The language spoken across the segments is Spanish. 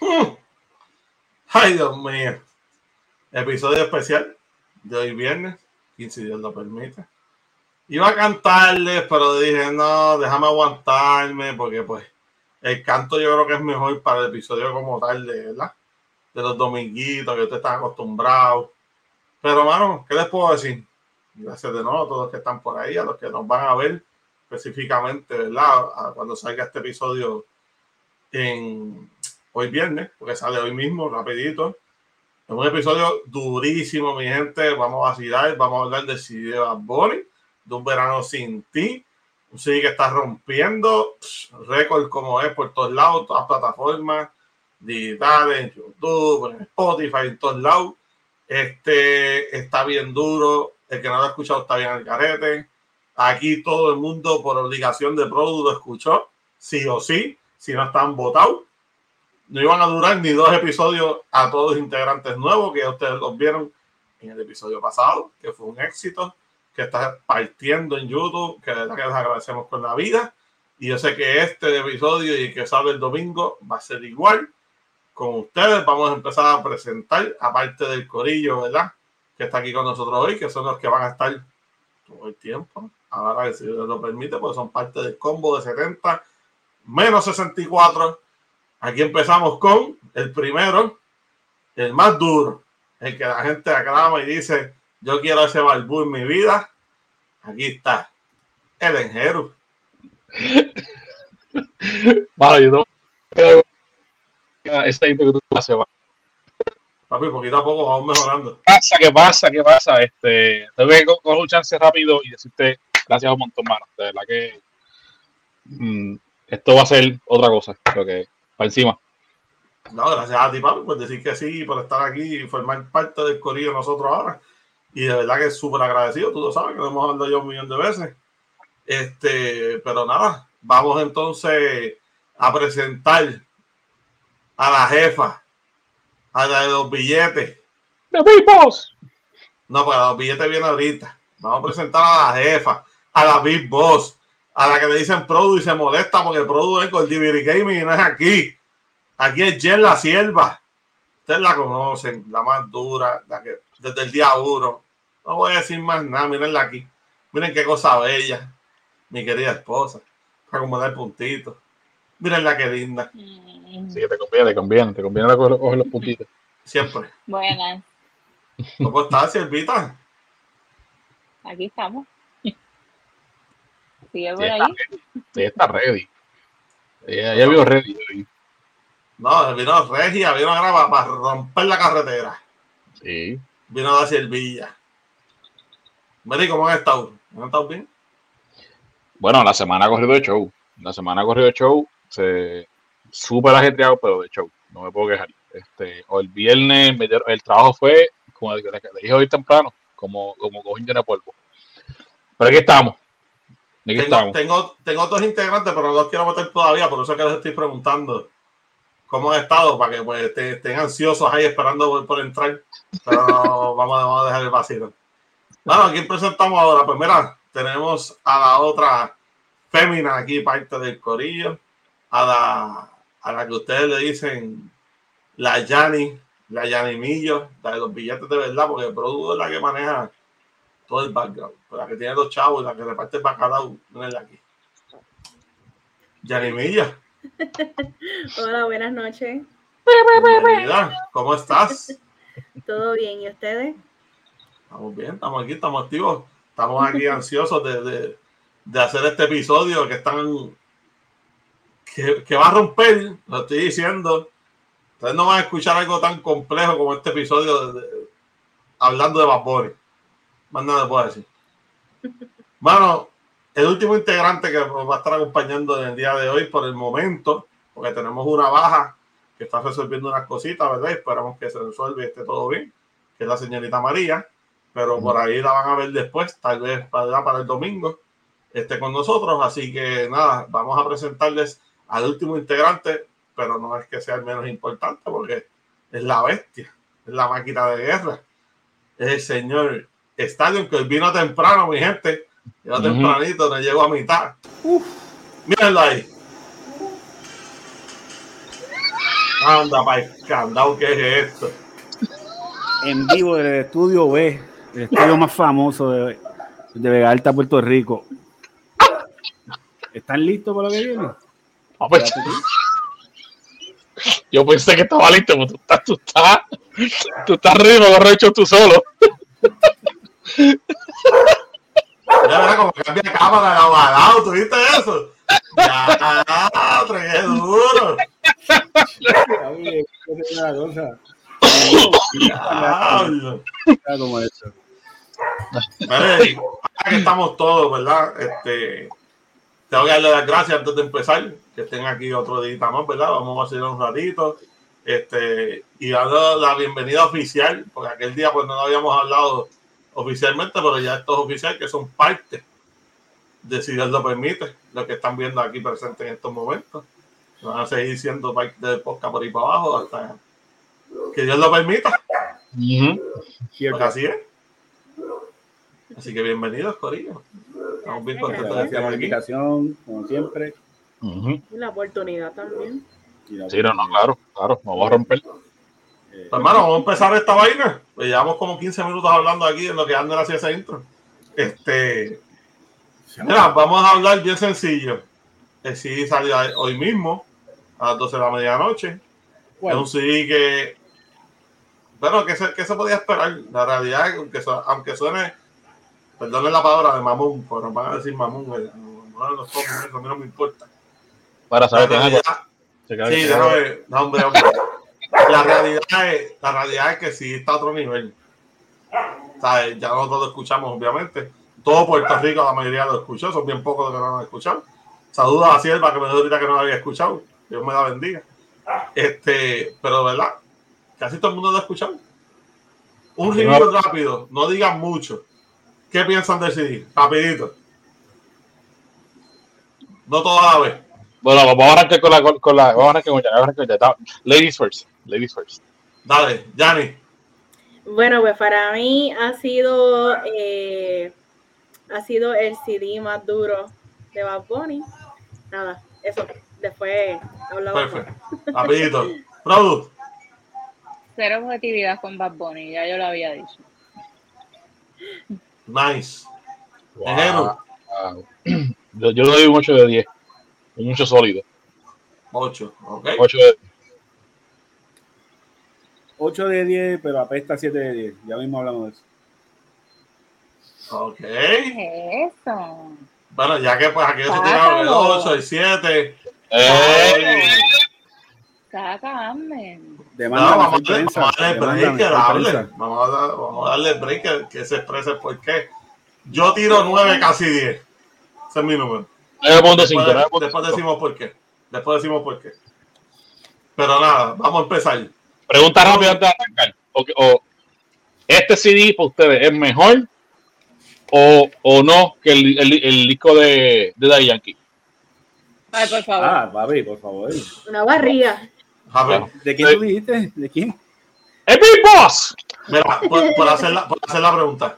Ay, Dios mío. Episodio especial de hoy viernes, 15 si Dios lo permite. Iba a cantarles, pero dije, no, déjame aguantarme, porque pues el canto yo creo que es mejor para el episodio como tal, ¿verdad? De los dominguitos que ustedes están acostumbrados. Pero, mano, ¿qué les puedo decir? Gracias de nuevo a todos los que están por ahí, a los que nos van a ver específicamente, ¿verdad? Cuando salga este episodio en hoy viernes, porque sale hoy mismo, rapidito. Es un episodio durísimo, mi gente. Vamos a vacilar, vamos a hablar de CD de Bad Bunny, de Un Verano Sin Ti. Un CD que está rompiendo récord como es por todos lados, todas las plataformas digitales, en YouTube, en Spotify, en todos lados. Está bien duro. El que no lo ha escuchado está bien al carete. Aquí todo el mundo, por obligación de Produ, lo escuchó, sí o sí, si no están votados. No iban a durar ni 2 episodios a todos los integrantes nuevos, que ya ustedes los vieron en el episodio pasado, que fue un éxito, que está partiendo en YouTube, que de verdad que les agradecemos con la vida. Y yo sé que este episodio y que sale el domingo va a ser igual. Con ustedes vamos a empezar a presentar, aparte del corillo, ¿verdad? Que está aquí con nosotros hoy, que son los que van a estar todo el tiempo. Ahora, si Dios lo permite, pues son parte del combo de 70 menos 64. Aquí empezamos con el primero, el más duro, el que la gente aclama y dice, yo quiero ese Balbú en mi vida. Aquí está, el Enjero. Vale, yo no ese intro que tú haces, Papi, poquito a poco vamos mejorando. ¿Qué pasa? Tengo que coger un chance rápido y decirte gracias un montón, mano. De verdad que esto va a ser otra cosa, creo que para encima. No, gracias a ti, papi, por decir que sí, por estar aquí y formar parte del corillo de nosotros ahora. Y de verdad que es súper agradecido, tú lo sabes, que lo hemos hablado ya 1,000,000 de veces. Pero nada, vamos entonces a presentar a la jefa, a la de los billetes. ¡The Big Boss! No, pues a los billetes viene ahorita. Vamos a presentar a la jefa, a la Big Boss, a la que le dicen Produ y se molesta porque Produ es con DVD Gaming y no es aquí. Aquí es Jen la Sierva. Ustedes la conocen, la más dura, la que desde el día 1. No voy a decir más nada, mírenla aquí. Miren qué cosa bella, mi querida esposa, para acomodar puntitos. Miren la que linda. Sí, te conviene coger los puntitos. Siempre. Buenas. ¿Cómo estás, Siervita? Aquí estamos. Sigue por ahí. Ella está ready. Ella vio ready hoy. No, vino Regia, vino a grabar para romper la carretera. Sí. Vino a la Siervilla. Mary, ¿cómo han estado? ¿Han estado bien? Bueno, la semana ha corrido de show. Súper ajetreado, pero de show. No me puedo quejar. O el viernes, el trabajo fue, como le dije hoy temprano, como cojín de polvo. Pero aquí estamos. Tengo 2 integrantes, pero no los quiero meter todavía, por eso es que les estoy preguntando cómo han estado, para que pues, estén ansiosos ahí esperando por entrar. Pero no, vamos a dejar el vacío. Bueno, aquí presentamos ahora. Pues mira, tenemos a la otra fémina aquí, parte del corillo, a la que ustedes le dicen la Yanimillo, la de los billetes de verdad, porque el producto es la que maneja todo el background, la que tiene los chavos y la que reparte el bacalao, no es la aquí. Yanimillo. Hola, buenas noches. Bienvenida. ¿Cómo estás? ¿Todo bien? ¿Y ustedes? Estamos bien, estamos aquí, estamos activos. Estamos aquí ansiosos de hacer este episodio que va a romper, lo estoy diciendo. Ustedes no van a escuchar algo tan complejo como este episodio hablando de Bad Bunny. Más nada puedo decir. Bueno, el último integrante que nos va a estar acompañando en el día de hoy por el momento, porque tenemos una baja que está resolviendo unas cositas, ¿verdad? Y esperamos que se resuelva y esté todo bien, que es la señorita María, pero por ahí la van a ver después, tal vez para el domingo, esté con nosotros. Así que nada, vamos a presentarles al último integrante, pero no es que sea el menos importante, porque es la bestia, es la máquina de guerra, es el señor Estadio, que vino temprano, mi gente. Llegó tempranito, no llegó a mitad. Mírenlo ahí. Anda, pa' escandado, ¿qué es esto? En vivo del estudio B, el estudio más famoso de Vega Alta, Puerto Rico. ¿Están listos para lo que viene? Ah, pues, yo pensé que estaba listo, pero tú estás riendo, borracho tú solo. Ya verás como cambia de cámara de lado, ¿tú viste eso? Ya, qué duro. Diablo. Como eso. Vale, aquí estamos todos, ¿verdad? Tengo que darle las gracias antes de empezar, que estén aquí otro día más, ¿verdad? Vamos a hacer un ratito. Y dando la bienvenida oficial, porque aquel día pues no habíamos hablado oficialmente, pero ya esto es oficial, que son parte de Si Dios lo permite, lo que están viendo aquí presentes en estos momentos. Van a seguir siendo parte del podcast por ahí para abajo hasta que Dios lo permita. Porque así es. Así que bienvenidos, corillo. Estamos bien contentos de Gracias estar por la aquí. invitación, como siempre. Y la oportunidad también. Sí, no, claro, vamos a romper. Pues, hermano, vamos a empezar esta vaina. Pues llevamos como 15 minutos hablando aquí en lo que Ander hacía ese intro. Mira, vamos a hablar bien sencillo. El CD salió hoy mismo, a las 12 de la medianoche. Bueno. Es un CD que... Bueno, ¿qué se podía esperar? La realidad es que aunque suene, perdonen la palabra de mamón, pero van a decir mamón, no me importa. Para saber La realidad, que sí, déjame, no, hombre. La realidad es que sí está a otro nivel. ¿Sabes? Ya nosotros lo escuchamos, obviamente. Todo Puerto Rico, la mayoría lo escuchó, son bien pocos los que no lo han escuchado. Saludos a Sierva, que me dijo ahorita que no lo había escuchado. Dios me la bendiga. Pero verdad, casi todo el mundo lo ha escuchado. Un review rápido, no digan mucho. ¿Qué piensan del CD? Rapidito. No toda la vez. Bueno, vamos a arrancar vamos a arrancar con ya. Ladies first. Dale, Yanni. Bueno, pues para mí ha sido el CD más duro de Bad Bunny. Nada, eso. Después hablamos. Perfecto. Rapidito. Produ. Cero objetividad con Bad Bunny, ya yo lo había dicho. Nice. Wow. Yo le doy un 8 de 10. Un 8 sólido. 8, ¿ok? 8 de 10, pero apesta 7 de 10. Ya mismo hablamos de eso. Ok. ¿Qué es eso? Bueno, ya que pues aquí se tiraron el 8, el 7. Sácame. Vamos a darle break que se exprese el porqué. Yo tiro 9, casi 10. Ese es mi número. 9.5. Después decimos por qué. Pero nada, vamos a empezar. Pregunta rápida antes de arrancar. ¿Este CD para ustedes es mejor o no que el disco de Daddy Yankee? Ay, por favor. Papi, por favor. Una barriga. A ver. ¿De quién tú dijiste? ¿De quién? ¡El Big Boss! Mira, por hacer la pregunta.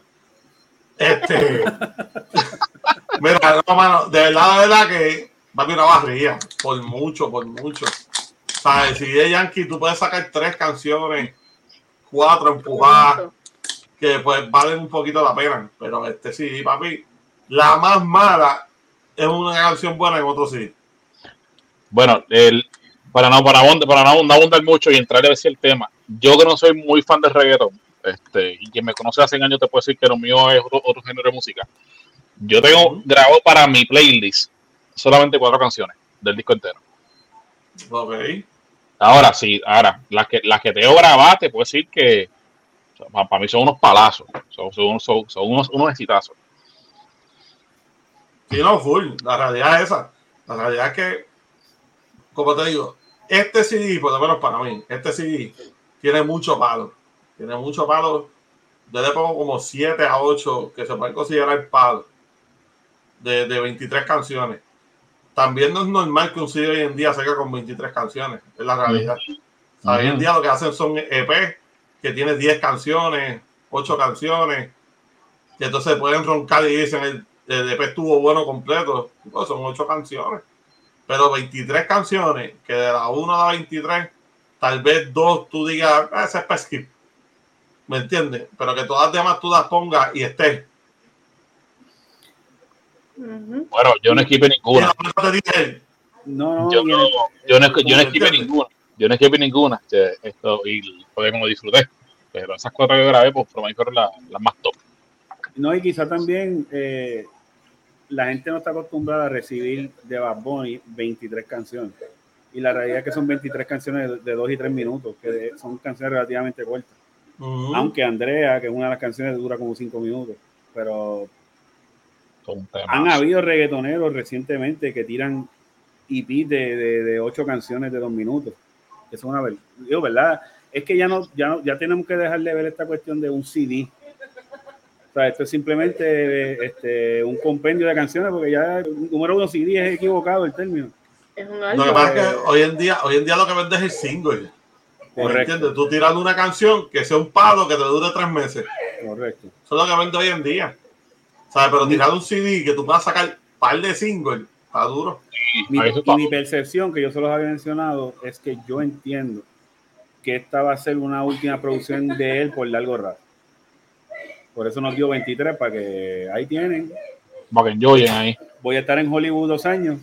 Mira, no, mano, de verdad que va a haber una barriga. Por mucho. ¿Sabes? Si de Yankee tú puedes sacar 3 canciones, 4 empujadas, que pues valen un poquito la pena. Pero sí, papi, la más mala es una canción buena en otro sí. Bueno, para no abundar mucho y entrar a decir el tema, yo que no soy muy fan del reggaetón, y quien me conoce hace años te puede decir que lo mío es otro género de música. Yo tengo grabado para mi playlist solamente 4 canciones del disco entero. Ok. Ahora sí, las que tengo grabadas te puedo decir que para mí son unos palazos, son unos exitazos. Sí, no, full. La realidad es esa. La realidad es que, como te digo, este CD, por lo menos para mí, este CD tiene mucho palo. Yo le pongo como 7 a 8 que se pueden considerar palo de 23 canciones. También no es normal que un CD hoy en día salga con 23 canciones, es la realidad. Hoy en día lo que hacen son EP que tiene 10 canciones, 8 canciones, que entonces pueden roncar y dicen el EP estuvo bueno completo. Pues son 8 canciones, pero 23 canciones, que de la 1 a la 23 tal vez 2 tú digas, ese es para skip. ¿Me entiendes? Pero que todas las demás tú las pongas y estés. Bueno, yo no esquipé ninguna. Te dije, Yo no esquipé ninguna. Yo no esquipé ninguna. Y porque como disfruté. Pero esas 4 que grabé, pues para mí fueron las más top. No, y quizá también la gente no está acostumbrada a recibir de Bad Bunny 23 canciones. Y la realidad es que son 23 canciones de 2 y 3 minutos, que son canciones relativamente cortas. Aunque Andrea, que es una de las canciones, dura como 5 minutos. Pero han habido reggaetoneros recientemente que tiran EP de 8 canciones de 2 minutos. Eso es una verdad. Es que ya tenemos que dejar de ver esta cuestión de un CD. O sea, esto es simplemente un compendio de canciones, porque ya el número 1 CD es equivocado el término. Es un Lo que pasa es que hoy en día lo que vende es el single. Correcto. ¿Entiendes? Tú tirando una canción que sea un palo que te dure 3 meses. Correcto. Eso es lo que vende hoy en día. ¿Sabes? Pero tirar un CD que tú vas a sacar un par de singles, está duro. Mi percepción, que yo se los había mencionado, es que yo entiendo que esta va a ser una última producción de él por largo rato. Por eso nos dio 23, para que ahí tienen. Para que enjoyen ahí. Voy a estar en Hollywood 2 años.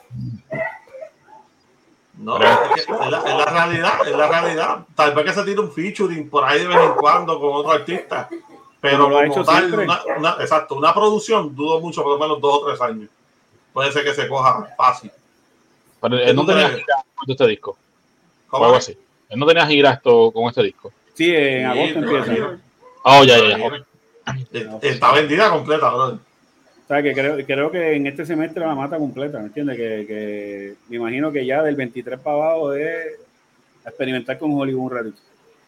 No, es la realidad. Tal vez que se tire un featuring por ahí de vez en cuando con otro artista. Pero lo ha como hecho tal, siempre. una producción dudo mucho, por lo menos 2 o 3 años. Puede ser que se coja fácil. Pero él no tenía gira con este disco. ¿Cómo? O algo así. Él no tenía gira con este disco. Sí, en agosto empieza. Oh, ya. Está vendida completa, bro. O sea, que creo que en este semestre la mata completa, ¿me entiendes? Que me imagino que ya del 23 para abajo es experimentar con Hollywood un ratito.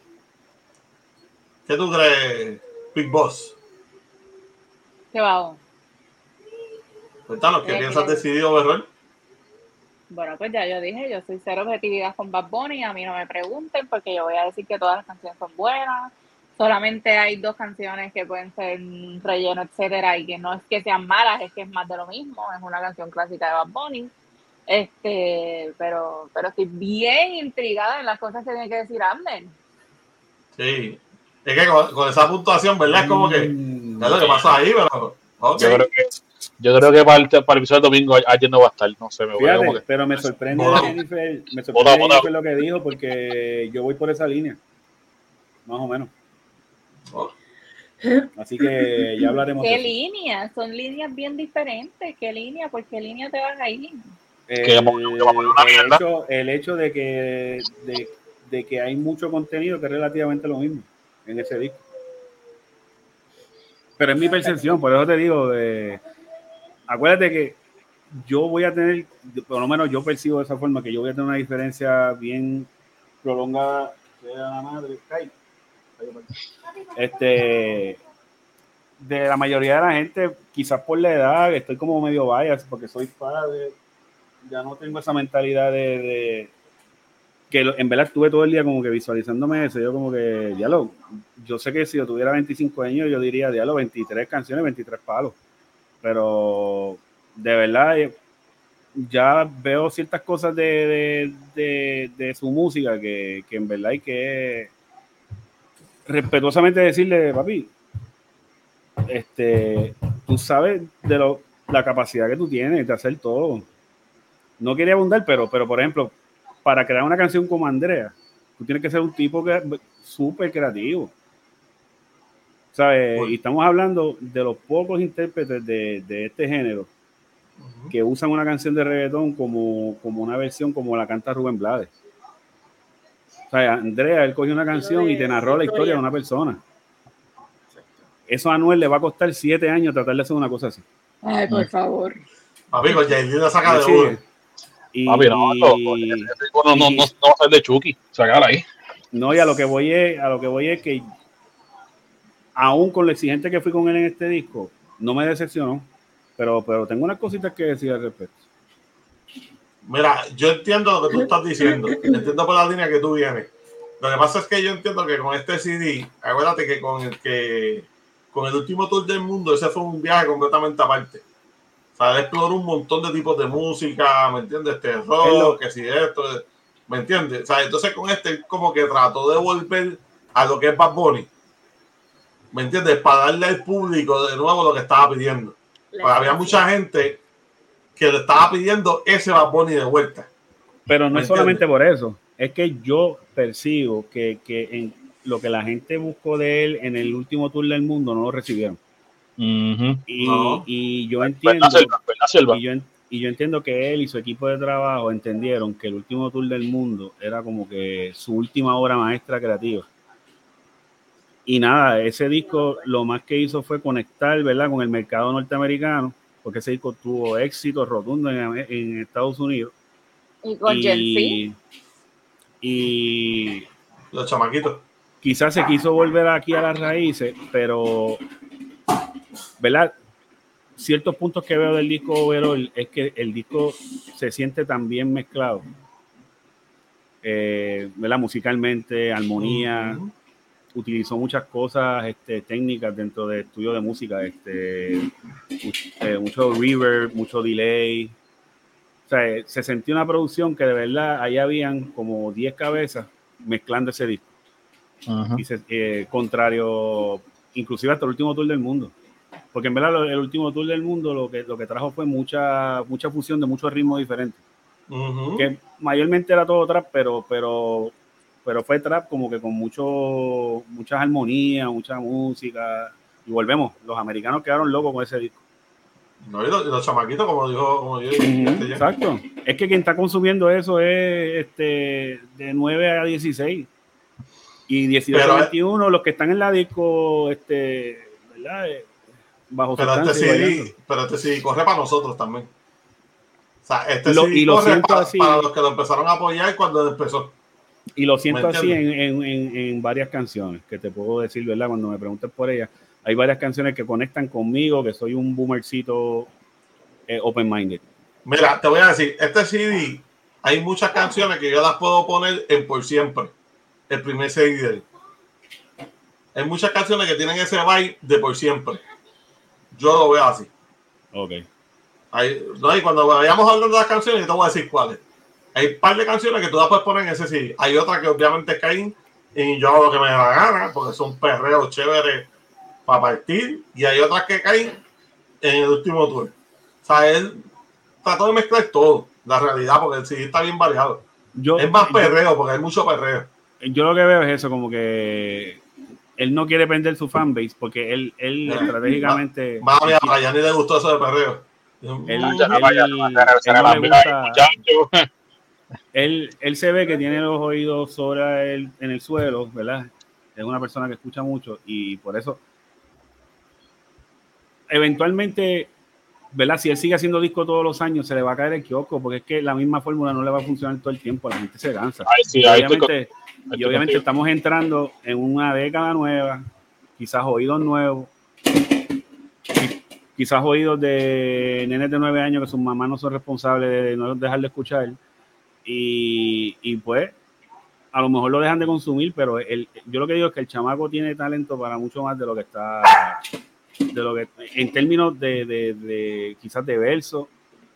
¿Qué tú crees, Big Boss? ¿Qué va? Cuéntanos, ¿qué piensas de CD Overall? Bueno, pues ya yo dije, yo soy cero objetividad con Bad Bunny, a mí no me pregunten porque yo voy a decir que todas las canciones son buenas. Solamente hay 2 canciones que pueden ser relleno, etcétera, y que no es que sean malas, es que es más de lo mismo. Es una canción clásica de Bad Bunny. Pero estoy bien intrigada en las cosas que tiene que decir Amner. Sí. Es que con esa puntuación, ¿verdad? Es como que es lo que pasa ahí, pero okay. Yo creo que para el episodio del domingo ayer no va a estar, no sé, pero me sorprende Jennifer lo que dijo, porque yo voy por esa línea, más o menos. Así que ya hablaremos. ¿Qué línea? Son líneas bien diferentes. ¿Qué línea? ¿Por qué línea te vas a ir? El hecho de que hay mucho contenido que es relativamente lo mismo en ese disco. Pero es mi percepción, por eso te digo, acuérdate que yo voy a tener, por lo menos yo percibo de esa forma, que yo voy a tener una diferencia bien prolongada de la madre. De la mayoría de la gente, quizás por la edad, estoy como medio bias porque soy padre, ya no tengo esa mentalidad de que en verdad estuve todo el día como que visualizándome eso. Yo como que, diálogo, yo sé que si yo tuviera 25 años yo diría, diálogo, 23 canciones, 23 palos, pero de verdad ya veo ciertas cosas de su música que en verdad hay que respetuosamente decirle, papi, tú sabes de la capacidad que tú tienes de hacer todo. No quería abundar, pero por ejemplo, para crear una canción como Andrea, tú tienes que ser un tipo súper creativo, ¿sabes? Y estamos hablando de los pocos intérpretes de este género que usan una canción de reggaetón como una versión como la canta Rubén Blades. O sea, Andrea, él cogió una canción y te narró la historia de una persona. Eso a Anuel le va a costar 7 años tratar de hacer una cosa así. Ay, por favor. Papi, con Jay-Z la saca de uno. Papi, no va a ser de Chucky, sacarla ahí. No, y a lo que voy es que aún con lo exigente que fui con él en este disco, no me decepcionó, pero tengo unas cositas que decir al respecto. Mira, yo entiendo lo que tú estás diciendo, entiendo por la línea que tú vienes. Lo que pasa es que yo entiendo que con este CD, acuérdate que con el último tour del mundo, ese fue un viaje completamente aparte. O sea, él exploró un montón de tipos de música, ¿me entiendes? Rock, que si esto. ¿Me entiendes? O sea, entonces con este como que trató de volver a lo que es Bad Bunny. ¿Me entiendes? Para darle al público de nuevo lo que estaba pidiendo. Porque había mucha gente que le estaba pidiendo ese Bad Bunny de vuelta. Pero no es solamente por eso. Es que yo percibo que en lo que la gente buscó de él en el último tour del mundo no lo recibieron. Y yo entiendo y yo entiendo que él y su equipo de trabajo entendieron que el último tour del mundo era como que su última obra maestra creativa. Y nada, ese disco lo más que hizo fue conectar, ¿verdad?, con el mercado norteamericano, porque ese disco tuvo éxito rotundo en Estados Unidos. Y con Gen Z. Y los chamaquitos. Quizás se quiso volver aquí a las raíces, pero, ¿verdad? Ciertos puntos que veo del disco overall es que el disco se siente tan bien mezclado, ¿verdad? Musicalmente, armonía, utilizó muchas cosas técnicas dentro del estudio de música, mucho reverb, mucho delay. O sea, se sentía una producción que de verdad ahí habían como 10 cabezas mezclando ese disco. Y contrario, inclusive hasta el último tour del mundo. Porque en verdad el último tour del mundo lo que trajo fue mucha fusión de muchos ritmos diferentes. Que mayormente era todo trap, pero fue trap como que con muchas armonías, mucha música. Y volvemos, los americanos quedaron locos con ese disco. No, y los chamaquitos, como yo dije. Exacto. Es que quien está consumiendo eso es de 9 a 16. Y 18 a 21, los que están en la disco, ¿verdad? Bajo sustancia. Pero este CD corre para nosotros también. O sea, CD corre para los que lo empezaron a apoyar cuando empezó. Y lo siento así en varias canciones, que te puedo decir, ¿verdad? Cuando me preguntes por ellas, hay varias canciones que conectan conmigo, que soy un boomercito open-minded. Mira, te voy a decir, este CD, hay muchas canciones que yo las puedo poner en Por Siempre, el primer CD de él. Hay muchas canciones que tienen ese vibe de Por Siempre. Yo lo veo así. Ok. Y cuando vayamos hablando de las canciones, yo te voy a decir cuáles. Hay un par de canciones que tú las puedes poner en ese CD. Hay otras que obviamente caen en Yo hago lo que me da la gana, porque son perreos chéveres para partir. Y hay otras que caen en el último tour. O sea, él trató de mezclar todo, la realidad, porque el CD está bien variado. Es más perreo, porque hay mucho perreo. Yo lo que veo es eso, como que él no quiere perder su fanbase, porque él estratégicamente... Mami, a Yani le gustó eso de perreo. Él se ve que tiene los oídos en el suelo, ¿verdad? Es una persona que escucha mucho y por eso eventualmente, ¿verdad? Si él sigue haciendo disco todos los años, se le va a caer el kiosco, porque es que la misma fórmula no le va a funcionar todo el tiempo, la gente se cansa. Y obviamente estamos entrando en una década nueva, quizás oídos nuevos, quizás oídos de nenes de 9 años que sus mamás no son responsables de no dejarle escuchar. Y pues a lo mejor lo dejan de consumir, pero yo lo que digo es que el chamaco tiene talento para mucho más de lo que está, en términos de quizás de verso.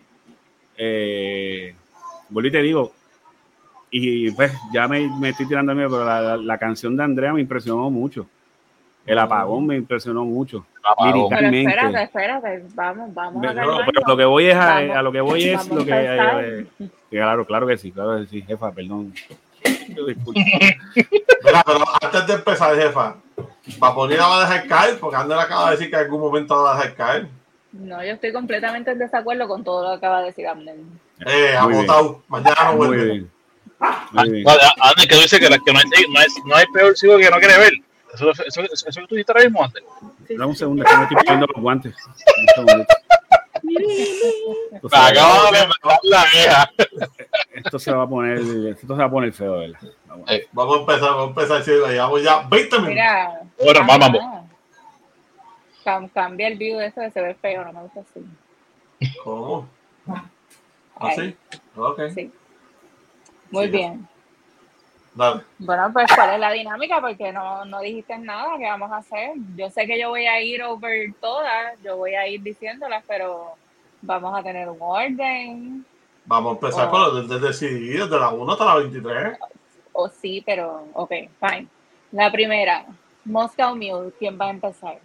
Vuelvo y te digo, y pues ya me estoy tirando al medio, pero la canción de Andrea me impresionó mucho. El apagón me impresionó mucho. Liricalmente. Pero espérate, vamos a pero lo que voy es a lo que voy es lo que claro que sí, jefa, perdón. Mira, pero antes de empezar, jefa, ¿Bad Bunny la va a dejar caer? Porque Andrea acaba de decir que en algún momento la va a dejar caer. No, yo estoy completamente en desacuerdo con todo lo que acaba de decir Abner. Agotado, mañana no vuelve. Muy bien. Abner, que dice que no hay peor ciego que no quiere ver. Eso que tú dijiste ahora mismo antes. Dame un segundo, que me estoy poniendo los guantes. Acabo de meter la vieja. Esto se va a poner feo, ¿verdad? Vamos a empezar, sí, llevamos ya 20 minutos. Mira, bueno, vamos. Cambia el view de eso, se ve feo, no me gusta así. ¿Cómo? ¿Así? Ok. Sí. Muy bien. Dale. Bueno, pues ¿cuál es la dinámica? Porque no dijiste nada, ¿qué vamos a hacer? Yo sé que yo voy a ir over todas, yo voy a ir diciéndolas, pero vamos a tener un orden. Vamos a empezar por desde CD, desde la 1 hasta la 23. Sí, pero ok, fine. La primera, Moscow Mule, ¿quién va a empezar?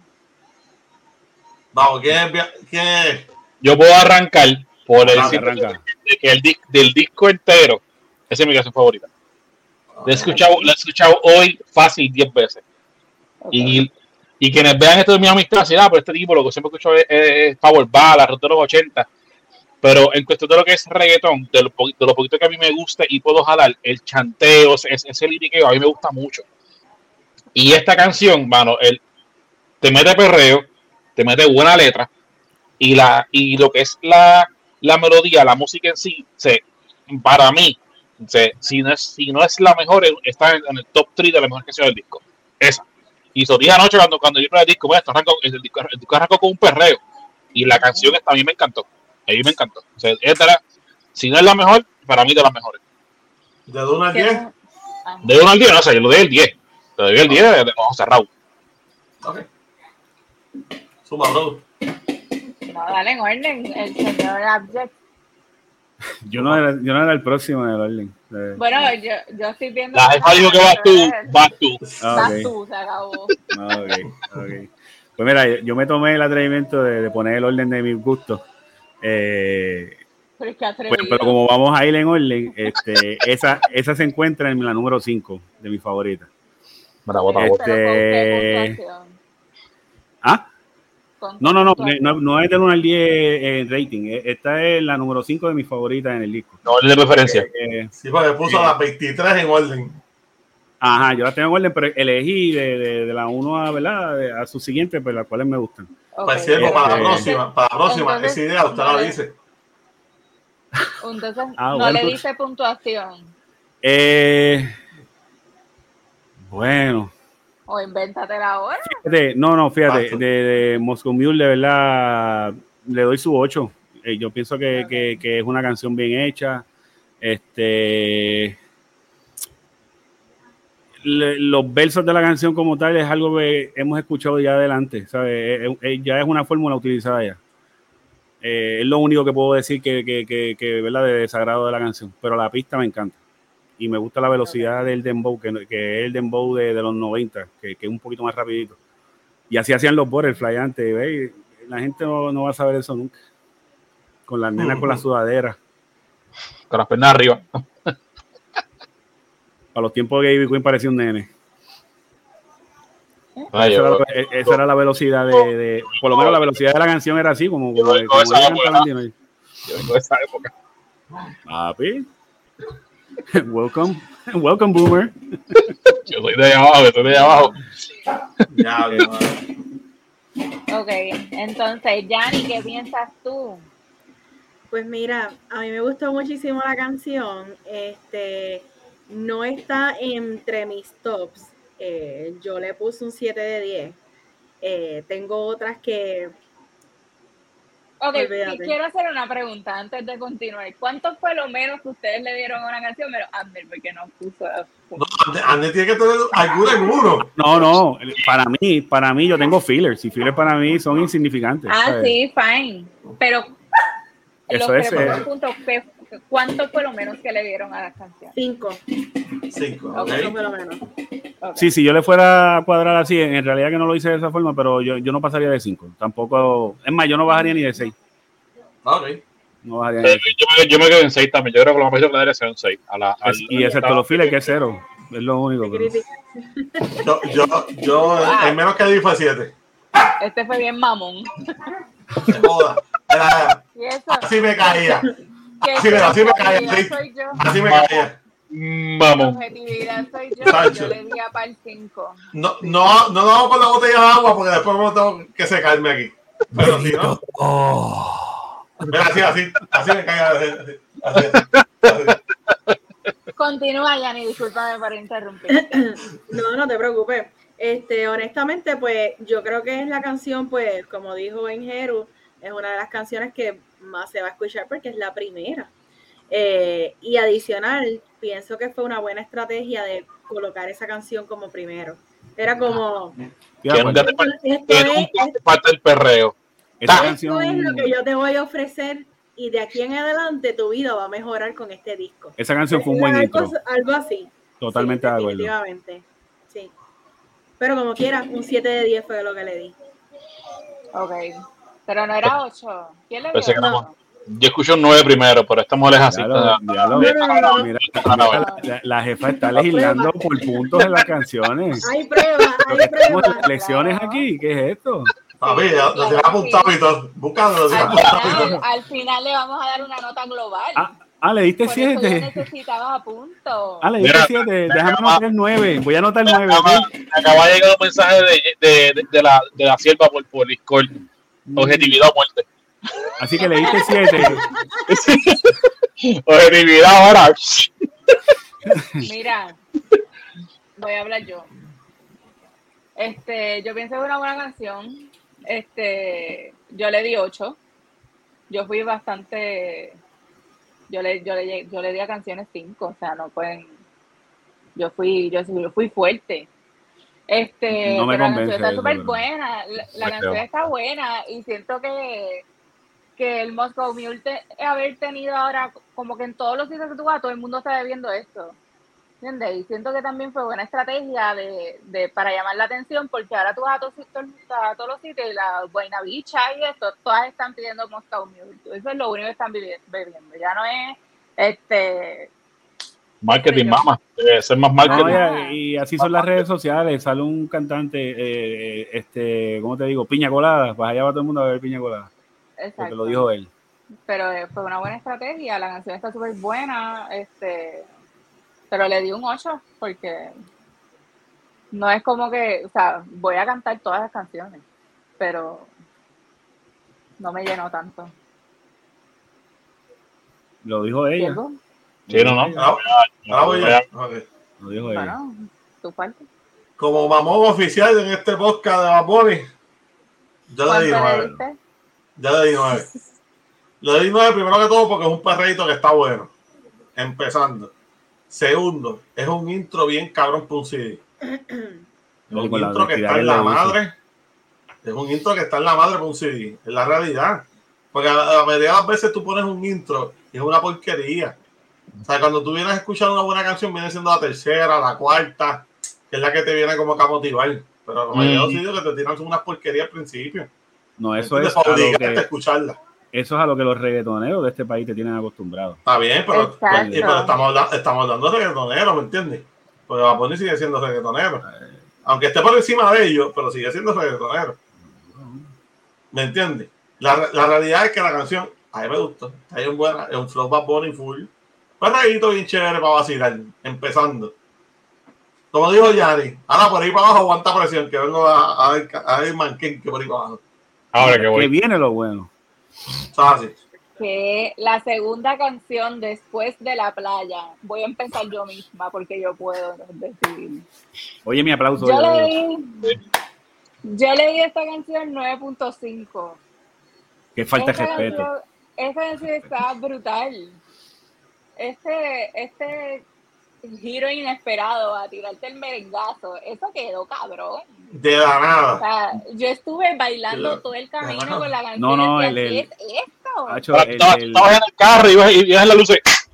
Vamos, ¿quién es? Yo puedo arrancar por el Arranca. de que del disco entero, esa es mi canción favorita. La he escuchado hoy fácil 10 veces. Okay. Y quienes vean esto de mi amistad, pero este tipo lo que siempre escucho es Power Ballad, rock de los 80. Pero en cuestión de lo que es reggaetón, de lo poquito que a mí me gusta y puedo jalar, el chanteo, ese liriqueo, a mí me gusta mucho. Y esta canción, mano, te mete perreo, te mete buena letra, y lo que es la melodía, la música en sí, para mí, si no es la mejor, está en el top 3 de las mejores canciones del disco. Esa. Y so día anoche cuando yo el disco, el disco arrancó con un perreo. Y la canción esta a mí me encantó. A mí me encantó. O sea, si no es la mejor, para mí de las mejores. ¿De 1 al 10? De 1 al 10, no sé, yo lo doy el 10. Lo doy el 10 de ojo cerrado. Ok. Suma, bro. No, dale en orden, el señor Abject. Yo no era el próximo en el orden. Bueno, yo estoy viendo. La jefa dijo que vas tú. Vas tú, se acabó. Okay. Pues mira, yo me tomé el atrevimiento de poner el orden de mis gustos. Pero es que atrevido. Pero como vamos a ir en orden, esa se encuentra en la número 5 de mi favorita. Bravo. ¿Pero con qué puntuación? ¿Ah? No es del 1 al 10 en rating. Esta es la número 5 de mis favoritas en el disco. No es de preferencia. Sí, porque puso las 23 en orden. Ajá, yo las tengo en orden, pero elegí de la 1 a, ¿verdad? A su siguiente, pues las cuales me gustan. Okay. Pues siervo, para la próxima, entonces, esa idea usted la dice. Entonces, bueno, le dice puntuación. Bueno. O invéntatela ahora. Fíjate, de Moscow Mule, de verdad, le doy su 8. Yo pienso que es una canción bien hecha. Los versos de la canción como tal es algo que hemos escuchado ya adelante, ¿sabes? Ya es una fórmula utilizada ya. Es lo único que puedo decir que ¿verdad? De desagrado de la canción, pero la pista me encanta. Y me gusta la velocidad del dembow, que es el dembow de los 90, que es un poquito más rapidito. Y así hacían los Butterfly antes, ¿ves? La gente no va a saber eso nunca. Con las nenas con la sudadera. Con las piernas arriba. A los tiempos de Gaby Queen parecía un nene. Esa era la velocidad por lo menos la velocidad de la canción era así, como yo vengo de esa época. Papi. Welcome, Boomer. Yo soy de allá abajo. Ya, Ok, entonces, Yanni, ¿qué piensas tú? Pues mira, a mí me gustó muchísimo la canción. No está entre mis tops. Yo le puse un 7 de 10. Tengo otras que... Ok, quiero hacer una pregunta antes de continuar. ¿Cuánto fue lo menos que ustedes le dieron a una canción? Pero Ander, porque no puso... No, Ander tiene que tener alguno en uno. No, para mí yo tengo fillers. Y fillers para mí son insignificantes. ¿sabes? Sí, fine. Pero eso es... ¿Cuánto fue lo menos que le dieron a la canción? 5. 5, okay. Por lo menos. Sí, si yo le fuera a cuadrar así, en realidad que no lo hice de esa forma, pero yo no pasaría de 5. Tampoco, es más, yo no bajaría ni de 6. Ok. No bajaría ni de 6. Yo me quedo en 6 también. Yo creo que lo más parecido que le daría sea un 6. Y excepto los fillers, que es 0. Es lo único. Pero... Yo el menos que di fue 7. Este fue bien mamón. Joda. Así me caía. Así me caía. Vamos. Objetividad soy yo le di a par 5. No vamos con la botella de agua porque después me tengo que secarme aquí. Pero si no. Mira, así me cae. Así. Continúa, Yanni, discúlpame por interrumpir. No te preocupes. Honestamente, pues yo creo que es la canción, pues como dijo Enjeru, es una de las canciones que más se va a escuchar porque es la primera. Y adicional, pienso que fue una buena estrategia de colocar esa canción como primero. Era como... Falta el perreo. Esto es lo que yo te voy a ofrecer y de aquí en adelante tu vida va a mejorar con este disco. Esa canción fue un buen intro. Algo así. Totalmente sí, de acuerdo. Definitivamente, sí. Pero como quiera, un 7 de 10 fue lo que le di. Ok. Pero no era 8. ¿Quién le dio? Pensé que no. Yo escuché un 9 primero, pero esta mujer es así. La jefa está legislando por puntos en las canciones. Hay pruebas, hay pruebas. ¿Lesiones aquí? ¿Qué es esto? Papi, lo tienes apuntado y todo. Búscalo, al final le vamos a dar una nota global. Le diste Por 7. eso yo necesitaba a punto. Le diste 7. Déjame anotar 9. Voy a anotar 9. Acaba de llegar un mensaje de la sierva por Discord. Objetividad o muerte. Así que le diste 7. Objetividad ahora. Mira, voy a hablar yo. Yo pienso que es una buena canción. Yo le di 8. Yo fui bastante. Yo le di a canciones 5. O sea, no pueden. Yo fui fuerte. No me pero la convence canción está eso, súper pero... buena. La canción está buena y siento que el Moscow Mule haber tenido ahora, como que en todos los sitios que tú vas, todo el mundo está bebiendo esto. ¿Entiendes? Y siento que también fue buena estrategia para llamar la atención, porque ahora tú vas a todos los sitios y la Buena Bicha y esto, todas están pidiendo Moscow Mule. Eso es lo único que están bebiendo. Ya no es marketing, mamá. Debe ser más marketing. Y así son las redes sociales. Sale un cantante, ¿cómo te digo? Piña colada. Pues allá va todo el mundo a beber piña colada. Exacto. Porque lo dijo él. Pero fue una buena estrategia. La canción está súper buena. Pero le di un 8 porque no es como que, o sea, voy a cantar todas las canciones, pero no me llenó tanto. Lo dijo ella. ¿Cierto? Sí, no. Lo dijo ella. Bueno, tu parte. Como mamón oficial en este podcast de Bad Bunny, yo le di 9. Ya le di 9. Le di 9 primero que todo porque es un perreíto que está bueno. Empezando. Segundo, es un intro bien cabrón por un CD. Es un intro que está en la madre. Es un intro que está en la madre por un CD. Es la realidad. Porque la mayoría de las veces tú pones un intro y es una porquería. O sea, cuando tú vienes a escuchar una buena canción, viene siendo la tercera, la cuarta, que es la que te viene como que a motivar. Pero la mayoría de los sitios que te tiran son unas porquerías al principio. No, eso es para obligarte a escucharla. Eso es a lo que los reggaetoneros de este país te tienen acostumbrado. Está bien, pero estamos hablando de reggaetoneros, ¿me entiendes? Porque Bad Bunny sigue siendo reggaetonero. Aunque esté por encima de ellos, pero sigue siendo reggaetonero. ¿Me entiendes? La realidad es que la canción, a mí me gustó. Está bien buena, es un flow Bad Bunny full. Perreíto bien chévere para vacilar, empezando. Como dijo Yanni, ahora por ahí para abajo aguanta presión, que vengo a ver manquín que por ahí para abajo. Ahora que viene lo bueno. Que la segunda canción después de La Playa, voy a empezar yo misma porque yo puedo decidir. Oye, mi aplauso. Yo le di esta canción 9.5. Qué falta de respeto. Esta canción está brutal. Este giro inesperado a tirarte el merengazo, eso quedó cabrón. De la nada. O sea, yo estuve bailando todo el camino con la canción. No, ¿qué es esto? Estabas en el carro y ibas en la luz.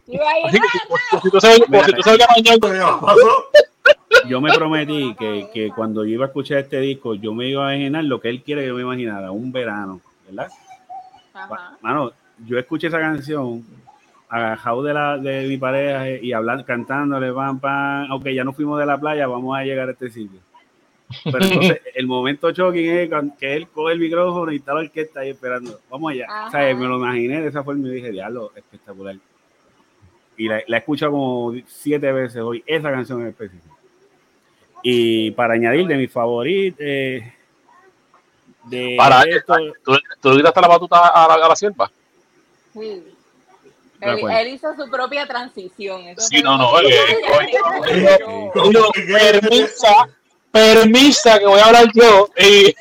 Yo me prometí que cuando yo iba a escuchar este disco, yo me iba a imaginar lo que él quiere que yo me imaginara, un verano, ¿verdad? Ajá. Mano, yo escuché esa canción agajado de mi pareja y hablando, cantándole, pam, pam, ok, ya nos fuimos de la playa, vamos a llegar a este sitio. Pero entonces, el momento shocking es que él coge el micrófono y está la orquesta ahí esperando. Vamos allá. O sea, me lo imaginé de esa forma y dije, diablo, espectacular. Y la he escuchado como 7 veces hoy, esa canción en específico. Y para añadir de mis favoritos, ¿tú gritaste la batuta a la sierva? Sí. Él hizo su propia transición. Eso sí, permisa que voy a hablar yo.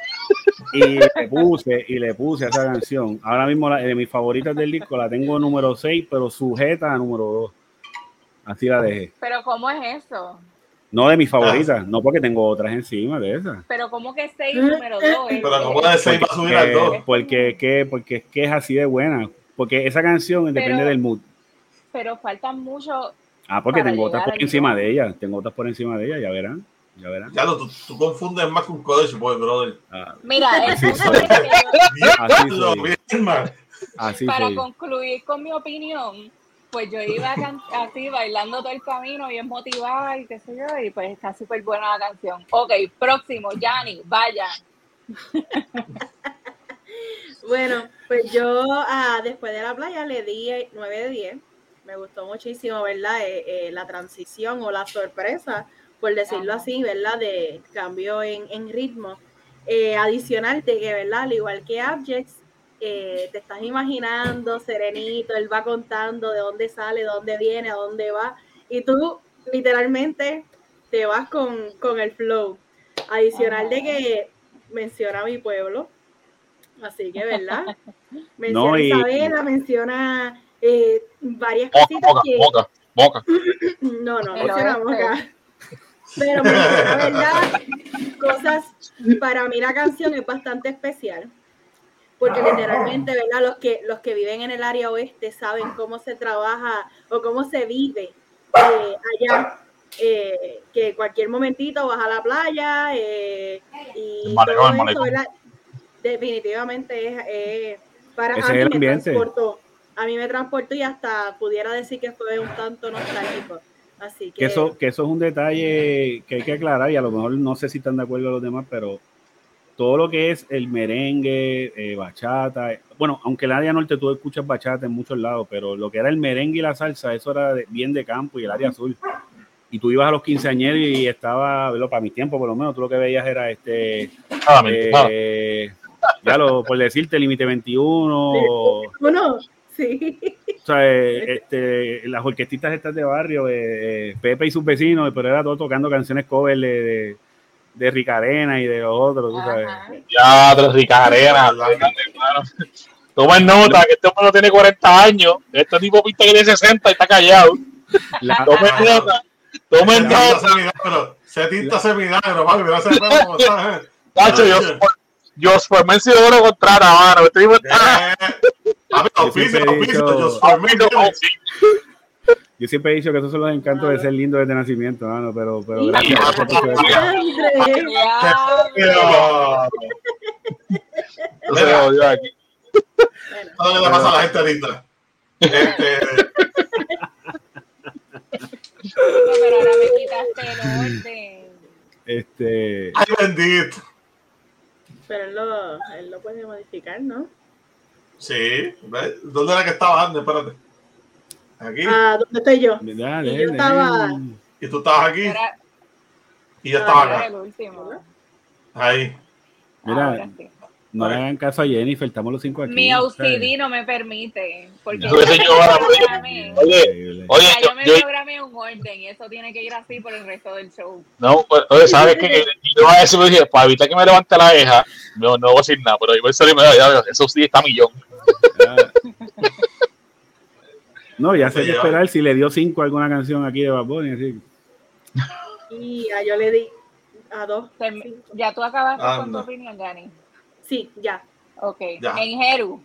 Y le puse a esa canción. Ahora mismo de mis favoritas del disco la tengo número 6, pero sujeta a número 2. Así la dejé. Pero ¿cómo es eso? No de mis favoritas, no porque tengo otras encima de esas. Pero ¿cómo que 6 número 2? Pero ¿cómo de 6 va a subir al 2? Porque es que es así de buena. porque esa canción depende del mood. Pero faltan mucho. Porque tengo otras por encima de ella. Tengo otras por encima de ella, ya verán. Ya tú confundes más con College Boy, brother. Mira, para concluir con mi opinión, pues yo iba así bailando todo el camino, bien motivada y qué sé yo, y pues está súper buena la canción. Ok, próximo, Yanni, vaya. Bueno, pues yo después de la playa le di 9 de 10. Me gustó muchísimo, ¿verdad? La transición o la sorpresa, por decirlo así, ¿verdad? De cambio en ritmo. Adicional de que, ¿verdad? Al igual que Abjects, te estás imaginando, serenito, él va contando de dónde sale, dónde viene, a dónde va, y tú literalmente te vas con el flow. Adicional de que menciona mi pueblo, así que, ¿verdad? Menciona Isabela, menciona varias cositas Boca. No menciona Boca. Pero menciona, ¿verdad? Cosas, para mí la canción es bastante especial. Porque literalmente, ¿verdad? Los que viven en el área oeste saben cómo se trabaja o cómo se vive allá. Que cualquier momentito vas a la playa y todo eso, ¿verdad? Definitivamente para a mí me transportó y hasta pudiera decir que fue un tanto nostálgico. Así que eso es un detalle que hay que aclarar, y a lo mejor no sé si están de acuerdo los demás, pero todo lo que es el merengue, bachata, bueno, aunque en el área norte tú escuchas bachata en muchos lados, pero lo que era el merengue y la salsa, eso era bien de campo, y el área azul. Y tú ibas a los quinceañeros y estaba, para mi tiempo por lo menos, tú lo que veías era por decirte, Límite 21. Sí. O sea, las orquestitas estas de barrio, Pepe y sus vecinos, pero era todo tocando canciones cover de Rica Arena y de los otros, tú sabes. Ya, de Rica Arena. Tomen nota que este hombre no tiene 40 años. Este tipo pinta que tiene 60 y está callado. Tomen nota. Se tinta ese milagro, papi. No se ve cómo está. Tacho, yo por mí si yo lo contrata, mano. Este tipo está... Yo siempre he dicho que esos son los encantos de ser lindo desde nacimiento, mano, pero gracias por tu aquí. Todo lo que le pasa a la gente linda. Pero ahora me quitaste el orden. Ay, bendito. Pero él lo puede modificar, ¿no? Sí, ¿dónde era que estaba antes? Espérate. Aquí. ¿Dónde estoy yo? Dale, y yo estaba. Y tú estabas aquí. Y yo estaba acá. Ahí. Mira, no le hagan caso a Jennifer, estamos los 5 aquí. Mi OCD no me permite. Porque yo me programé un orden y eso tiene que ir así por el resto del show. No, pues, ¿sabes qué? Yo a eso me dije, para evitar que me levante la abeja, no voy a decir nada, pero yo voy a salir, eso sí está millón. No, ya sé qué esperar si le dio 5 a alguna canción aquí de Bad Bunny, así. Y yo le di a 2. ¿Ya tú acabaste con tu opinión, Dani? Sí, ya. Ok. Ya. En Jeru.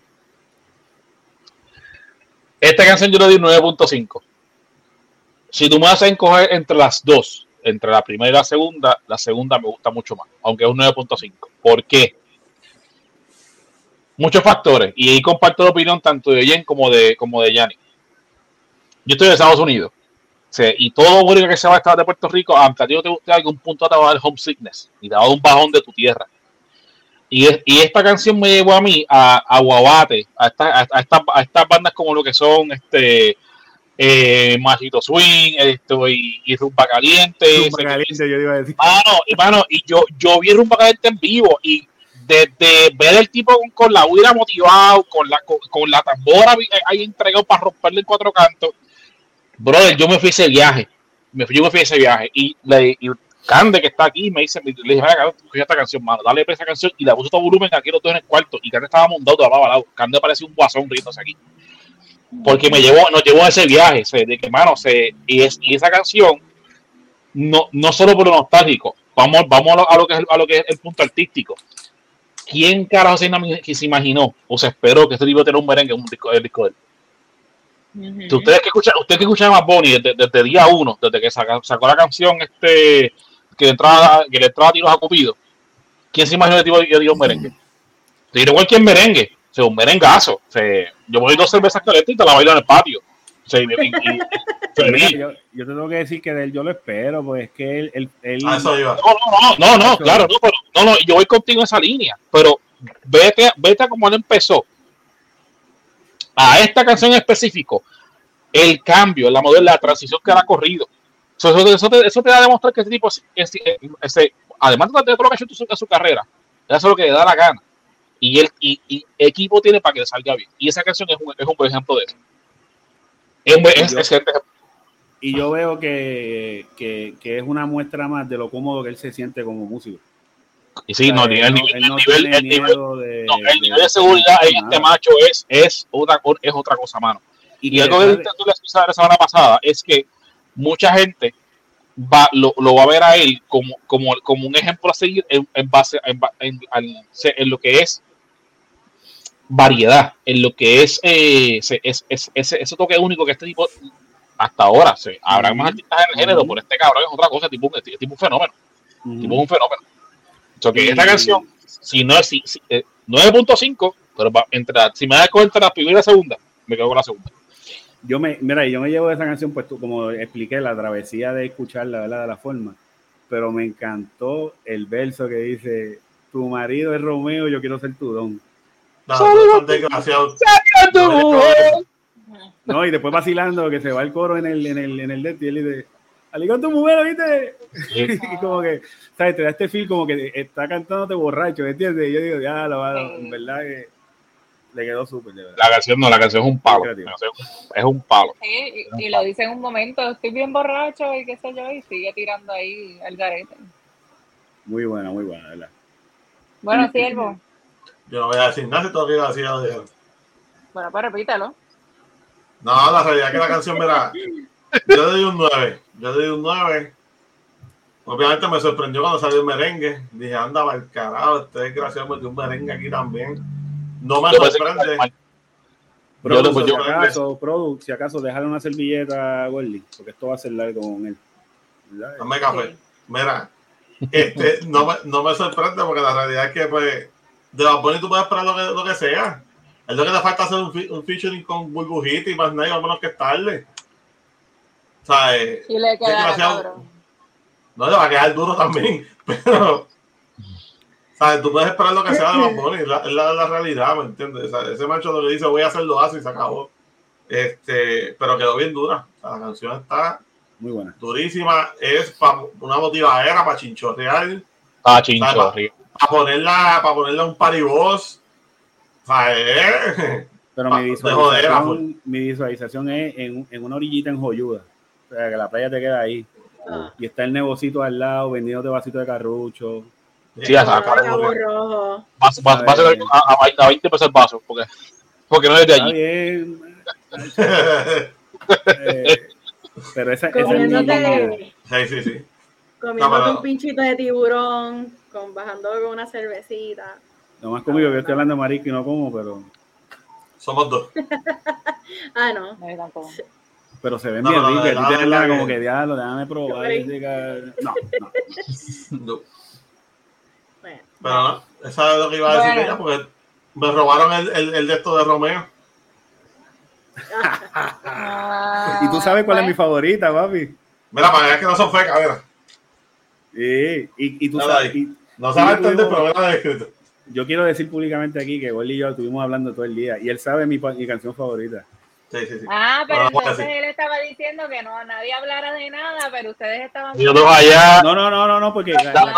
Esta canción yo le di 9.5. Si tú me vas a encoger entre las dos, entre la primera y la segunda me gusta mucho más, aunque es un 9.5. ¿Por qué? Muchos factores, y ahí comparto la opinión tanto de Jen como de Yanni. Yo estoy de Estados Unidos, y todo público que se va a estar de Puerto Rico, aunque a ti no te guste algún punto, te va a dar homesickness y te va a dar un bajón de tu tierra. Y esta canción me llevó a mí a Guabate, a estas bandas como lo que son Machito Swing, y Rumba Caliente. Rumba Caliente, yo iba a decir. Y yo vi Rumba Caliente en vivo, y desde ver el tipo con la huira motivado, con la tambora ahí entregado para romperle en 4 cantos, brother, yo me fui a ese viaje. Y Cande, que está aquí, le dije, escucha esta canción, mano, dale esa canción, y la puso todo volumen aquí los dos en el cuarto, y Cande estaba montado de lado a lado. Cande parecía un guasón riéndose aquí, porque nos llevó a ese viaje, de que, mano, y esa canción, no solo por lo nostálgico, vamos a lo que es el punto artístico. ¿quién carajo se imaginó o se esperó que este tipo tuviera un merengue en el disco de él? Ujú. Ustedes que escuchan a Bad Bunny desde día 1, desde que sacó la canción que le entraba tiros a Cupido, ¿quién se imaginó que tipo dio un merengue? Te diré cualquier merengue, o sea, un merengazo. O sea, yo voy 2 cervezas calientes y te la bailo en el patio. O sea, Mira, yo te tengo que decir que de él yo lo espero, pues es que él A eso iba. No, claro, no, pero no, yo voy contigo en esa línea, pero vete a cómo él empezó. A esta canción en específico, el cambio, la transición que él ha corrido. Eso te da a demostrar que este tipo, además de todo lo que ha hecho en su carrera, él hace lo que le da la gana. Y equipo tiene para que le salga bien. Y esa canción es un buen ejemplo de eso. Y yo veo que es una muestra más de lo cómodo que él se siente como músico. Y sí, O sea, el nivel de seguridad en este macho es otra cosa, mano. Y algo que tú le explicaste la semana pasada es que mucha gente lo va a ver a él como un ejemplo a seguir en base en lo que es variedad, en lo que es ese toque único que este tipo hasta ahora habrá más artistas en el género, pero este cabrón es otra cosa, tipo un fenómeno. Tipo un fenómeno. Que esta canción, si no es 9.5, pero si me da cuenta la primera y la segunda, me quedo con la segunda. Yo me llevo de esa canción, pues tú, como expliqué, la travesía de escucharla, ¿verdad? De la forma, pero me encantó el verso que dice: tu marido es Romeo, yo quiero ser tu don. No, y después vacilando que se va el coro en el dedo y él dice: Ali con tu mujer, ¿viste? Sí. Y como que, ¿sabes? Te da este feel como que está cantándote borracho, ¿entiendes? Y yo digo, ya, en verdad que le quedó súper, de verdad. La canción es un palo. Es un palo. Sí, y lo dice en un momento: estoy bien borracho y qué sé yo, y sigue tirando ahí el garete. Muy buena, ¿verdad? Bueno, Siervo. Yo no voy a decir nada si todo lo que iba a decir. Bueno, pues repítelo. No, la realidad es que la canción, mira, yo le doy un 9. Obviamente me sorprendió cuando salió el merengue. Dije, anda, va el carajo, este desgraciado metió un merengue aquí también. No me sorprende. Si acaso, dejarle una servilleta a Gordy, porque esto va a ser largo con él. Dame café. Sí. Mira, no me sorprende porque la realidad es que, pues, de Bad Bunny tú puedes esperar lo que sea. Es lo que te falta hacer un featuring con Burbujita y más nada, menos que tarde. O sea, y le queda cabrón. No, le va a quedar duro también, pero ¿sabes? Tú puedes esperar lo que sea de Bad Bunny, es la realidad, ¿me entiendes? O sea, ese macho lo que dice, voy a hacerlo así y se acabó. Pero quedó bien dura. O sea, la canción está muy buena, durísima, es una motivadera para chinchorrear. Para ponerla un paribos. O sea, pero mi visualización es en una orillita enjolluda. O sea, que la playa te queda ahí. Y está el negocito al lado, vendiendo de vasito de carrucho. Sí, a 20 pesos el vaso, porque no es de allí. Bien. Pero esa sí. Comiéndote un pinchito de tiburón, bajándolo con una cervecita. No más conmigo, yo estoy hablando de marisco y no como, pero... Somos dos. No. Pero se ven bien ricos. Y tú tienes como que diablo, déjame probar. No. Bueno. Pero no, esa es lo que iba a decir ella, porque me robaron el de esto de Romeo. Y tú sabes cuál es mi favorita, papi. Mira, para ver que no son fecas, mira. Sí, y tú sabes. No sabes entender, pero me la he escrito. Yo quiero decir públicamente aquí que Gordy y yo estuvimos hablando todo el día y él sabe mi canción favorita. Sí. Pero entonces él estaba diciendo que nadie hablara de nada, pero ustedes estaban... No, porque...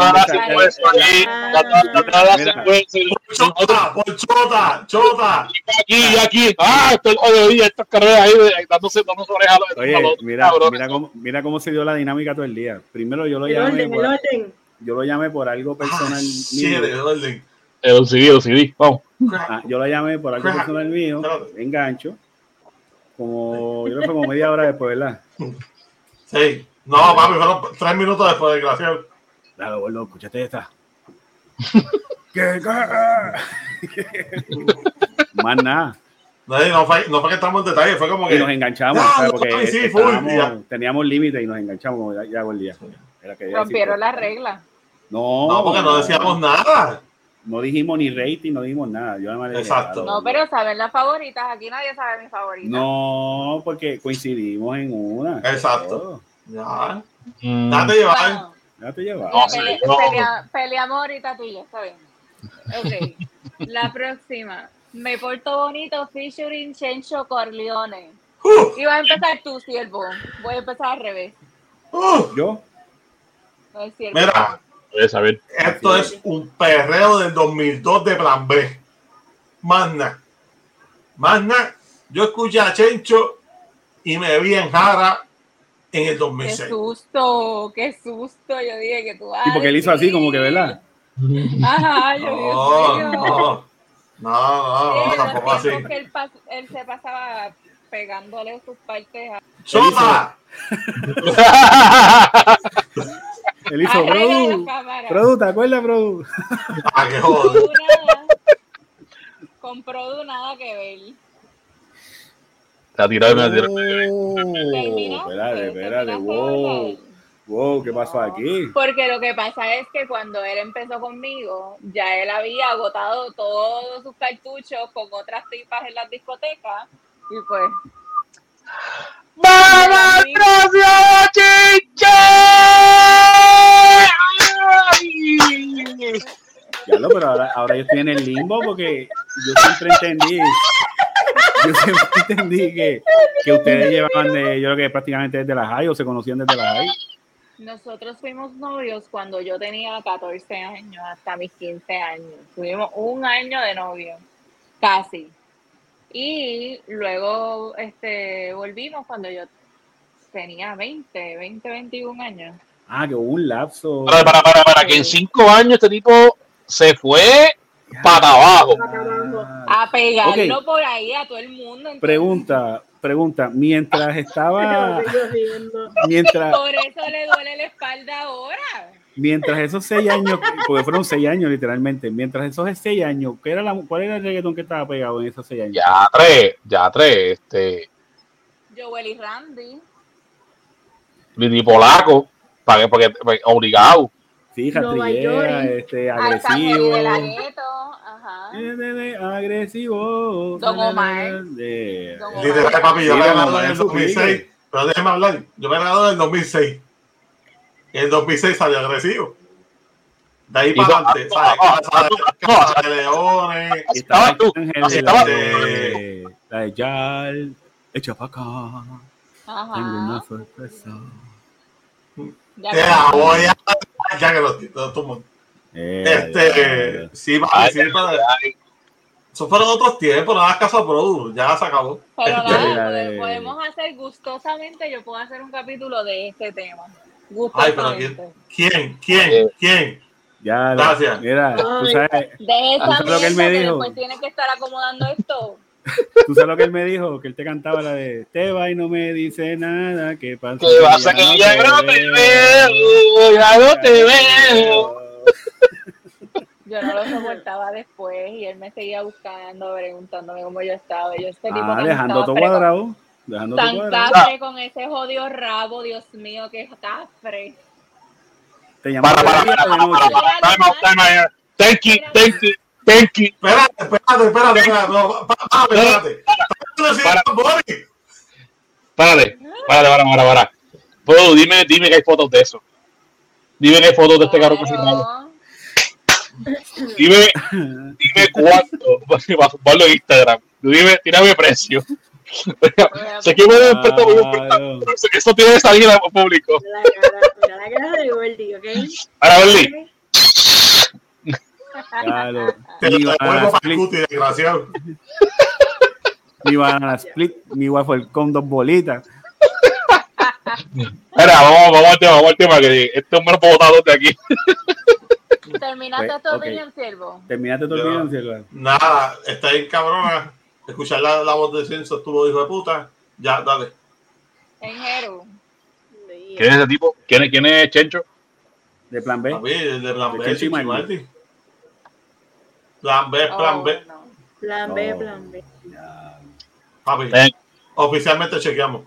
Chota. Aquí. Estoy jodido, estas carreras ahí dándose orejas. Oye, mira cómo se dio la dinámica todo el día. Primero yo lo llamé por algo personal mío. El CD, vamos. Yo lo llamé por algo personal mío, engancho. Yo creo que fue como media hora después, ¿verdad? Sí. No, papi, fueron 3 minutos después, desgraciado. Claro, boludo, escúchate esta. Más nada. No fue que estamos en detalle, fue como que. Y nos enganchamos, No, ¿sabes? Porque no, sí, full, ya. teníamos límite y nos enganchamos como ya el día. Era que Rompieron las reglas. No, porque no decíamos nada. No dijimos ni rating, no dijimos nada. Yo nada más le dije, Exacto. No, pero saben las favoritas. Aquí nadie sabe mis favoritas. no, porque coincidimos en una. Exacto. Ya. Mm. Date llevar. Bueno, Ya te llevas. No, sí, no. peleamos ahorita tú y yo, está bien. Ok, la próxima. Me porto bonito featuring Chencho Corleone. Y vas a empezar tú, siervo. Voy a empezar al revés. ¿Yo? No es cierto. Mira, Puedes saber. esto es un perreo del 2002 de Plan B. Más nada. Yo escuché a Chencho y me vi en Jara en el 2006. Qué susto. Yo dije que tú vas. Sí, porque él hizo así, como que, ¿verdad? Ajá, yo digo. No, tampoco así. Que él se pasaba pegándole sus partes a... ¡Chota! Él hizo, Produ, ¿te acuerdas, Produ? ¡Ah, qué joder! Con Produ nada que ver. La tiró. Espérate, wow, ¿qué pasó aquí? Porque lo que pasa es que cuando él empezó conmigo, ya él había agotado todos sus cartuchos con otras tipas en las discotecas y pues... ¡Vamos, próximo Chinche! Pero ahora yo estoy en el limbo porque yo siempre entendí que ustedes llevaban yo creo que prácticamente desde la high o se conocían desde la high. Nosotros fuimos novios cuando yo tenía 14 años hasta mis 15 años. Tuvimos un año de novio, casi. Y luego volvimos cuando yo tenía 21 años. Ah, que hubo un lapso. Para que en 5 años este tipo se fue para abajo. A pegarlo por ahí a todo el mundo. Entonces, Pregunta, mientras estaba... Por eso le duele la espalda ahora. Mientras esos 6 años, porque fueron 6 años literalmente, mientras esos 6 años, ¿cuál era el reggaetón que estaba pegado en esos 6 años? Ya tres, Joel y Randy. Lili Polaco, porque obligado. Sí, Jatrillera, agresivo. Agresivo. Don Omar. Literal, papi, yo me gradué en el 2006. Pero déjeme hablar, yo me gradué en el 2006. En el 2006 salió agresivo. De ahí para adelante, Casa de Leones. Estaba tú. La de Yal. Echa para acá. Tengo una sorpresa. Te la voy a dar ya que lo tomo. Sí, para decir, eso fueron otros tiempos, nada caso a Produ, ya se acabó. Pero podemos hacer gustosamente, yo puedo hacer un capítulo de este tema. Ay, pero ¿quién? Ya, gracias. Mira, tú sabes, de esa lo que él me dijo. Después tiene que estar acomodando esto. Tú sabes lo que él me dijo, que él te cantaba la de te va y no me dice nada, ¿qué pasa? ¿Qué pasa que ya no te veo? Ya no te veo. Yo no lo soportaba después y él me seguía buscando, preguntándome cómo yo estaba. Yo dejando todo cuadrado. Tan cafre con ese jodido rabo, Dios mío, qué cafre. Te llamaba para. Thank you. Espérate. Para. Puedo, dime que hay fotos de eso. Dime que hay fotos de este carro cocinado. Dime cuánto. Para sumarlo en Instagram. Tírame precio. Sé que me despertó muy un eso tiene que salir al público. Mira la cara de Gordy, ¿ok? Para Gordy. Claro. Mi banana split, mi waffle con 2 bolitas. Espera, vamos al tema, que este hombre no puedo botar de aquí. ¿Terminaste tu opinión, siervo? ¿Terminaste tu opinión, siervo? Nada, está ahí cabrona. Escuchar la voz de Censo, tú lo dijo de puta. Ya, dale. En Jeru. ¿Quién es ese tipo? ¿Quién es Chencho? De Plan B. De Plan B, Chencho y Marty. Plan B, plan B. No. Plan B, No. plan B. Ya. Papi, oficialmente chequeamos.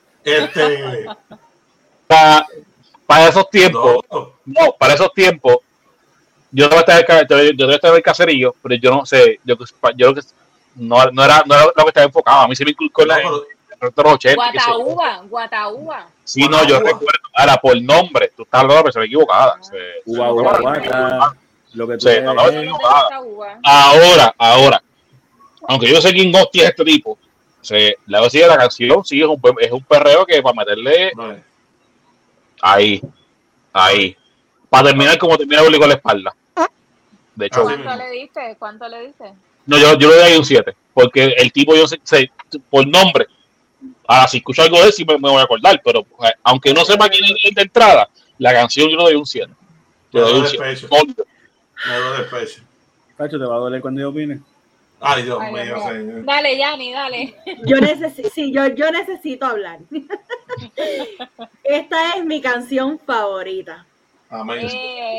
Para esos tiempos, No, para esos tiempos, yo debía estar en el caserío, pero yo no sé, yo creo que no era lo que estaba enfocado. A mí se me inculcó en los 80. qué sé yo. Guataúba. Sí, no, yo recuerdo. Ahora, por nombre, tú estás hablando de la persona equivocada. Uva, uva, guata. Lo que tú Sí, no, no, eres. Ahora, aunque yo sé quién hostia es este tipo, la voz de la canción, sí, es un perreo que para meterle no. ahí. Para terminar como termina Bully con la espalda. De hecho, ¿Cuánto le diste? no, yo le doy un 7, porque el tipo, yo sé, por nombre, si escucho algo de él, sí me voy a acordar, pero aunque no sepa quién es de entrada, la canción yo le doy un 7. Le doy un 7. Me duele el pecho. Cacho, ¿te va a doler cuando yo opine? Ay, Dios mío, señor. Dale, Yanni, dale. Yo necesito hablar. Esta es mi canción favorita. Amén.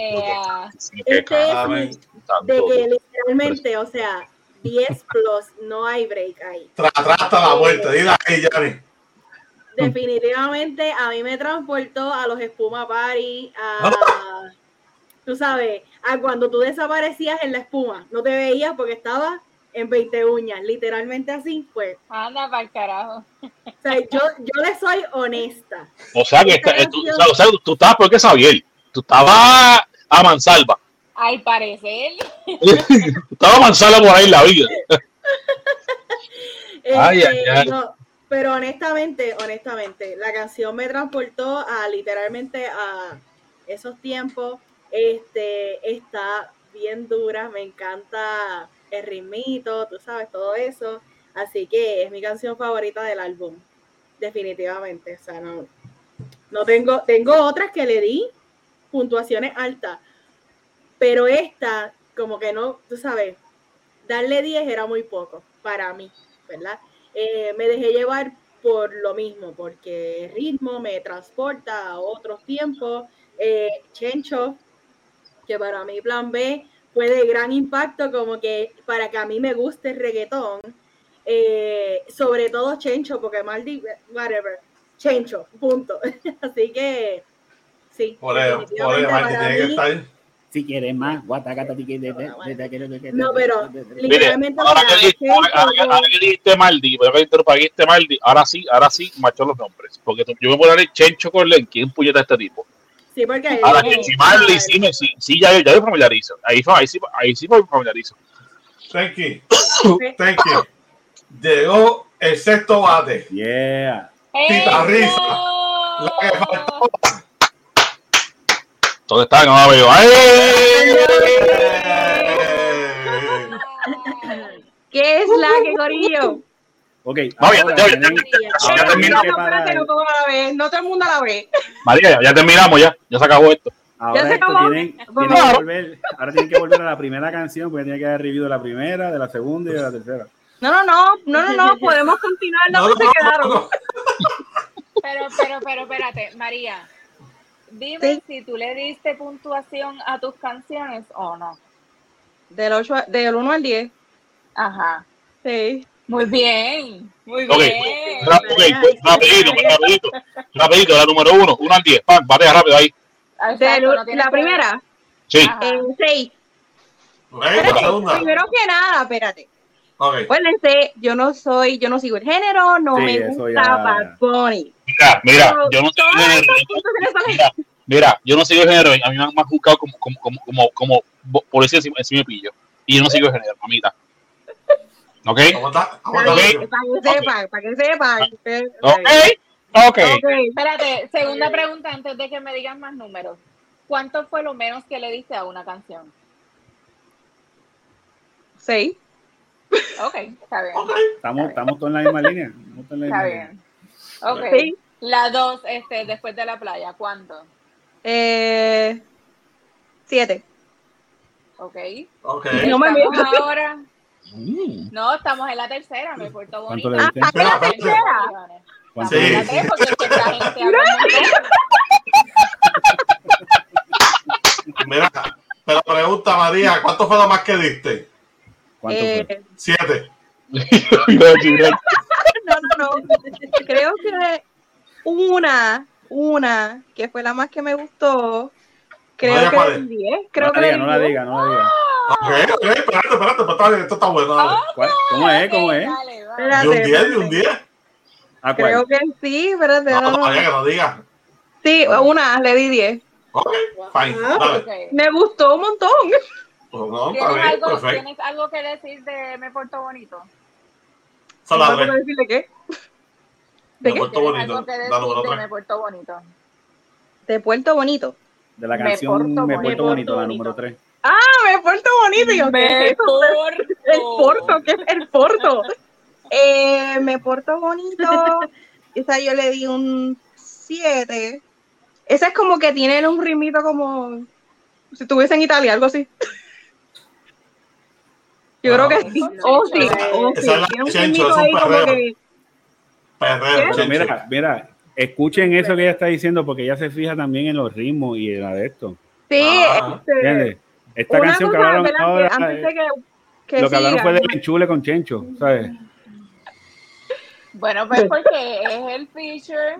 Este es de que literalmente, o sea, 10 plus, no hay break ahí. Hasta la vuelta, dile ahí, Yanni. Definitivamente a mí me transportó a los Espuma Party, tú sabes, a cuando tú desaparecías en la espuma, no te veías porque estabas en 20 uñas, literalmente así, pues. Anda para el carajo. O sea, yo le soy honesta. O sea, que tú estabas peor que Xavier. Tú estabas a mansalva. Al parecer. Tú estabas a mansalva por ahí en la vida. Ay. No, pero honestamente, la canción me transportó literalmente a esos tiempos. Está bien dura, me encanta el ritmito, tú sabes, todo eso. Así que es mi canción favorita del álbum, definitivamente. O sea, no tengo otras que le di puntuaciones altas, pero esta, como que no, tú sabes, darle 10 era muy poco para mí, ¿verdad? Me dejé llevar por lo mismo, porque el ritmo me transporta a otros tiempos. Chencho, que para mí Plan B fue de gran impacto, como que para que a mí me guste el reggaetón, sobre todo Chencho, porque Maldi, whatever, Chencho, punto. Así que sí. Por eso, Maldi tiene que estar. Si quieres más, guatacata, no, pero literalmente ahora que dijiste Maldi, ahora sí machó los nombres, porque yo me voy a poner Chencho Corlen, ¿quién puñeta este tipo? Sí, porque ahora que si Maldi sí ya me familiarizo, ahí sí me familiarizo. Thank you. Llegó el sexto bate. Yeah. Tita Risa, la que faltó. ¿Dónde está? No la veo. ¿Qué es la que corillo? Ok, ya terminamos. No todo el mundo la ve. María, ya terminamos, ya se acabó esto. Ahora tienen que volver a la primera canción, porque tiene que haber revivido la primera, de la segunda y de la tercera. No, podemos continuar donde se quedaron. Pero espérate, María. Dime si tú le diste puntuación a tus canciones o no. Del 1 al 10. Ajá. Sí. Muy bien. Okay. Rapidito, la número 1 al 10. Batea rápido ahí. La primera. Sí. 6. Primero que nada, espérate. Okay. Acuérdense, yo no sigo el género, no me gusta Bad Bunny. Mira, yo no sigo el género. Mira, yo no sigo el género. A mí me han juzgado como policía encima de pillo. Y yo no sigo el género, mamita. ¿Ok? Para que sepan. Ok. Espérate, segunda pregunta antes de que me digan más números. ¿Cuánto fue lo menos que le diste a una canción? 6. Ok, está bien. Estamos todos en la misma línea. Está bien. Ok. Sí. La 2, después de la playa, ¿cuánto? 7. Ok. No me estamos ahora. No, estamos en la tercera, me portó bonito. ¿Cuánto le diste? ¿En la tercera? Sí. En la 3 porque es que esta gente habla Mira, pero pregunta María, ¿cuánto fue lo más que diste? ¿Cuánto fue? 7. No. Creo que una que fue la más que me gustó. Creo que el 10. Creo que no la diga. Ok, espérate, pues, esto está bueno. Dale. ¿Cómo es? ¿De un 10? ¿A cuál? Creo que sí, espérate. Todavía que no diga. Sí, una, le di 10. Ok, fine, dale. Okay. Me gustó un montón. Pues no, está bien, perfecto. ¿Tienes algo que decir de Me Porto Bonito? ¿No puedo decirle qué? Me Porto Bonito. ¿Algo que decir de Me Porto Bonito? De Puerto Bonito. De la canción Me Porto Bonito, la número 3. Ah, Me Porto Bonito. Yo, ¿qué es eso? El Porto, ¿qué es el Porto? Me Porto Bonito. Esa yo le di un 7. Esa es como que tiene un ritmito como si estuviese en Italia, algo así. Yo creo que sí. Sí. Tiene un ritmito ahí como que... Pero mira, escuchen eso que ella está diciendo porque ella se fija también en los ritmos y en la de esto. Sí, ¿entiendes? Esta canción que hablaron ahora, antes de que lo que hablaron fue del enchule con Chencho, ¿sabes? Bueno, pues porque es el feature.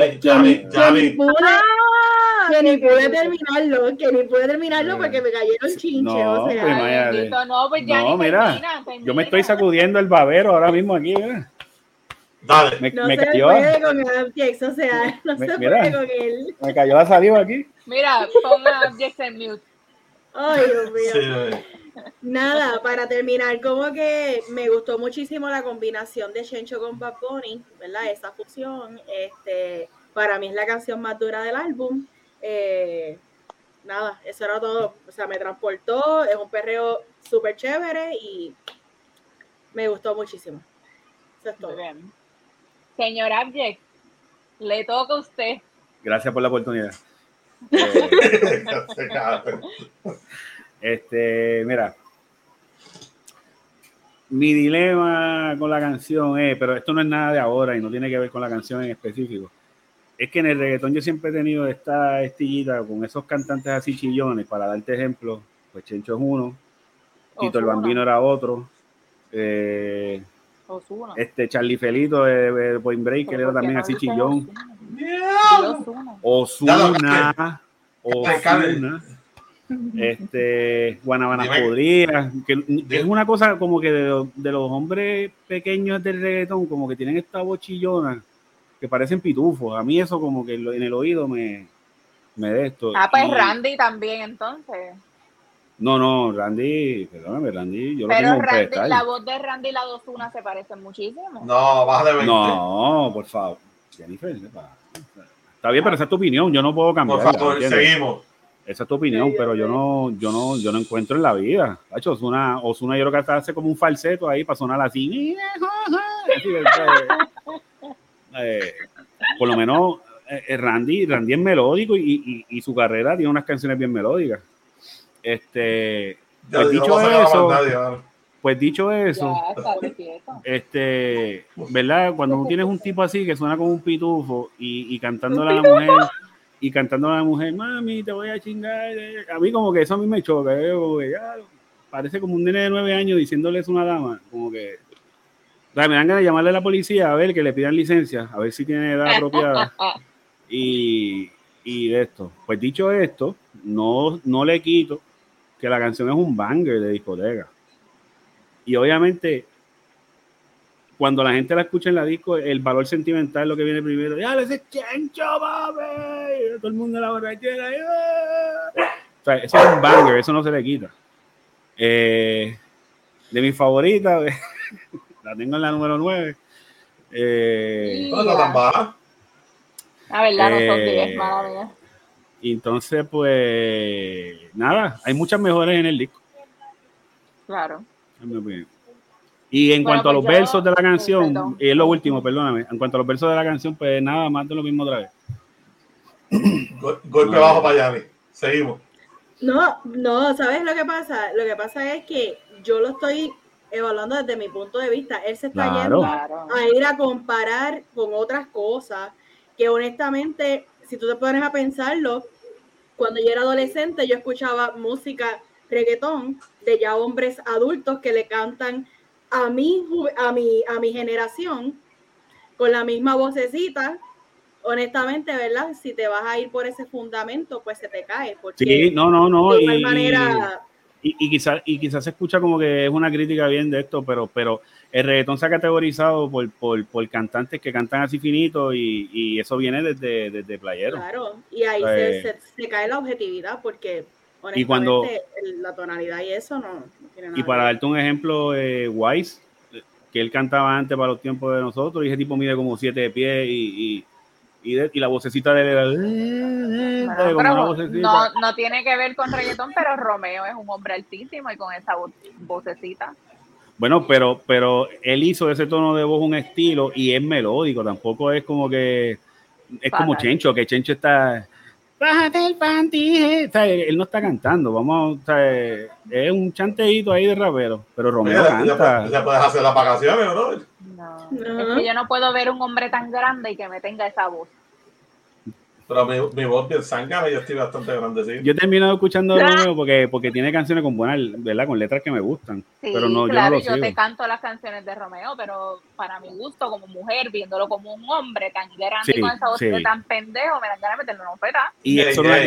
Que ni pude terminarlo porque me cayeron chinches. O sea, no, mira, yo me estoy sacudiendo el babero ahora mismo aquí, ¿verdad? Dale. No se puede con Abjex, o sea, no se puede con él. Me cayó la saliva aquí. Mira, pon a Abjex en mute. Ay, Dios mío. Sí. Nada, para terminar, como que me gustó muchísimo la combinación de Chencho con Bad Bunny, ¿verdad? Esa fusión, para mí es la canción más dura del álbum. Nada, eso era todo. O sea, me transportó, es un perreo súper chévere y me gustó muchísimo. Eso es todo. Bien. Señor Abjex, le toca a usted. Gracias por la oportunidad. Mira, mi dilema con la canción pero esto no es nada de ahora y no tiene que ver con la canción en específico. Es que en el reggaetón yo siempre he tenido esta estillita con esos cantantes así chillones. Para darte ejemplo, pues Chencho es uno, Tito el Bambino era otro, Charlie Felito de Point Break, que era también así chillón. Ozuna. Guanabanas podridas, que es una cosa como que de los hombres pequeños del reggaetón, como que tienen esta voz chillona que parecen pitufos. A mí eso como que en el oído me de esto. Pues Randy también entonces. No, Randy, perdóname, Randy, yo pero lo tengo Randy, la voz de Randy y la de Ozuna se parecen muchísimo. No, baja de 20. No, por favor. Jennifer, está bien, pero esa es tu opinión, yo no puedo cambiarla. Por favor, seguimos. Esa es tu opinión, pero yo no encuentro en la vida. Hacho, Ozuna yo creo que hasta hace como un falseto ahí para sonar así. Por lo menos Randy es melódico y su carrera tiene unas canciones bien melódicas. Pues dicho eso, ¿verdad? Cuando tú tienes un tipo así que suena como un pitufo y cantándole a la mujer, mami, te voy a chingar. A mí como que eso a mí me choca. Parece como un nene de 9 años diciéndole eso a una dama. Como que... O sea, me dan ganas de llamarle a la policía a ver que le pidan licencia, a ver si tiene edad apropiada. Y de esto. Pues dicho esto, no le quito que la canción es un banger de discoteca. Y obviamente... Cuando la gente la escucha en la disco, el valor sentimental es lo que viene primero. ¡Ya, ese Chencho, mami! Todo el mundo en la borrachera. O sea, eso es un banger, eso no se le quita. De mis favoritas, la tengo en la número 9. No tan baja. La verdad, no son 10, mala mía. Entonces, pues, nada, hay muchas mejores en el disco. Claro. Y en cuanto a los versos de la canción, y es lo último, perdóname, en cuanto a los versos de la canción, pues nada, más de lo mismo otra vez. Golpe bajo para Yanni. Seguimos. No, ¿sabes lo que pasa? Lo que pasa es que yo lo estoy evaluando desde mi punto de vista. Él se está yendo a ir a comparar con otras cosas que honestamente, si tú te pones a pensarlo, cuando yo era adolescente yo escuchaba música reggaetón de ya hombres adultos que le cantan a mi generación con la misma vocecita. Honestamente, ¿verdad? Si te vas a ir por ese fundamento, pues se te cae. Porque sí, no. De igual manera... Y quizás se escucha como que es una crítica bien de esto, pero el reggaetón se ha categorizado por cantantes que cantan así finito y eso viene desde Playero. Claro, y ahí se cae la objetividad porque honestamente la tonalidad y eso no tiene nada. Y para darte un ejemplo, Wise, que él cantaba antes para los tiempos de nosotros, y ese tipo mide como 7 de pie y la vocecita de él era no tiene que ver con reggaetón, pero Romeo es un hombre altísimo y con esa vocecita. Bueno, pero él hizo de ese tono de voz un estilo y es melódico, tampoco es como que es como Chencho, que Chencho está bájate el panty, o sea, él no está cantando, vamos, o sea, es un chanteíto ahí de rapero, pero Romeo canta. Ya puedes hacer las vacaciones, bro. No, es que yo no puedo ver un hombre tan grande y que me tenga esa voz. Pero mi voz bien zángana, yo estoy bastante grandecito. Yo he terminado escuchando a Romeo porque tiene canciones con buenas, ¿verdad? Con letras que me gustan. Sí, pero no, claro, yo no lo yo te canto las canciones de Romeo, pero para mi gusto, como mujer, viéndolo como un hombre tan grande y con esa voz tan pendejo, me dan ganas de meterle una oferta. Y eso no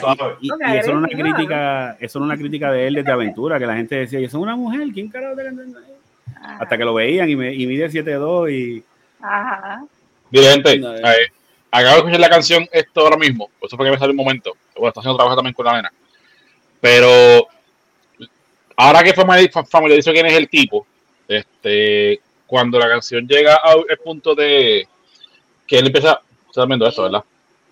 es una crítica de él desde Aventura, que la gente decía, yo soy una mujer, ¿quién carajo te canta? Hasta que lo veían y mide 7'2" y... Ajá. Mira, gente, acabo de escuchar la canción esto ahora mismo, por eso fue que me salió un momento. Bueno, está haciendo trabajo también con la nena. Pero ahora que familiarizo quién es el tipo, cuando la canción llega al punto de que él empieza, estás viendo esto, ¿verdad?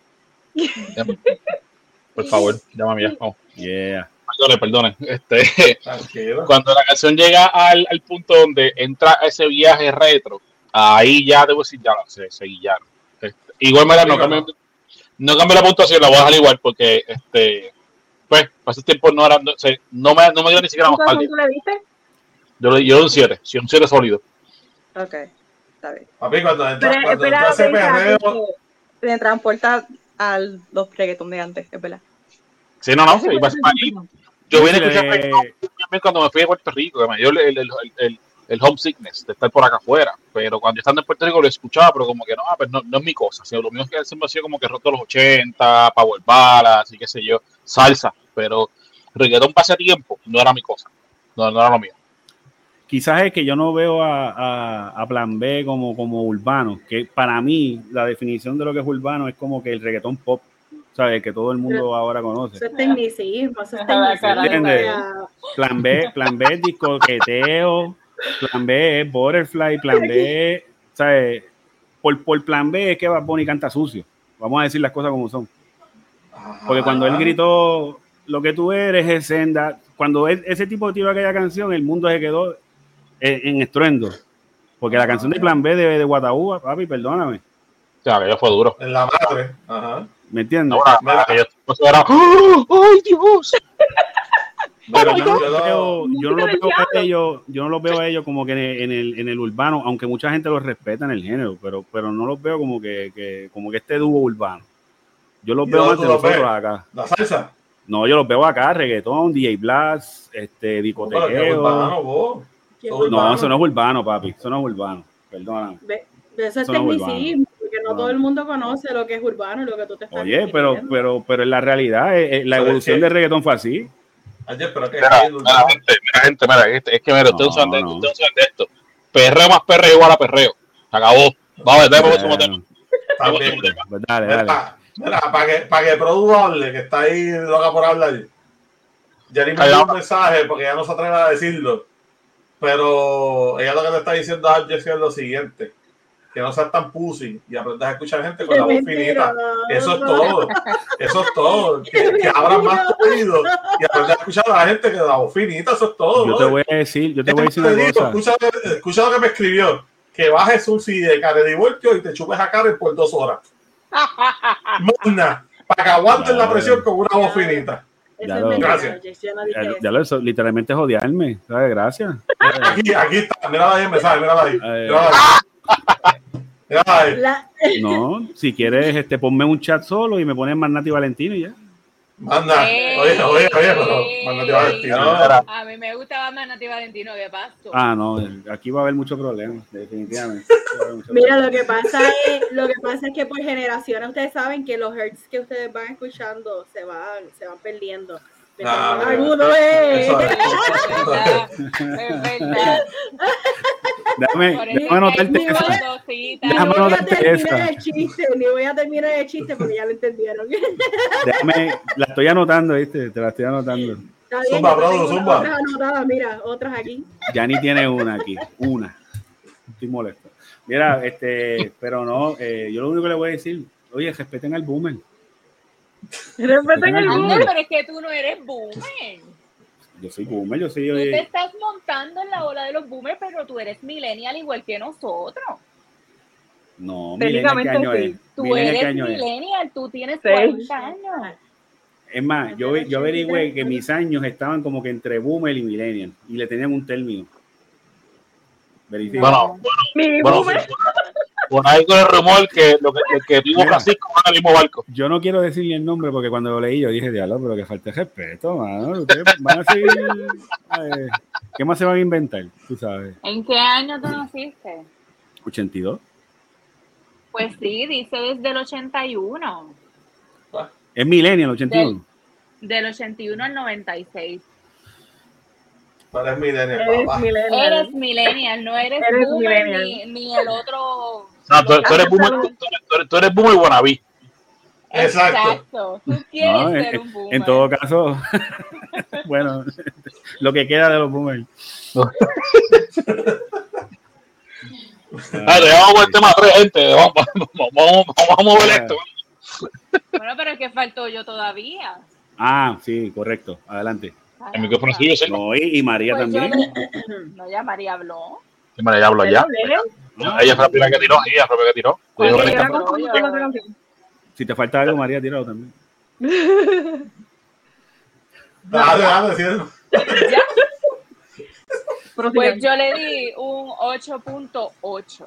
Por favor, llámame ya, vamos. Yeah. Perdone. Cuando la canción llega al punto donde entra ese viaje retro, ahí ya debo decir, ya se guillaron. Igual no cambio la puntuación, la voy a dejar igual porque pues para ese tiempo no me dio ni siquiera más tarde. ¿Cuánto le diste? Yo un 7, sí, un 7 sólido. Ok, está bien. Papi, cuando entra ese perreo te transporta a los reggaetón de antes, es verdad. Sí, no, iba a ser yo vine a escuchar cuando me fui a Puerto Rico, que me dio el homesickness de estar por acá afuera, pero cuando yo estando en Puerto Rico lo escuchaba, pero como que no es mi cosa, o sea, lo mío es que siempre ha sido como que roto los 80, Power Ballads y qué sé yo, salsa, pero reggaetón pase tiempo no era mi cosa, no era lo mío. Quizás es que yo no veo a Plan B como urbano, que para mí la definición de lo que es urbano es como que el reggaetón pop, ¿sabes? Que todo el mundo ahora conoce. Eso es tecnicismo, ¿Entiendes? Plan B es discoqueteo, Plan B es Butterfly, Plan B, ¿sabes? Por Plan B es que Bad Bunny canta sucio. Vamos a decir las cosas como son. Porque cuando él gritó lo que tú eres es senda, cuando ese tipo tiró aquella canción, el mundo se quedó en estruendo. Porque la canción de Plan B de Guataúba, papi, perdóname. O sea, que ya fue duro. En la madre. Ajá. ¿Me entiendes? ¡Ay, Dios! Pero yo no los veo a ellos como que en el urbano, aunque mucha gente los respeta en el género, pero no los veo como que este dúo urbano. Yo los veo más de nosotros acá. ¿La salsa? No, yo los veo acá, reggaetón, DJ Blast, discotequeo. No, eso no es urbano, papi. Eso no es urbano. Perdóname. Eso es tecnicismo, porque no todo el mundo conoce lo que es urbano y lo que tú te estás Exigiendo. Pero en la realidad, la evolución del reggaetón fue así. Oye, pero que gente, es que ustedes saben de esto. Perreo más perreo igual a perreo. Se acabó. Vamos a ver, dale. Mira, para que Produ hable, que está ahí loca por hablar. Ya ni me dio un mensaje porque ya no se atreve a decirlo. Pero ella lo que te está diciendo a Jessica es lo siguiente: que no seas tan pussy y aprendas a escuchar gente con la voz finita. Eso es todo. Que abras más tu oído y aprendas a escuchar a la gente que la voz finita. Eso es todo. Yo te voy a decir una cosa. Escucha lo que me escribió: que bajes un CD de Karen Divorcio y te chupes a Karen por 2 horas. Magna, para que aguanten la presión con una voz finita. Gracias. Eso literalmente es odiarme. ¿Sabes? Gracias. Aquí está. Mira ahí el mensaje. Mira ahí. No, si quieres, ponme un chat solo y me pones Magnati Valentino y ya. Manda, oye, pero Más Nativa Destino. A mí me gustaba Más Nativa Destino, ¿qué pasó? Ah, no, aquí va a haber muchos problemas, definitivamente. Mira, lo que pasa es que por generaciones ustedes saben que los hertz que ustedes van escuchando se van perdiendo. Agudo es. Es verdad. Déjame anotarte esa. Déjame anotarte esa. Ni voy a terminar el chiste porque ya lo entendieron. La estoy anotando, ¿viste? Te la estoy anotando. Zumba, bro, zumba. Otras anotadas, mira, otras aquí. Ya ni tiene una aquí, una. Estoy molesto. Mira, pero no, yo lo único que le voy a decir, oye, respeten al boomer. Respeten al boomer. Pero es que tú no eres boomer. Yo soy boomer, yo soy... Tú te estás montando en la ola de los boomers, pero tú eres millennial igual que nosotros. No, millennial, ¿qué año es? Tú eres millennial, tú tienes 40 años. Es más, yo averigüé que mis años estaban como que entre boomer y millennial y le tenían un término. Bueno, por ahí con el rumor que lo que dijo Francisco va en el mismo barco. Yo no quiero decirle el nombre porque cuando lo leí yo dije, diablo, pero que falta de respeto, mano. Ustedes van a seguir, ¿qué más se van a inventar? Tú sabes. ¿En qué año tú naciste? 82. Pues sí, dice desde el 81. Es millennial, 81. Del 81 al 96. Pero es millennial, papá. Eres millennial, no eres boomer ni el otro. No, tú eres boomer wannabe. Exacto. Tú quieres ser un boomer. En todo caso, bueno, lo que queda de los boomers. Vamos con el tema 3, gente. Vamos a mover esto. Bueno, pero es que faltó yo todavía. Ah, sí, correcto. Adelante. El micrófono es suyo, ¿sí? No, y María pues también. No, ya María habló. Sí, María ya habló ya. Ella fue la primera que tiró. Ella fue la que tiró. Si te falta algo, María, tíralo también. Dale, decirlo. ¿Ya? Pues yo le di un 8.8.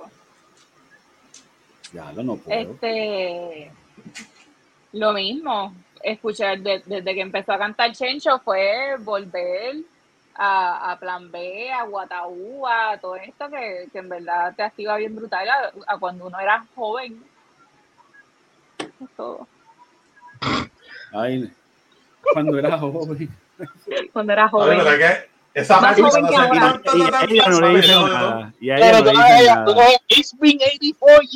Ya, no puedo. Lo mismo. Escuchar desde que empezó a cantar Chencho fue volver a Plan B, a Guataú, a todo esto que en verdad te activa bien brutal a cuando uno era joven. Es todo. Ay, cuando era joven. Cuando era joven. ¿Verdad que esa más joven que ahora? Y ella no le dice nada. Y a ella no le dice nada. It's been 84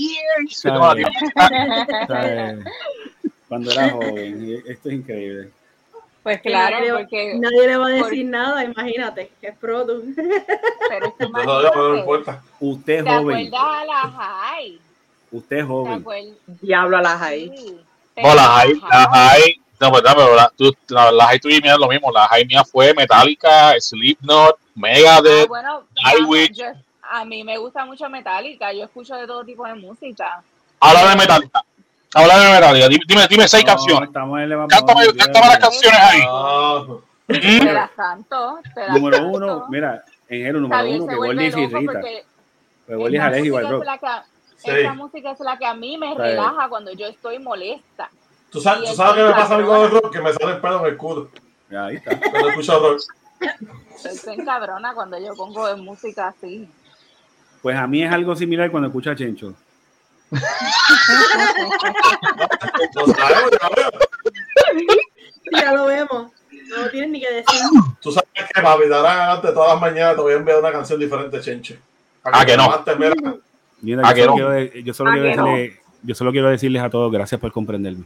years. Cuando era joven, esto es increíble. Pues claro, porque nadie le va a decir nada, imagínate, es Produ. Pero es que no importa. Usted es ¿te joven. acuerdas a la Jai? Usted es joven. Diablo a la Jai. Sí, No, la Jai, no, verdad, pero la Jai tuya mía es lo mismo. La Jai mía fue Metallica, Slipknot, Megadeth, bueno, Nightwish. A mí me gusta mucho Metallica, yo escucho de todo tipo de música. Habla de Metallica. Dime 6 canciones. Cántame las canciones ahí. Te las canto. Número 1, mira, en el número 1 que Goldie se irrita. Pues Goldie es alérgico al rock. Esa música es la que a mí me relaja cuando yo estoy molesta. ¿Tú sabes qué me pasa a mí con el rock? Que me sale el pelo en el culo. Ahí está. Cuando escucho rock. Soy encabrona cuando yo pongo música así. Pues a mí es algo similar cuando escucho a Chencho. Ya lo vemos. No tienes ni que decir. Tú sabes que papi, de ahora en adelante todas las mañanas te voy a enviar una canción diferente, Chencho. Que no. Mira, yo solo quiero decirles a todos gracias por comprenderme.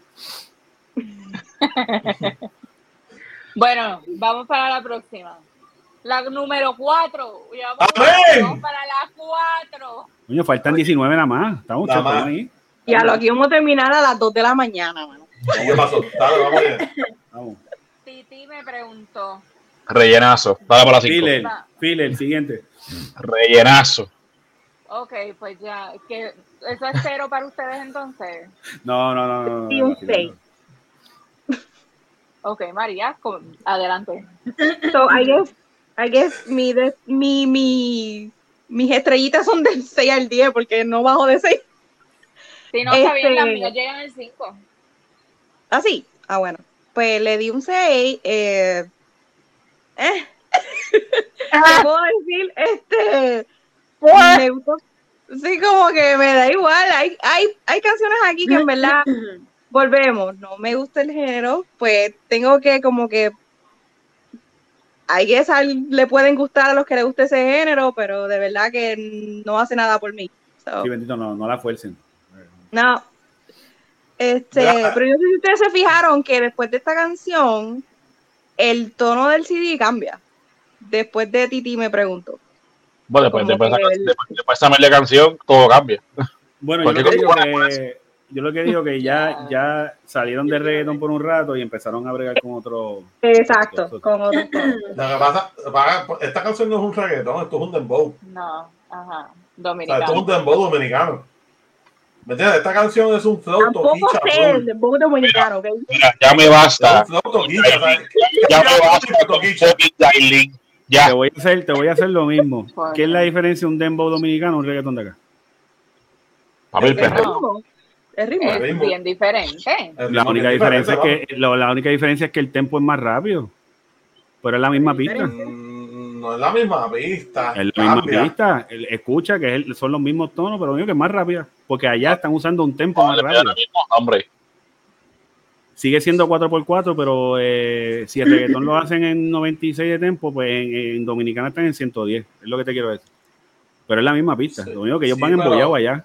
Bueno, vamos para la próxima. La número 4. Vamos para la 4. Coño, faltan 19 nada más. Estamos chicos ahí. Y a lo que vamos a terminar a las 2 de la mañana, mano. ¿Qué pasó? Dale, vamos allá. Vamos. Titi me preguntó. Rellenazo. Dale para la 5. Filler, siguiente. Rellenazo. Ok, pues ya. Que ¿eso es 0 para ustedes entonces? No. Sí, un 6. Ok, María, adelante. So, I guess mis estrellitas son del 6 al 10 porque no bajo de 6. Si no está bien, las mías llegan al 5. ¿Ah, sí? Ah, bueno. pues le di un 6. ¿Qué puedo decir? Me gustó. Sí, como que me da igual. Hay canciones aquí que en verdad volvemos. No me gusta el género, pues tengo que como que le pueden gustar a los que les guste ese género, pero de verdad que no hace nada por mí. So, Sí, bendito, no la fuercen. no. Pero yo no sé si ustedes se fijaron que después de esta canción, el tono del CD cambia. Después de Titi me pregunto. Bueno, después de media canción, todo cambia. Bueno, yo lo que digo que ya salieron de reggaeton por un rato y empezaron a bregar con otro. Exacto, con otro. Lo que pasa, esta canción no es un reggaeton, esto es un dembow. No, ajá, O dominicano. sea, esto es un dembow dominicano. ¿Me entiendes? Esta canción es un flow toquicha. Tampoco sé el dembow dominicano, ¿ok? Mira, ya me basta. Es un flow toquicha, ¿sabes? Ya me basta. Ya. Te voy a hacer lo mismo. ¿Qué es la diferencia de un dembow dominicano y un reggaeton de acá? Papi, el No, El ritmo. es bien diferente. La única diferencia es que el tempo es más rápido. Pero es la misma pista. No es la misma pista. Es la misma pista. Escucha que son los mismos tonos, pero lo único que es más rápida. Porque allá están usando un tempo más rápido. Hombre. Sigue siendo 4x4, pero si el reggaetón lo hacen en 96 de tempo, pues en Dominicana están en 110. Es lo que te quiero decir. Pero es la misma pista. Sí, lo único que ellos van embollados allá.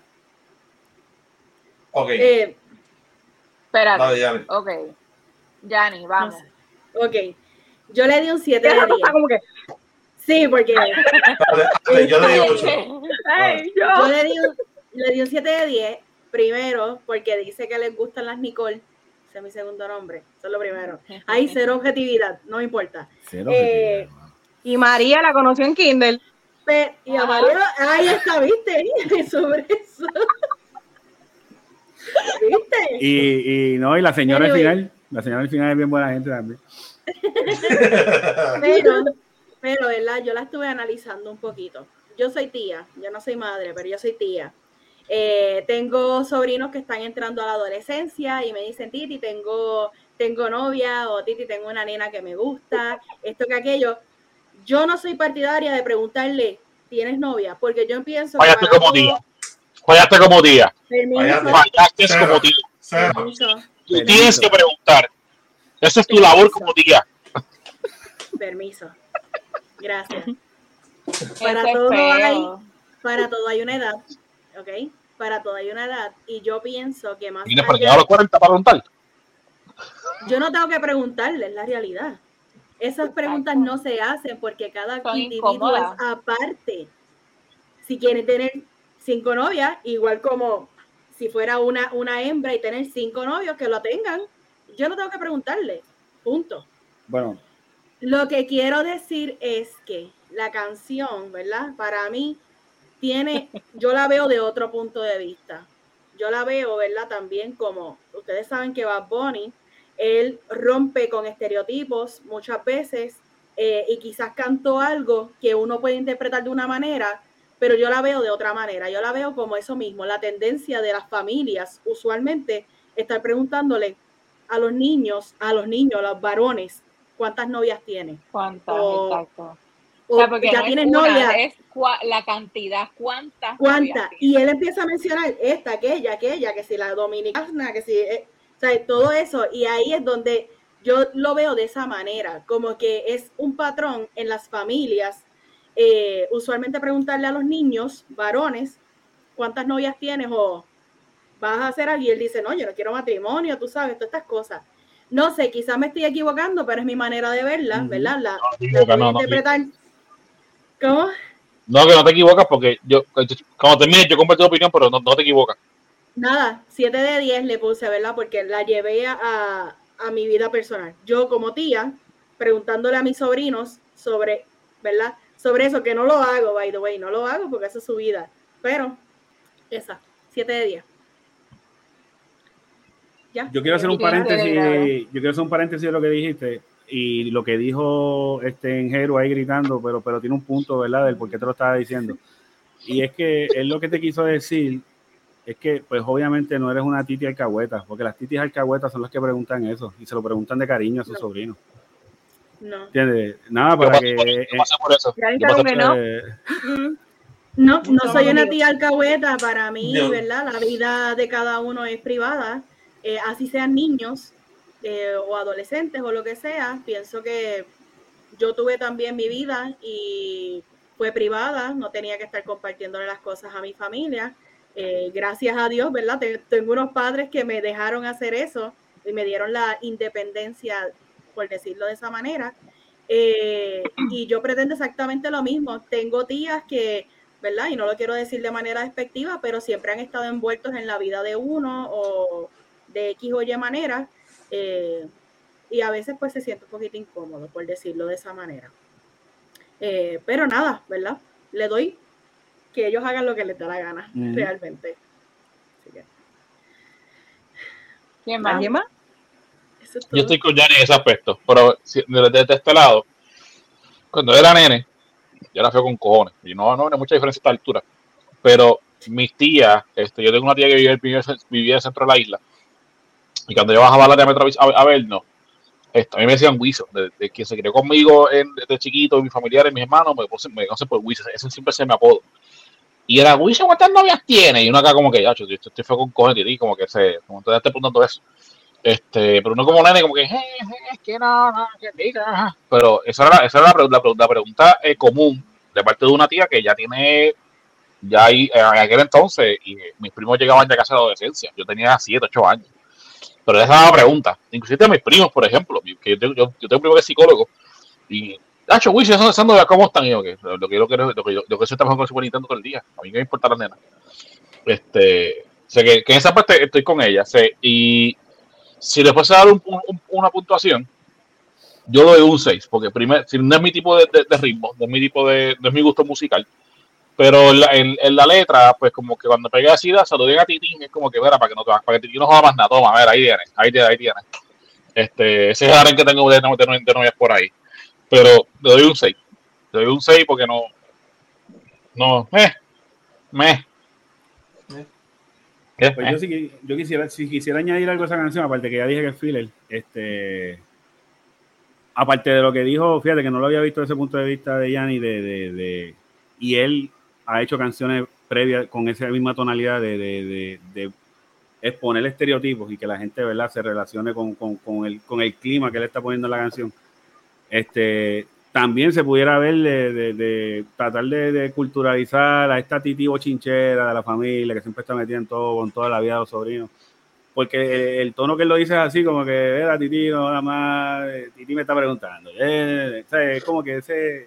Ok. Espérate. Dale, Yanni. Ok. Yanni, vamos. Ok. Yo le di un 7 de 10. Como que, Sí, porque Dale, yo le di 8. yo le di un 7 de 10. Primero, porque dice que les gustan las Nicole. Ese es mi segundo nombre. Eso es lo primero. Hay cero objetividad, no me importa. Cero objetividad. y María la conoció en Kindle. Y a María, ahí está, ¿viste? Sobre eso. ¿Viste? Y la señora al final. La señora al final es bien buena gente también. Pero, ¿verdad? Yo la estuve analizando un poquito. Yo soy tía, yo no soy madre, pero yo soy tía. Tengo sobrinos que están entrando a la adolescencia y me dicen, Titi, tengo novia, o Titi, tengo una nena que me gusta, esto que aquello. Yo no soy partidaria de preguntarle, ¿tienes novia? Porque yo pienso que Fallaste como tía. Fallaste como tía. Fallaste como tía. Tú tienes que preguntar. Esa es tu labor como tía. Permiso. Gracias. Para todo hay una edad, ¿ok? Para todo hay una edad. Y yo pienso que más ¿Tienes para llegar a los 40 para preguntar? Yo no tengo que preguntarle, es la realidad. Esas preguntas no se hacen porque cada individuo es aparte. Si quieren tener 5 novias, igual como si fuera una hembra y tener 5 novios, que lo tengan. Yo no tengo que preguntarle. Punto. Bueno. Lo que quiero decir es que la canción, ¿verdad? Para mí yo la veo de otro punto de vista. Yo la veo, ¿verdad? También como, ustedes saben que Bad Bunny, él rompe con estereotipos muchas veces y quizás cantó algo que uno puede interpretar de una manera, pero yo la veo de otra manera. Yo la veo como eso mismo, la tendencia de las familias, usualmente, estar preguntándole a los niños, a los varones, ¿cuántas novias tiene? ¿Cuántas? Exacto. O sea, porque ya no tienes novia. Es la cantidad, ¿cuántas? Y él empieza a mencionar esta, aquella, que si la dominicana, que si... o sea, todo eso. Y ahí es donde yo lo veo de esa manera. Como que es un patrón en las familias. Usualmente preguntarle a los niños, varones, ¿cuántas novias tienes? O vas a hacer algo. Y él dice, no, yo no quiero matrimonio, tú sabes, todas estas cosas. No sé, quizás me estoy equivocando, pero es mi manera de verla, ¿verdad? Interpretar. ¿Cómo? No, que no te equivocas porque cuando termine yo comparto tu opinión, pero no te equivocas. Nada, 7 de 10 le puse, ¿verdad? Porque la llevé a mi vida personal. Yo como tía, preguntándole a mis sobrinos sobre, ¿verdad? Sobre eso, que no lo hago, by the way, no lo hago porque esa es su vida. Pero, 7 de 10. ¿Ya? Yo quiero hacer un paréntesis de lo que dijiste y lo que dijo Enjero ahí gritando, pero tiene un punto, ¿verdad? Del por qué te lo estaba diciendo. Y es que él lo que te quiso decir, es que pues obviamente no eres una titi alcahueta, porque las titis alcahuetas son las que preguntan eso y se lo preguntan de cariño a sus sobrinos. No. ¿Entiendes? Nada, para que... Yo pasé por eso. No soy una tía alcahueta. Para mí, ¿verdad? La vida de cada uno es privada. Así sean niños o adolescentes o lo que sea. Pienso que yo tuve también mi vida y fue privada. No tenía que estar compartiéndole las cosas a mi familia. Gracias a Dios, ¿verdad? Tengo unos padres que me dejaron hacer eso y me dieron la independencia, por decirlo de esa manera. Y yo pretendo exactamente lo mismo. Tengo tías que, ¿verdad? Y no lo quiero decir de manera despectiva, pero siempre han estado envueltos en la vida de uno o de X o Y manera. Y a veces pues se siente un poquito incómodo, por decirlo de esa manera. Pero nada, ¿verdad? Le doy que ellos hagan lo que les da la gana, realmente. Así que... ¿Quién más? ¿Alguien más? Yo estoy con Yanni en ese aspecto, pero desde este lado, cuando era nene, yo era feo con cojones, y no hay mucha diferencia a esta altura, pero mis tías, yo tengo una tía que vivía en el centro de la isla, y cuando yo bajaba a la de Metro a vernos, a mí me decían Wiso, de quien se crió conmigo desde chiquito, mis familiares, mis hermanos, me conocen por Wiso, ese siempre se me apodo. Y era Wiso, ¿cuántas novias tiene? Y uno acá como que, yo estoy feo con cojones, y como que como te estoy preguntando eso. Pero uno como nene, como que, es que no, que diga. Pero esa era la pregunta común de parte de una tía que ya tiene, ya ahí, en aquel entonces, y mis primos llegaban ya casi a la adolescencia. Yo tenía 7, 8 años. Pero esa era la pregunta. Inclusive a mis primos, por ejemplo, que yo tengo un primo que es psicólogo, y, Nacho, Wish, ¿cómo están? Y yo, lo que yo estoy trabajando con el Super Nintendo todo el día. A mí no me importa la nena. Sé que en esa parte estoy con ella. Y si le fuese a dar una puntuación, yo doy un 6, porque primero, si no es mi tipo de ritmo, no es mi gusto musical, pero en la letra, pues como que cuando pegué así, saludé a Titín, es como que, para que Titín no joda más nada, toma, a ver, ahí tienes. Ese es el aren que tengo de novias por ahí, pero le doy un 6. Le doy un 6 porque Pues yo quisiera añadir algo a esa canción, aparte que ya dije que es filler, aparte de lo que dijo, fíjate que no lo había visto desde ese punto de vista de Yanni, y él ha hecho canciones previas con esa misma tonalidad de exponer estereotipos y que la gente, ¿verdad?, se relacione con el clima que él está poniendo en la canción. También se pudiera ver de tratar de culturalizar a esta titi bochinchera de la familia que siempre está metida en todo, con toda la vida de los sobrinos. Porque el tono que él lo dice es así, como que era Titi, no, nada más, Titi me está preguntando. Es como que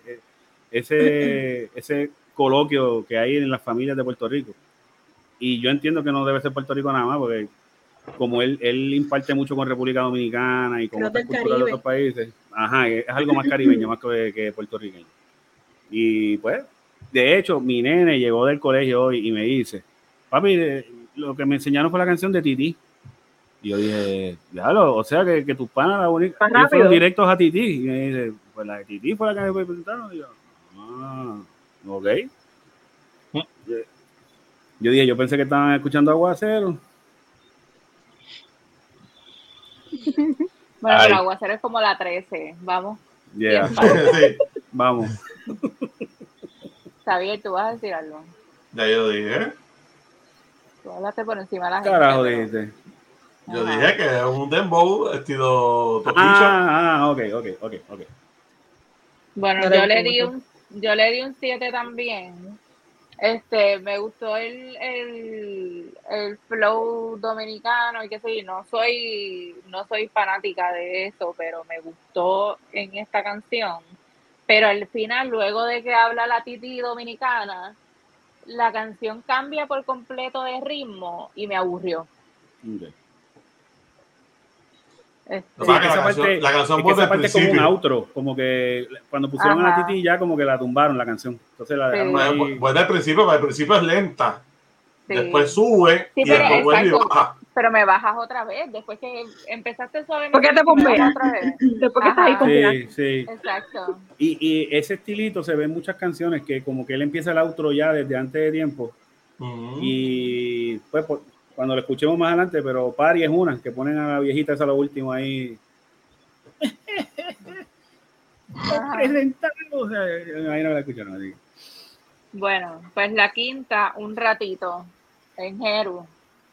ese coloquio que hay en las familias de Puerto Rico. Y yo entiendo que no debe ser Puerto Rico nada más, porque como él imparte mucho con República Dominicana y con otras culturas de otros países, es algo más caribeño, más que puertorriqueño. Y pues, de hecho, mi nene llegó del colegio hoy y me dice, papi, lo que me enseñaron fue la canción de Titi. Y yo dije, claro, o sea que tus panas la bonita, ellos fueron directos a Titi. Y me dice, pues la de Titi fue la que me presentaron. Y yo, ok. Yo dije, yo pensé que estaban escuchando Aguacero. Bueno, pero Aguacero es como la 13. Vamos. Yeah. Sí. Vamos. Xavier, ¿tú vas a decir algo? Ya yo dije. Tú hablaste por encima de la gente. Carajo, dijiste. Yo dije que es un dembow estilo Toquicha. Ok. Bueno, yo le di un 7 también. Me gustó el flow dominicano y qué sé yo, no soy fanática de eso, pero me gustó en esta canción. Pero al final, luego de que habla la titi dominicana, la canción cambia por completo de ritmo y me aburrió. Okay. La canción esa parte es como un outro, como que cuando pusieron a la Titi ya como que la tumbaron la canción. Entonces la dejaron ahí. Bueno, al principio es lenta. Sí. Después sube y después vuelve y baja. Pero me bajas otra vez, después que empezaste suave. ¿Por qué te pompeas otra vez? Después que estás ahí pompeando. Sí. Exacto. Y ese estilito se ve en muchas canciones que como que él empieza el outro ya desde antes de tiempo Y pues cuando lo escuchemos más adelante, pero Pari es una, que ponen a la viejita esa lo último ahí. Presentado, o sea, ahí no la escucharon. Así. Bueno, pues la quinta, un ratito, en Jeru.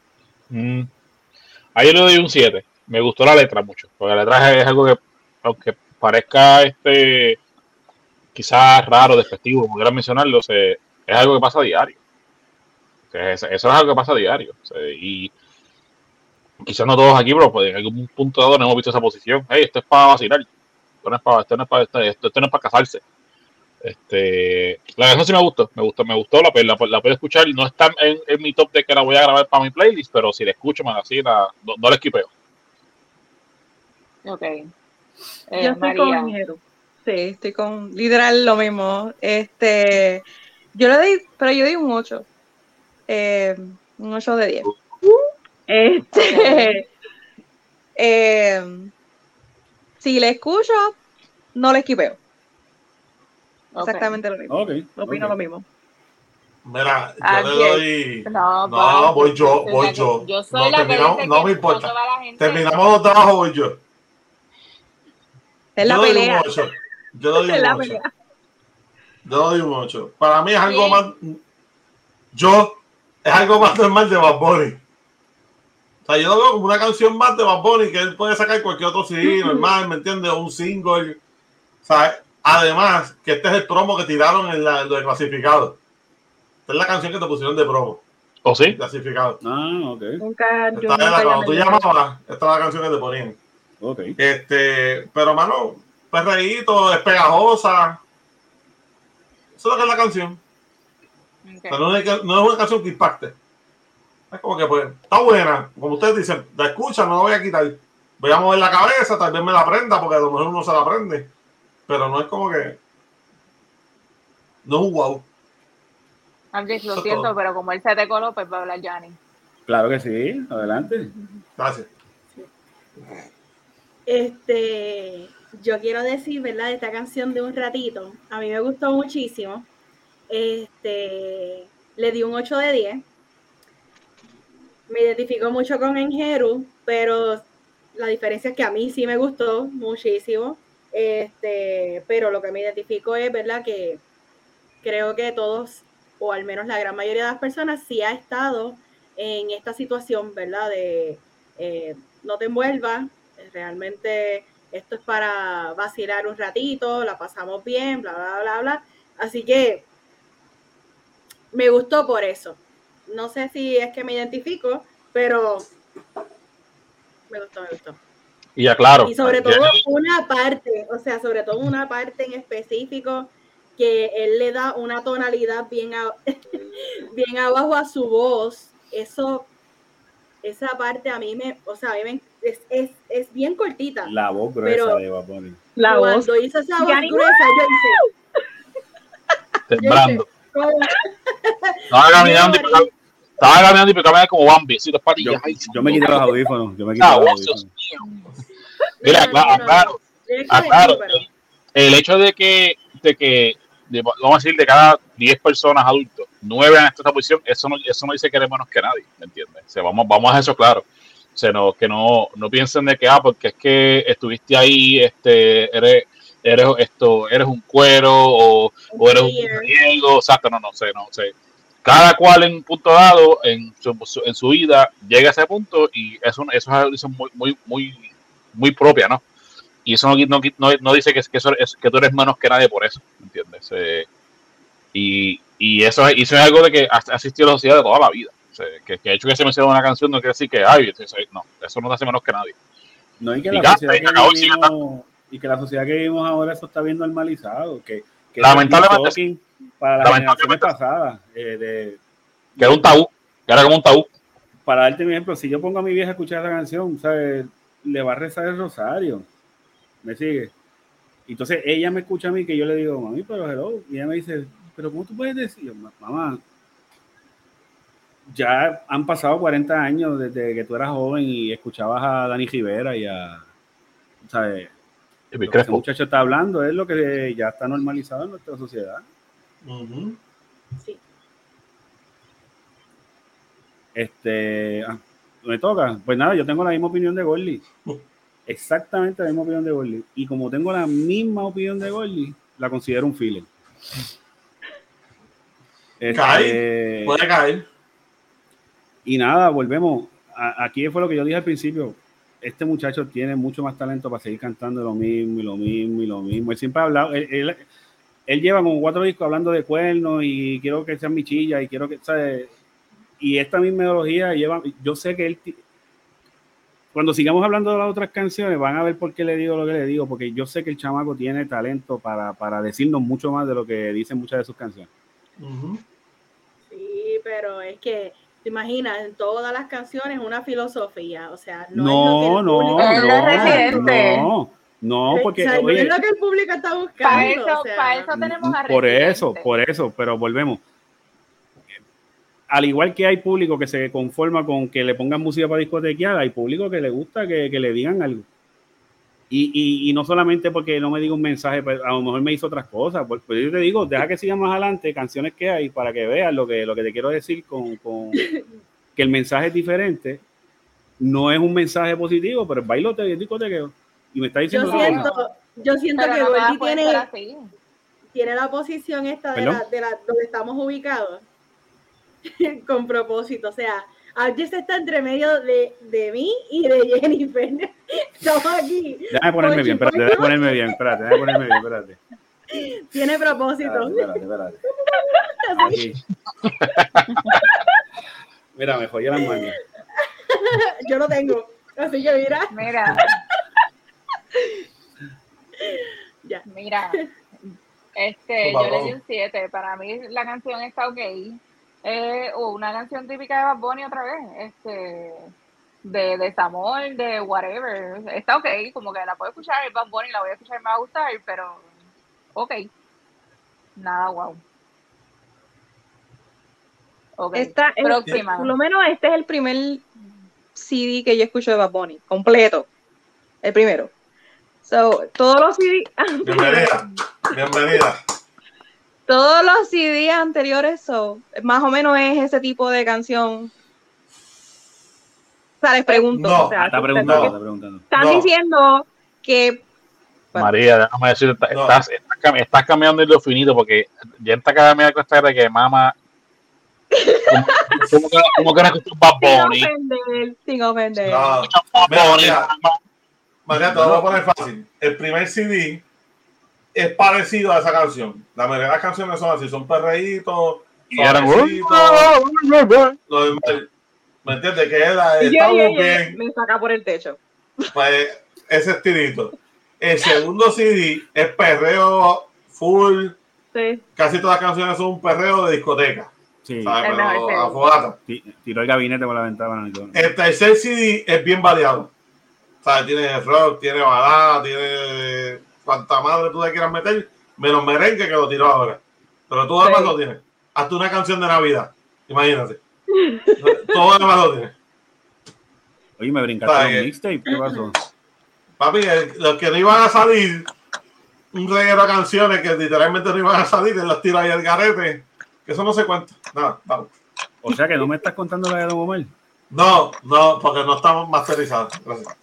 Ahí yo le doy un 7. Me gustó la letra mucho, porque la letra es algo que, aunque parezca quizás raro, despectivo, como quieran mencionarlo, es algo que pasa a diario. Eso es algo que pasa a diario. Y quizás no todos aquí, pero pues, en algún punto dado no hemos visto esa posición. Hey, esto es para vacilar. Esto no es para casarse. La canción sí me gustó, la puedo escuchar. No está en mi top de que la voy a grabar para mi playlist, pero si la escucho, man, así no la esquipeo. Ok. Yo estoy María. con Jero. Sí, estoy con literal lo mismo. Yo le di, pero yo di un 8. Un 8 de 10. Si le escucho, no le esquipeo. Exactamente lo mismo. Opino lo mismo. Mira, yo le doy. No, voy yo. Yo soy no, la terminamos, que no me importa. no la gente. Terminamos los trabajos, voy yo. Es la yo pelea. Yo doy un 8. Yo doy un 8. Para mí es algo más. Es algo más normal de Bad Bunny. O sea, yo lo veo como una canción más de Bad Bunny que él puede sacar cualquier otro CD normal, ¿me entiendes? O un single. O sea, además, que este es el promo que tiraron en lo de clasificado. Esta es la canción que te pusieron de promo. ¿Oh, sí? Clasificado. Ok. Cuando tú llamabas, esta es la canción que te ponían. Ok. Pero, mano, perreíto, es pegajosa. Eso es lo que es la canción. Okay. O sea, no es una canción que impacte. Es como que, pues, está buena. Como ustedes dicen, la escuchan, no la voy a quitar. Voy a mover la cabeza, tal vez me la aprenda, porque a lo mejor uno se la aprende. Pero no es como que. No es un wow. Andrés, lo siento, todo. Pero como él se te coló, pues va a hablar Yanni. Claro que sí, adelante. Gracias. Yo quiero decir, ¿verdad? Esta canción de un ratito, a mí me gustó muchísimo. Le di un 8 de 10. Me identifico mucho con Enjeru, pero la diferencia es que a mí sí me gustó muchísimo. Pero lo que me identifico es, ¿verdad? Que creo que todos, o al menos la gran mayoría de las personas, sí ha estado en esta situación, ¿verdad? De no te envuelvas, realmente esto es para vacilar un ratito, la pasamos bien, bla, bla, bla, bla. Así que me gustó por eso. No sé si es que me identifico, pero me gustó. Y aclaro. Y sobre todo una parte en específico que él le da una tonalidad bien abajo a su voz. Esa parte a mí es bien cortita. La voz gruesa de Bad Bunny. Cuando hizo esa voz gruesa, yo hice. Temblando. Estaba caminando y picaba como Bambi, así las patillas. Yo me quité los audífonos. Mira, aclaro. El hecho de que vamos a decir, de cada 10 personas adultos, 9 han estado en esta posición, eso no dice que eres menos que nadie, ¿me entiendes? O sea, vamos a eso claro. O sea, que no piensen de que, porque es que estuviste ahí, eres un cuero o eres un mujeriego, exacto, no sé. Cada cual en un punto dado en su vida llega a ese punto y eso es algo muy propia, ¿no? Y eso no dice que tú eres menos que nadie por eso, ¿me entiendes? Y eso es algo de que ha asistido a la sociedad de toda la vida. O sea, que el hecho que se menciona una canción no quiere decir que, no, eso no te hace menos que nadie. No, y que la sociedad que vivimos ahora, eso está bien normalizado. Que lamentablemente para las generaciones pasadas. Que era un tabú, que era como un tabú. Para darte un ejemplo, si yo pongo a mi vieja a escuchar esa canción, ¿sabes? Le va a rezar el rosario. ¿Me sigue? Entonces ella me escucha a mí que yo le digo, mami, pero hello. Y ella me dice, pero ¿cómo tú puedes decir? Mamá, ya han pasado 40 años desde que tú eras joven y escuchabas a Dani Rivera y a, ¿sabes? Lo que ese muchacho está hablando es lo que ya está normalizado en nuestra sociedad. Sí. Me toca. Pues nada, yo tengo la misma opinión de Gordy. Exactamente la misma opinión de Gordy. Y como tengo la misma opinión de Gordy, la considero un filler. Puede caer. Y nada, volvemos. Aquí fue lo que yo dije al principio. Este muchacho tiene mucho más talento para seguir cantando lo mismo y lo mismo y lo mismo. Él siempre ha hablado, él lleva como 4 discos hablando de cuernos y quiero que sean mi chilla y quiero que, ¿sabes? Y esta misma ideología lleva, yo sé que él, cuando sigamos hablando de las otras canciones, van a ver por qué le digo lo que le digo, porque yo sé que el chamaco tiene talento para decirnos mucho más de lo que dicen muchas de sus canciones. Uh-huh. Sí, pero es que te imaginas en todas las canciones una filosofía, o sea, no, porque o sea, oye, no es lo que el público está buscando. Para eso tenemos a Residente. Por eso, pero volvemos. Al igual que hay público que se conforma con que le pongan música para discotequear, hay público que le gusta que le digan algo. Y no solamente porque no me diga un mensaje, pero a lo mejor me hizo otras cosas. Pues yo te digo, deja que sigan más adelante canciones que hay para que veas lo que te quiero decir con que el mensaje es diferente. No es un mensaje positivo, pero el bailoteo y el discotequeo. Y me está diciendo yo siento que Gordy tiene la posición esta de la donde estamos ubicados con propósito. O sea, Argis está entre medio de mí y de Jennifer. Estamos aquí. Déjame ponerme bien, espérate. Tiene propósito. Espérate. Mira, me jodí las manos. Yo lo tengo. Así que mira. Ya. Mira. Yo le di un 7. Para mí la canción está ok. Una canción típica de Bad Bunny otra vez. De desamor, de whatever. Está ok, como que la puedo escuchar, el Bad Bunny la voy a escuchar y me va a gustar, pero ok. Nada wow. Okay. Próxima. Por lo menos este es el primer CD que yo escucho de Bad Bunny, completo. El primero. So, todos los CD... Bienvenida. Todos los CD anteriores, más o menos es ese tipo de canción. O sea, les pregunto. No, o sea, está preguntando. Están diciendo que... Bueno. María, déjame decirte, estás cambiando lo finito porque ya está cada media cuesta de que mamá... ¿Cómo que no escuchas Bad Bunny? Sin ofender. No. María, te lo voy a poner fácil. El primer CD es parecido a esa canción. La mayoría de las canciones son así, son perreitos, ¿me entiendes? Que está muy bien. Me saca por el techo. Pues ese estilito. El segundo CD es perreo full. Sí. Casi todas las canciones son un perreo de discoteca. Sí. ¿Sabes? Pero a fogata. Tiró el gabinete por la ventana. El tercer CD es bien variado. ¿Sabes? Tiene rock, tiene balada, tiene cuanta madre tú le quieras meter, menos merengue que lo tiró ahora. Pero todo lo demás lo tiene. Hasta una canción de Navidad. Imagínate. Todo lo demás lo tiene. Oye, me brincaste los mixtape. ¿Qué pasó? Papi, los que no iban a salir, un reguero de canciones que literalmente no iban a salir, él los tira ahí al garete. Que eso no se cuenta. Nada, vamos. O sea que no me estás contando la de Don Omar. No, porque no estamos masterizados. Gracias.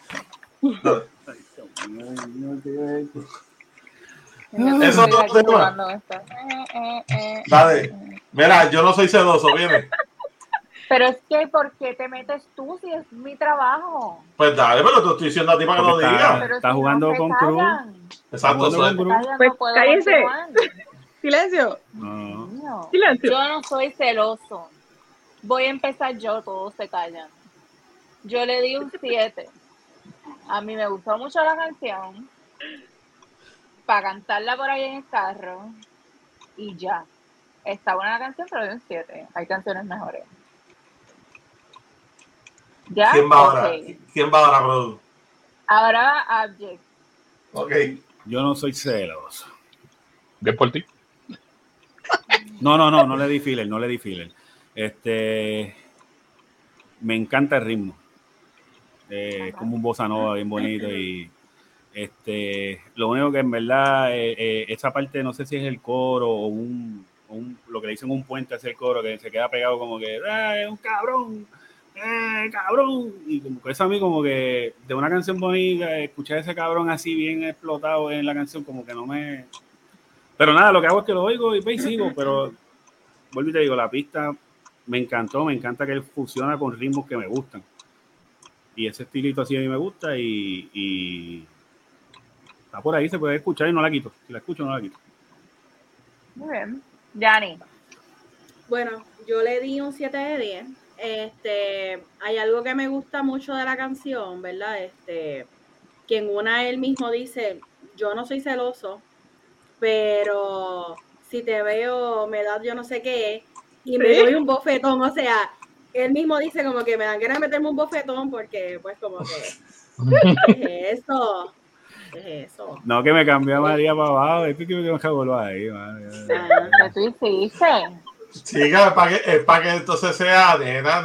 Eso es otro tema. Dale. Mira, yo no soy celoso, viene. Pero es que, ¿por qué te metes tú si es mi trabajo? Pues dale, pero te estoy diciendo a ti para que lo digas. Estás jugando con Cruz. Exacto, pues cállense. Silencio. No. Silencio. Yo no soy celoso. Voy a empezar yo, todos se callan. Yo le di un 7. A mí me gustó mucho la canción. Para cantarla por ahí en el carro. Y ya. Está buena la canción, pero le di un 7. Hay canciones mejores. ¿Ya? ¿Quién va ahora? ¿Quién va ahora, Produ? Ahora Abject. Ok. Yo no soy celoso. Bien por ti. No le di filler. Me encanta el ritmo. Como un bossa nova bien bonito y lo único que en verdad esa parte no sé si es el coro o lo que le dicen un puente hacia el coro, que se queda pegado como que, es un cabrón, cabrón. Y como que eso a mí como que de una canción bonita, escuchar ese cabrón así bien explotado en la canción, como que no me... Pero nada, lo que hago es que lo oigo y pues sigo, pero vuelvo y te digo, la pista me encantó, me encanta que él funciona con ritmos que me gustan. Y ese estilito así a mí me gusta y está por ahí, se puede escuchar y no la quito. Si la escucho, no la quito. Muy bien. Yanni. Bueno, yo le di un 7 de 10. Hay algo que me gusta mucho de la canción, ¿verdad? Que en una él mismo dice, yo no soy celoso, pero si te veo me das yo no sé qué y me doy un bofetón, o sea, él mismo dice como que me dan ganas de meterme un bofetón porque pues como que ¿qué es eso? ¿Qué es eso? No, que me cambié a María para abajo, es que me volver ahí, madre. ¿Qué tú hiciste? Chica, es para que entonces sea nena.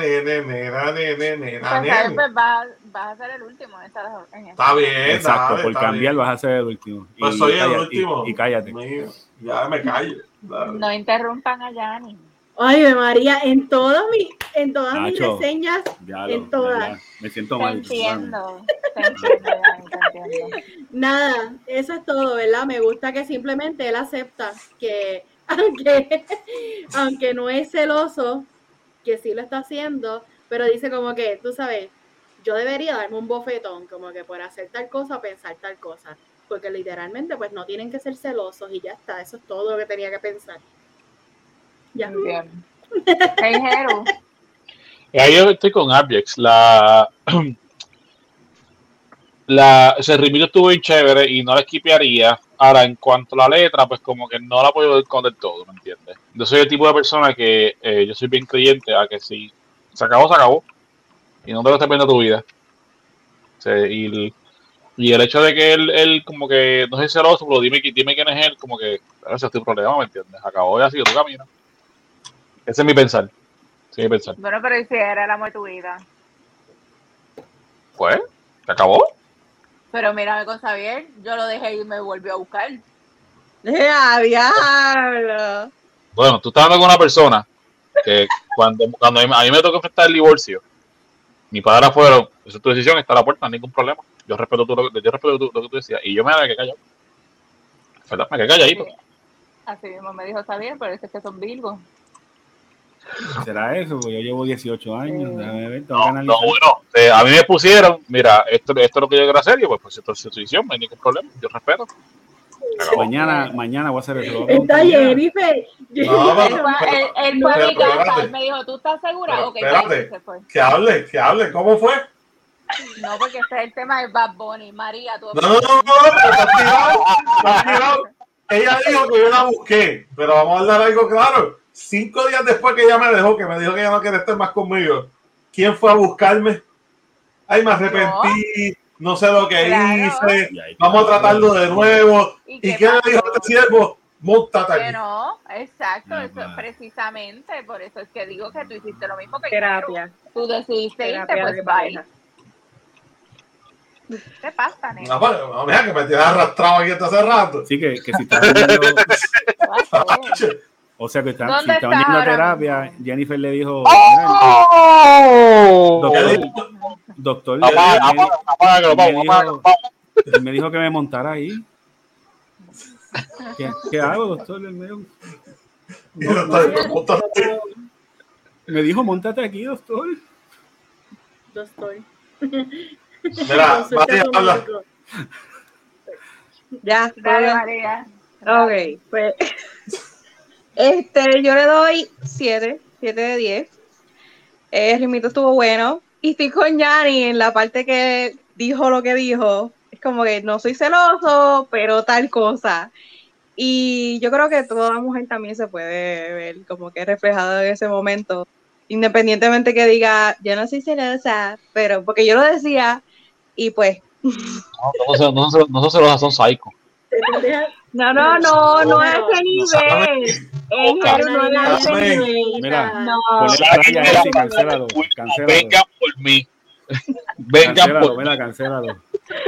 Pues vas a ser el último en esta. Está bien, exacto, dale, por está cambiar bien. vas a ser el último. Pues soy el último. Y cállate. Mío, ya me callo. Dale. No interrumpan a Yanni. Ay, María, en todas mis reseñas, en todas. Ya, me siento Te mal. entiendo, Yanni, te entiendo. Nada, eso es todo, ¿verdad? Me gusta que simplemente él acepta que aunque no es celoso, que sí lo está haciendo, pero dice como que, tú sabes, yo debería darme un bofetón, como que por hacer tal cosa, pensar tal cosa, porque literalmente pues no tienen que ser celosos y ya está, eso es todo lo que tenía que pensar. Ya. Muy bien. Hey, Jero. Ahí yo estoy con Abjex. Ese ritmo estuvo bien chévere y no la esquipearía. Ahora, en cuanto a la letra, pues como que no la puedo ver con del todo, ¿me entiendes? Yo soy el tipo de persona que yo soy bien creyente a que si se acabó, se acabó. Y no te lo estés viendo tu vida. Sí, y el hecho de que él como que no soy celoso, pero dime quién es él, como que ese es tu problema, ¿me entiendes? Acabó y así que tu camino. Ese es mi pensar. Sí, mi pensar. Bueno, pero ¿y si era el amor de tu vida? Pues, ¿se acabó? Pero mírame con Xavier, yo lo dejé y me volvió a buscar. ¡Ya, diablo! Bueno, tú estás hablando con una persona que cuando a mí me tocó enfrentar el divorcio, mis padres fueron, esa es tu decisión, está a la puerta, no hay ningún problema. Yo respeto lo que tú decías. Y yo me quedé callado. ¿Verdad? Me quedé calladito. Sí. Así mismo me dijo Xavier, pero es que son Virgo. ¿Será eso? Pues yo llevo 18 años. Sí. Déjame ver, No, bueno, a mí me pusieron, mira, esto es lo que yo quiero hacer, y pues esto es su decisión, no hay ningún problema, yo respeto. Mañana voy a hacer eso. Está Jennifer. No, Él fue a mi pero casa, espérate. él me dijo, ¿tú estás segura? Pero Ok, espérate. se fue. Que hable, ¿cómo fue? No, porque este es el tema de Bad Bunny. María, tú... No, pero estás tirado. Ella dijo que yo la busqué, pero vamos a hablar algo claro. 5 días después que ella me dejó, que me dijo que ella no quiere estar más conmigo, ¿quién fue a buscarme? Ay, me arrepentí, no sé lo que hice, vamos a tratarlo de nuevo. ¿Y qué le dijo a este siervo? Móntate aquí. Que no, exacto, eso es precisamente, por eso es que digo que tú hiciste lo mismo que terapia. Tú decidiste irte, pues bye. ¿Qué pasa, nene? No, mira que me tienes arrastrado aquí hasta hace rato. Sí, que si estás viendo... O sea que si estaban yendo a terapia, Jennifer le dijo, doctor, me dijo que me montara ahí. ¿Qué hago, doctor? Me dijo, montate aquí, doctor. Mira, María, habla. Ya, dale, María. Ok, pues yo le doy 7 de 10. El ritmito estuvo bueno. Y estoy con Yanni en la parte que dijo lo que dijo. Es como que no soy celoso, pero tal cosa. Y yo creo que toda mujer también se puede ver como que reflejada en ese momento. Independientemente que diga, yo no soy celosa, pero porque yo lo decía y pues... No son celosas, son psycho. No a ese nivel. No a ese nivel. Mira, no. Cancélalo. Vengan por mí. Vengan por mí. Cancélalo.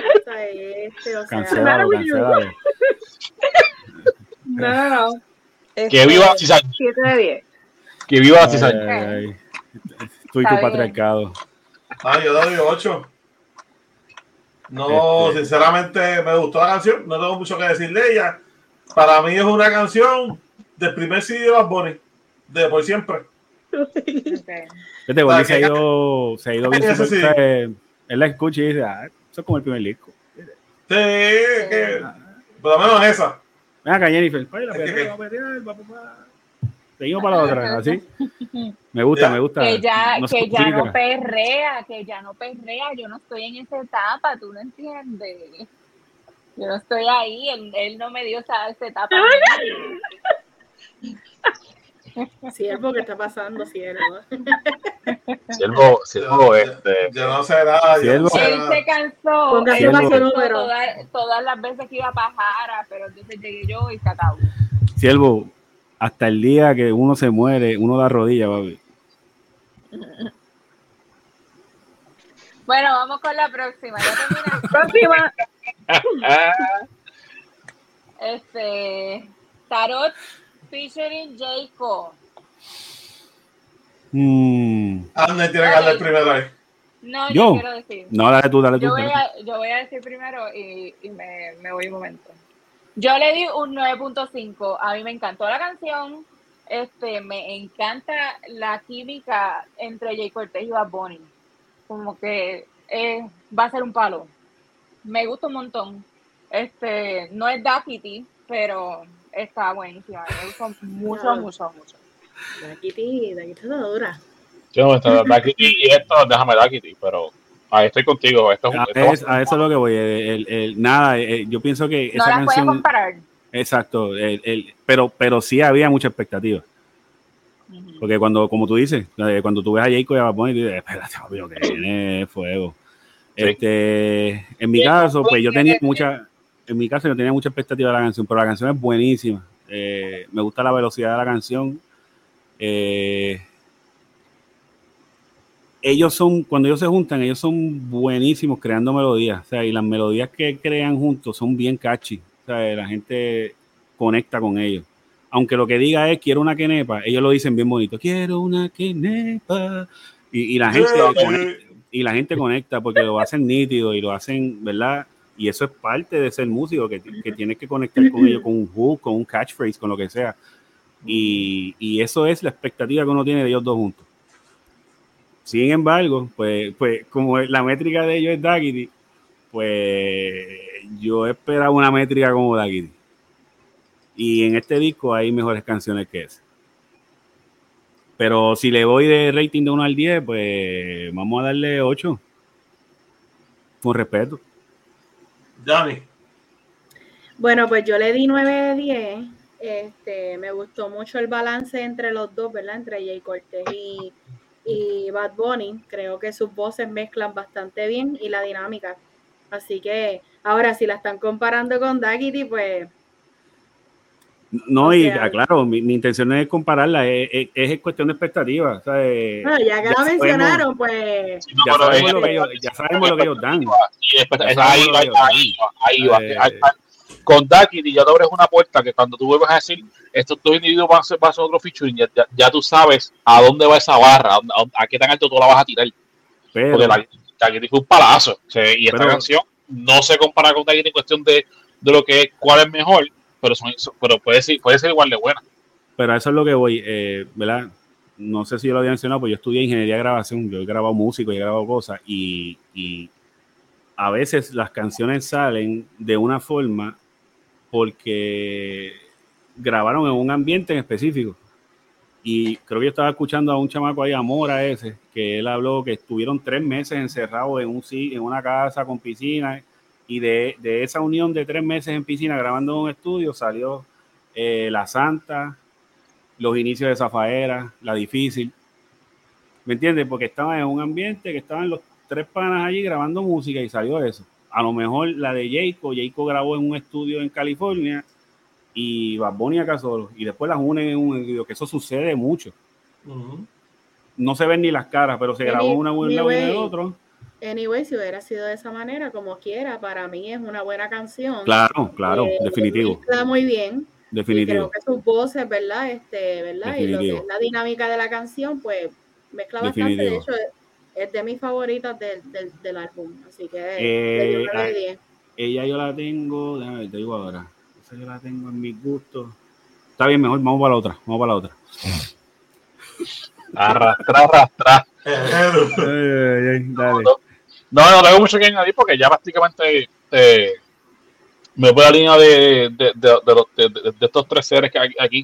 No. Que viva Cizaña. 7 de 10. Que viva Cizaña. Ay, tú y tu patriarcado. Yo le doy 8. No, sinceramente me gustó la canción. No tengo mucho que decir de ella. Para mí es una canción del primer CD de Bad Bunny. De por siempre. Okay. Este Bunny se ha ido bien. Él la escucha y dice, eso es como el primer disco. Sí, por lo menos esa. Ven acá, Jennifer. Seguimos para la otra, ¿así? Me gusta. Que ya no perrea. Yo no estoy en esa etapa, tú no entiendes. Yo no estoy ahí, él no me dio esa etapa. Siervo, ¿qué está pasando, Siervo? Siervo, yo no sé nada. Siervo. Él se cansó. Siervo. Todas las veces que iba para Jara, pero entonces llegué yo y se acabó. Siervo, hasta el día que uno se muere, uno da rodillas, papi. Bueno, vamos con la próxima. ¿Ya terminaste? Próxima. Tarot featuring Jayco. Anda, tiene que darle primero ahí. No, yo quiero decir. No, dale tú. Yo voy a decir primero y me voy un momento. Yo le di un 9.5. A mí me encantó la canción. Me encanta la química entre Jay Cortez y Bad Bunny. Como que va a ser un palo. Me gusta un montón. No es Daquiti, pero está buenísima. Me gusta mucho. Daquiti está dura. Yo, Daquiti y esto, déjame Daquiti, pero ahí estoy contigo. A eso es lo que voy. Yo pienso que no esa las canción. puedes comparar. Exacto, pero sí había mucha expectativa. Porque como tú dices, cuando tú ves a Jayco y a Bad Bunny, dices, espérate, obvio que viene fuego. Sí. En mi caso, pues yo tenía mucha expectativa de la canción, pero la canción es buenísima. Me gusta la velocidad de la canción. Cuando ellos se juntan, ellos son buenísimos creando melodías. O sea, y las melodías que crean juntos son bien catchy. O sea, la gente conecta con ellos. Aunque lo que diga es quiero una quenepa, ellos lo dicen bien bonito. Quiero una quenepa. Y la gente conecta porque lo hacen nítido y lo hacen, ¿verdad? Y eso es parte de ser músico, que tienes que conectar con ellos con un hook, con un catchphrase, con lo que sea. Y eso es la expectativa que uno tiene de ellos dos juntos. Sin embargo, pues como la métrica de ellos es Daquiti, pues yo esperaba una métrica como Daquiti. Y en este disco hay mejores canciones que esa. Pero si le voy de rating de 1 al 10, pues vamos a darle 8. Con respeto. Dani. Bueno, pues yo le di 9 de 10. Me gustó mucho el balance entre los dos, ¿verdad? Entre Jay Cortez y Bad Bunny. Creo que sus voces mezclan bastante bien y la dinámica. Así que ahora si la están comparando con Daquiti, pues... No, claro, mi intención no es compararla, es cuestión de expectativa. Bueno, ya que la mencionaron, pues... Ya sabemos lo que ellos dan. Ahí va. Con Daquiti ya te abres una puerta que cuando tú vuelves a decir estos dos individuos van a hacer otro featuring, ya tú sabes a dónde va esa barra, a qué tan alto tú la vas a tirar. Porque Daquiti fue un palazo. Y esta canción no se compara con Daquiti en cuestión de lo que es, cuál es mejor, pero puede ser igual de buena. Pero a eso es lo que voy, ¿verdad? No sé si yo lo había mencionado, pues yo estudié ingeniería de grabación, yo he grabado música y he grabado cosas, y a veces las canciones salen de una forma porque grabaron en un ambiente en específico. Y creo que yo estaba escuchando a un chamaco ahí, Amora ese, que él habló que estuvieron 3 meses encerrados en una casa con piscina, y de esa unión de 3 meses en piscina grabando en un estudio salió La Santa, los inicios de Zafaera, La Difícil. ¿Me entiendes? Porque estaban en un ambiente que estaban los 3 panas allí grabando música y salió eso. A lo mejor la de Jayco grabó en un estudio en California y Bad Bunny acá solo, y después las unen en un estudio, que eso sucede mucho. No se ven ni las caras, pero se grabó una en un lado y en el otro. Anyway, si hubiera sido de esa manera, como quiera, para mí es una buena canción. Claro, definitivo. Está muy bien. Definitivo. Y creo que sus voces, ¿verdad? ¿Verdad? Y lo que Definitivo. es la dinámica de la canción, pues mezcla bastante. De hecho, es de mis favoritas del álbum. Así que le dio 9 de 10. Ella yo la tengo, déjame ver, te digo ahora. Esa yo la tengo en mis gustos. Está bien, mejor, vamos para la otra. Arrastra. Dale. No tengo mucho que añadir porque ya prácticamente me voy a la línea de estos tres seres que aquí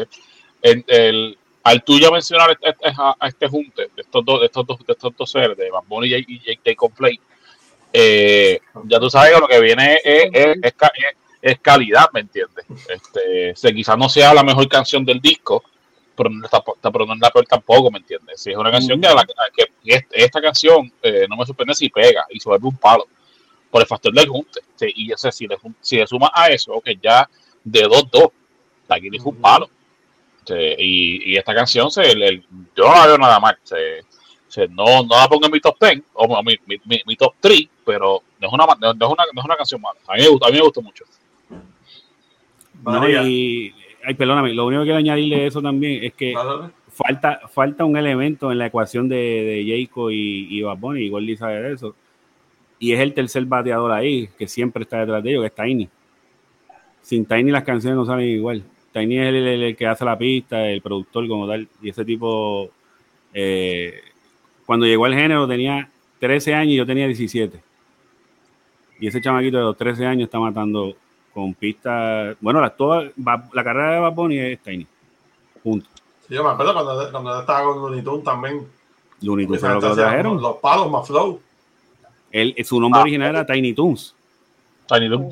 al tú ya mencionar a este junte de estos dos seres de Bad Bunny y Jacob Flake, ya tú sabes que lo que viene es calidad, ¿me entiendes? Quizás no sea la mejor canción del disco, pero no es la peor tampoco, ¿me entiendes? Si es una canción que esta canción no me sorprende si pega y se vuelve un palo por el factor del junte. Sí, y ese, si le sumas a eso, que ya de 2-2, aquí dijo un palo. Sí, y esta canción, yo no la veo nada mal. No la pongo en mi top 10 o mi top 3, pero no es una canción mala. A mí me gustó mucho. No, perdóname, lo único que quiero añadirle eso también es que falta un elemento en la ecuación de Jacob y Bad Bunny, y Gordy sabe de eso, y es el tercer bateador ahí, que siempre está detrás de ellos, que es Tiny. Sin Tiny las canciones no salen igual. Tiny es el que hace la pista, el productor como tal, y ese tipo, cuando llegó al género tenía 13 años y yo tenía 17. Y ese chamaquito de los 13 años está matando con pistas. Bueno, la carrera de Bad Bunny es Tiny. Punto. Sí, yo me acuerdo cuando estaba con Looney Tunes también. Looney Tunes fue lo que lo trajeron. Los palos más flow. Su nombre original era Tiny Toons. Tiny Toons.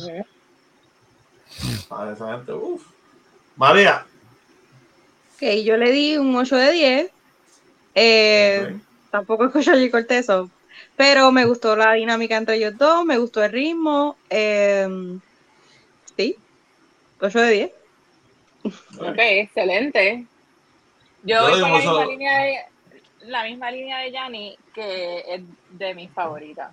Esa gente, María. Ok, yo le di un 8 de 10. Tampoco escucho a J. Cortez, pero me gustó la dinámica entre ellos dos, me gustó el ritmo. Sí, 8 de 10. Ok, excelente. Yo voy con la misma línea de Yanni, que es de mis favoritas.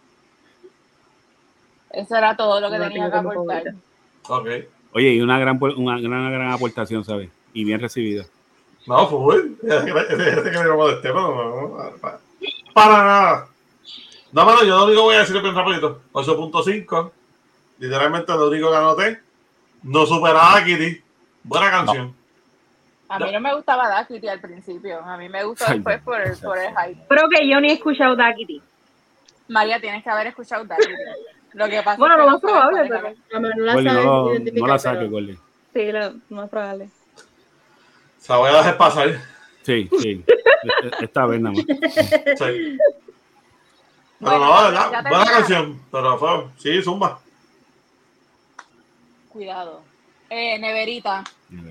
Eso era todo lo que tenía que aportar. Okay. Oye, y una gran aportación, ¿sabes? Y bien recibida. No, fue ese que me molesté, pero no, para nada. No, mano, yo lo único que voy a decir bien rapidito. 8.5. Literalmente lo único que anoté. No superaba a Kitty. Buena canción. No. A mí no me gustaba Daquiti al principio. A mí me gustó después por el hype. Pero que yo ni he escuchado Daquiti. María, tienes que haber escuchado Daquiti. Lo que pasa bueno, es que lo más probable, pero no la saques, Gordy. Sí, lo más probable. Se la voy a dejar pasar. Sí. Esta vez nada más. Sí. Pero no, ¿verdad? Buena canción. Pero fue, sí, zumba. Cuidado. Neverita.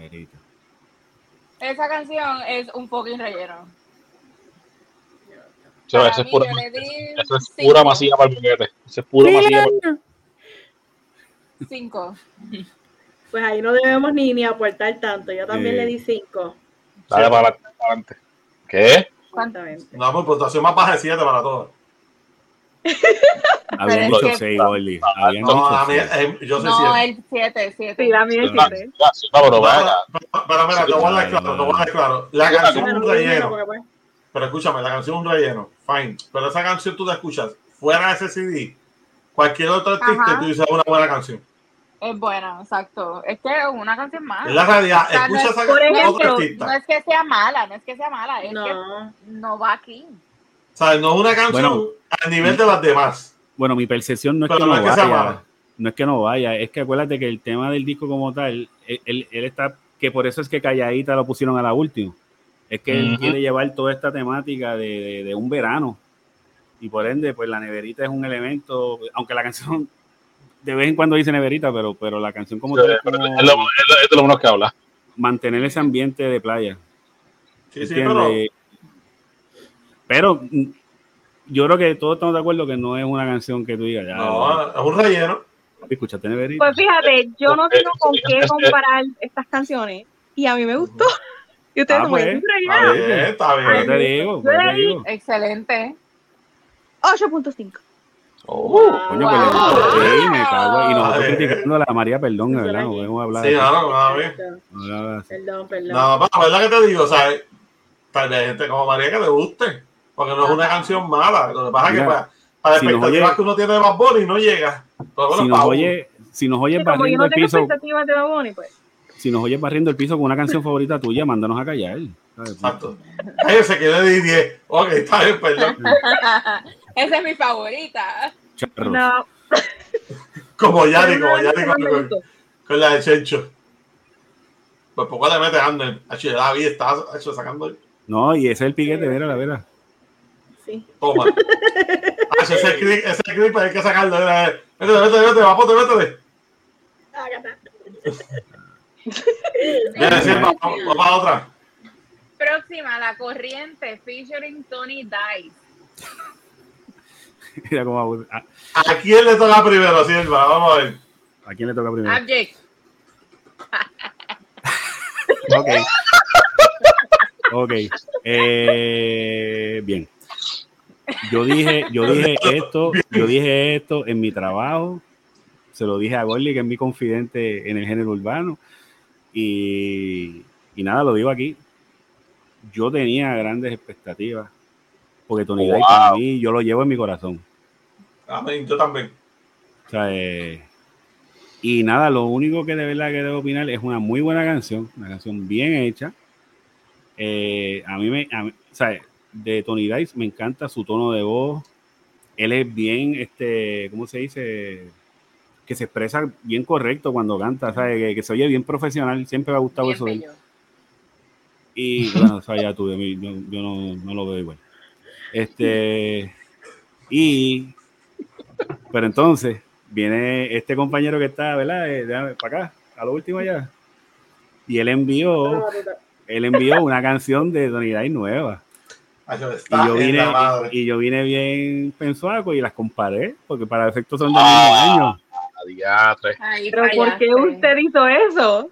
Esa canción es un fucking relleno. Eso es pura masilla para el boquete. Eso es pura masilla para... 5. Pues ahí no debemos ni aportar tanto. Yo también le di 5. Dale para adelante. ¿Qué? No, pues puntuación más baja de 7 para todos. Habían dicho 6, Gordy. Yo sé 7. No, el 7. Sí, la mía es 7. Pero mira, te voy a dar claro. La canción es un relleno. Pero escúchame, la canción es un relleno. Fine. Pero esa canción tú la escuchas fuera de ese CD. Cualquier otro artista, tú dices una buena canción. Es buena, exacto. Es que es una canción mala. Es la realidad. Escucha esa canción otro artista. No es que sea mala, es que no va aquí. O sea, no es una canción al nivel de las demás. Bueno, mi percepción no es que no vaya. No es que no vaya, es que acuérdate que el tema del disco como tal, él está, que por eso es que Calladita lo pusieron a la última. Es que él quiere llevar toda esta temática de un verano. Y por ende, pues la neverita es un elemento, aunque la canción de vez en cuando dice neverita, pero la canción como tal es lo menos que habla. Mantener ese ambiente de playa. Sí, pero yo creo que todos estamos de acuerdo que no es una canción que tú digas. No, es un relleno. Escúchate, neverita. Pues fíjate, yo no tengo con qué comparar estas canciones y a mí me gustó. Y ustedes no me dicen Está bien. Te digo. Excelente. 8.5. Coño, pues me cago. Y nosotros criticando a la María, perdón, de verdad, no podemos hablar. Sí, claro, Perdón. No, ¿verdad que te digo? O sea, tal vez gente como María que le guste, porque no es una canción mala. Lo que pasa es que para expectativas que uno tiene de Bad Bunny no llega. Si nos oyes barriendo el piso, si nos oyes barriendo el piso con una canción favorita tuya, mándanos a callar. Exacto. Ay, se quedó de 10. Ok, está bien, perdón. Esa es mi favorita. Charros. No. Como Yari con la de Chencho. Pues poco le mete Ander. David está sacando. No, y ese es el piquete, vera. Sí. Toma. Ese clip hay que sacarlo. Vete, vapote. Vamos a otra. Próxima, La Corriente, featuring Tony Dice. Mira cómo ¿A quién le toca primero, Silva? Vamos a ver. ¿A quién le toca primero? Abject. Ok. Bien. Yo dije esto en mi trabajo. Se lo dije a Gordy, que es mi confidente en el género urbano. Y nada, lo digo aquí. Yo tenía grandes expectativas. Porque Tony Dice para mí, yo lo llevo en mi corazón. Amén, yo también. O sea, y nada, lo único que de verdad que debo opinar es una muy buena canción, una canción bien hecha. A mí, o sea, de Tony Dice me encanta su tono de voz. Él es bien, ¿cómo se dice? Que se expresa bien correcto cuando canta, ¿sabes? Que se oye bien profesional. Siempre me ha gustado eso de él. Y bueno, o sea, ya tú, yo no lo veo igual. Pero entonces viene este compañero que está, ¿verdad? Para acá, a lo último ya. Y él envió una canción de Tony Dice nueva. Y yo vine bien pensuaco y las comparé, porque para efectos son del mismo año. Pero ¿por qué usted hizo eso?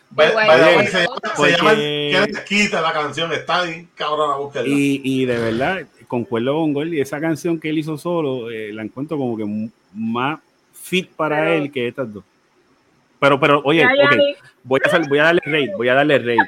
Se llama ¿Qué les quita la canción? Está ahí, cabrón, a buscarla. Y de verdad, concuerdo con Gordy, esa canción que él hizo solo, la encuentro como que más fit para él que estas dos. Pero oye, voy a darle rate.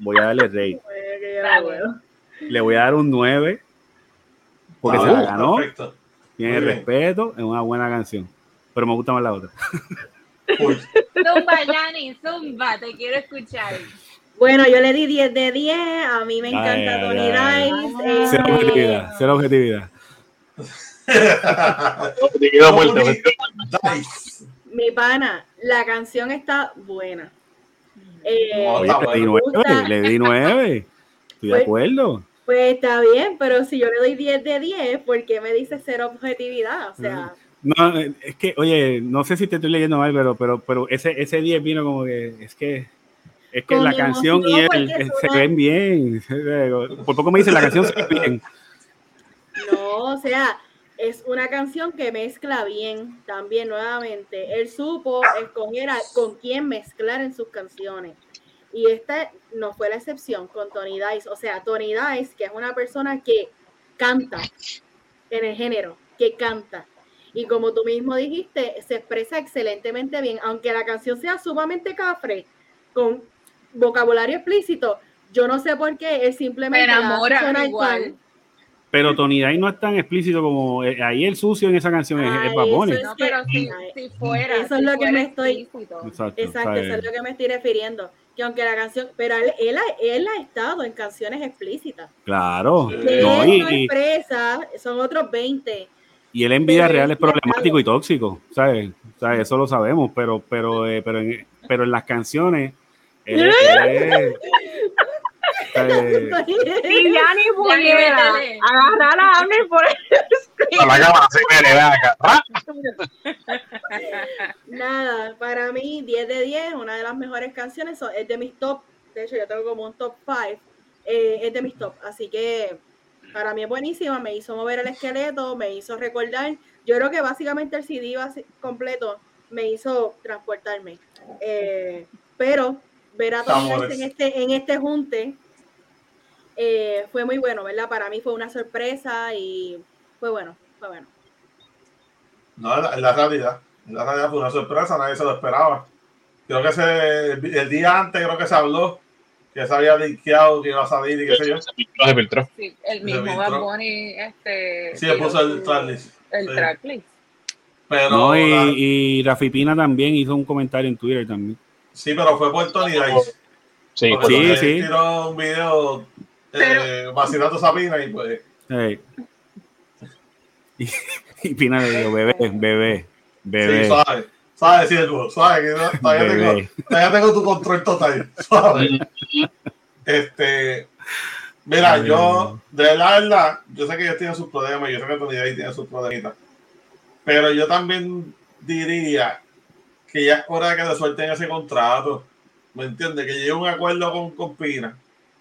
Le voy a dar un 9 porque se la ganó. Perfecto. Tiene respeto, es una buena canción. Pero me gusta más la otra. Zumba, Yanni, zumba, te quiero escuchar. Bueno, yo le di 10 de 10. A mí me encanta Tony Dice. Cero objetividad. Mi pana, la canción está buena. Le di 9. Estoy de acuerdo. Pues está bien, pero si yo le doy 10 de 10, ¿por qué me dice cero objetividad? O sea... No, es que, oye, no sé si te estoy leyendo mal, pero ese 10 vino como que es que la canción y él se ven bien. Por poco me dice la canción se ve bien. No, o sea, es una canción que mezcla bien también nuevamente. Él supo escoger con quién mezclar en sus canciones. Y esta no fue la excepción con Tony Dice. O sea, Tony Dice, que es una persona que canta en el género, que canta. Y como tú mismo dijiste, se expresa excelentemente bien. Aunque la canción sea sumamente cafre, con vocabulario explícito, yo no sé por qué, él simplemente... Me enamora igual. Pero Tony Dice no es tan explícito como... ahí el sucio en esa canción es Bad Bunny. No, pero si fuera... Eso es lo que me estoy... Exacto, eso es lo que me estoy refiriendo. Que aunque la canción... Pero él ha estado en canciones explícitas. Claro. No expresa, son otros 20. Y él en vida real es problemático y tóxico, ¿sabes? Eso lo sabemos, pero en las canciones... Y Yanni pudiera agarrar a Abner por el la cámara, sí, Nada, para mí 10 de 10, una de las mejores canciones, es de mis top, de hecho yo tengo como un top 5, es de mis top, así que para mí es buenísima, me hizo mover el esqueleto, me hizo recordar, yo creo que básicamente el CD completo me hizo transportarme, pero ver a Tony Dice en este junte fue muy bueno, ¿verdad? Para mí fue una sorpresa y fue bueno. No, en la realidad. En la realidad fue una sorpresa, nadie se lo esperaba. Creo que el día antes creo que se habló que se había liqueado que iba a salir y qué sé yo. Se filtró. Sí, el mismo Bad Bunny sí, le puso el tracklist. El tracklist. Pero no, y Rafi Pina también hizo un comentario en Twitter también. Sí, pero fue por Tony Dice. Sí, sí. Tiró un video vacilando a Sabina y pues. Hey. Y Pina le dijo, bebé. Sí, suave, siervo, suave, que todavía tengo tu control total. Suave. Mira, yo, de la verdad, yo sé que ellos tienen sus problemas, yo sé que Tony Dice tiene sus problemitas, pero yo también diría que ya es hora de que le suelten ese contrato, ¿me entiendes? Que llegue a un acuerdo con Pina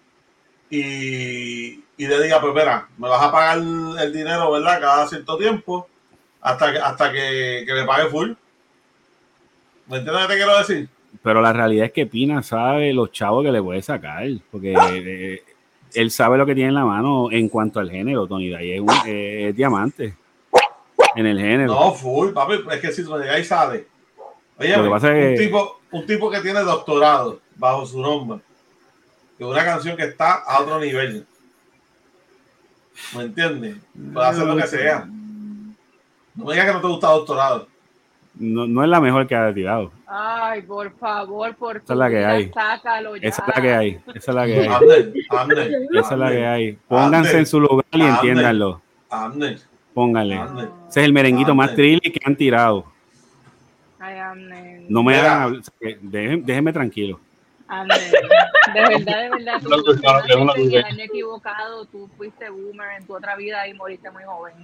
y le diga, pues mira, me vas a pagar el dinero, ¿verdad? Cada cierto tiempo hasta que me pague full. ¿Me entiendes lo que te quiero decir? Pero la realidad es que Pina sabe los chavos que le puede sacar, porque él sabe lo que tiene en la mano en cuanto al género. Tony Dice es diamante en el género. No, full, papi, es que si Tony Dice sabe. Oye, un tipo que tiene doctorado bajo su nombre, que una canción que está a otro nivel. ¿Me entiendes? Puede hacer lo que sea. No me digas que no te gusta doctorado. No es la mejor que ha tirado. Ay, por favor, por esa es la que hay. Sácalo ya. Esa es la que hay. Esa es la que hay. Esa es la que hay. Pónganse en su lugar y entiéndanlo. Pónganle. Ese es el merenguito más trilly que han tirado. Ay, Amner. No me hagan. Déjenme tranquilo. Amner. De verdad. Tú en el año equivocado, tú fuiste boomer en tu otra vida y moriste muy joven.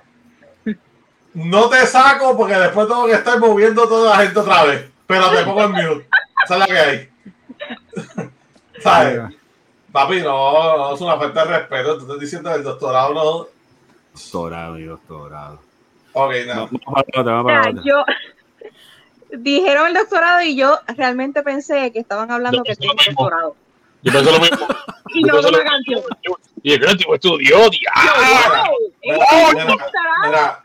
No te saco porque después tengo que estar moviendo toda la gente otra vez. Pero te pongo en mute. Esa es la que hay. ¿Sabes? Papi, no es una falta de respeto. Tú estás diciendo que el doctorado no. Doctorado. Ok, no. Dijeron el doctorado y yo realmente pensé que estaban hablando que tenía un doctorado. Yo pensé lo mismo. Y no una canción. Y el tipo estudió, Mira.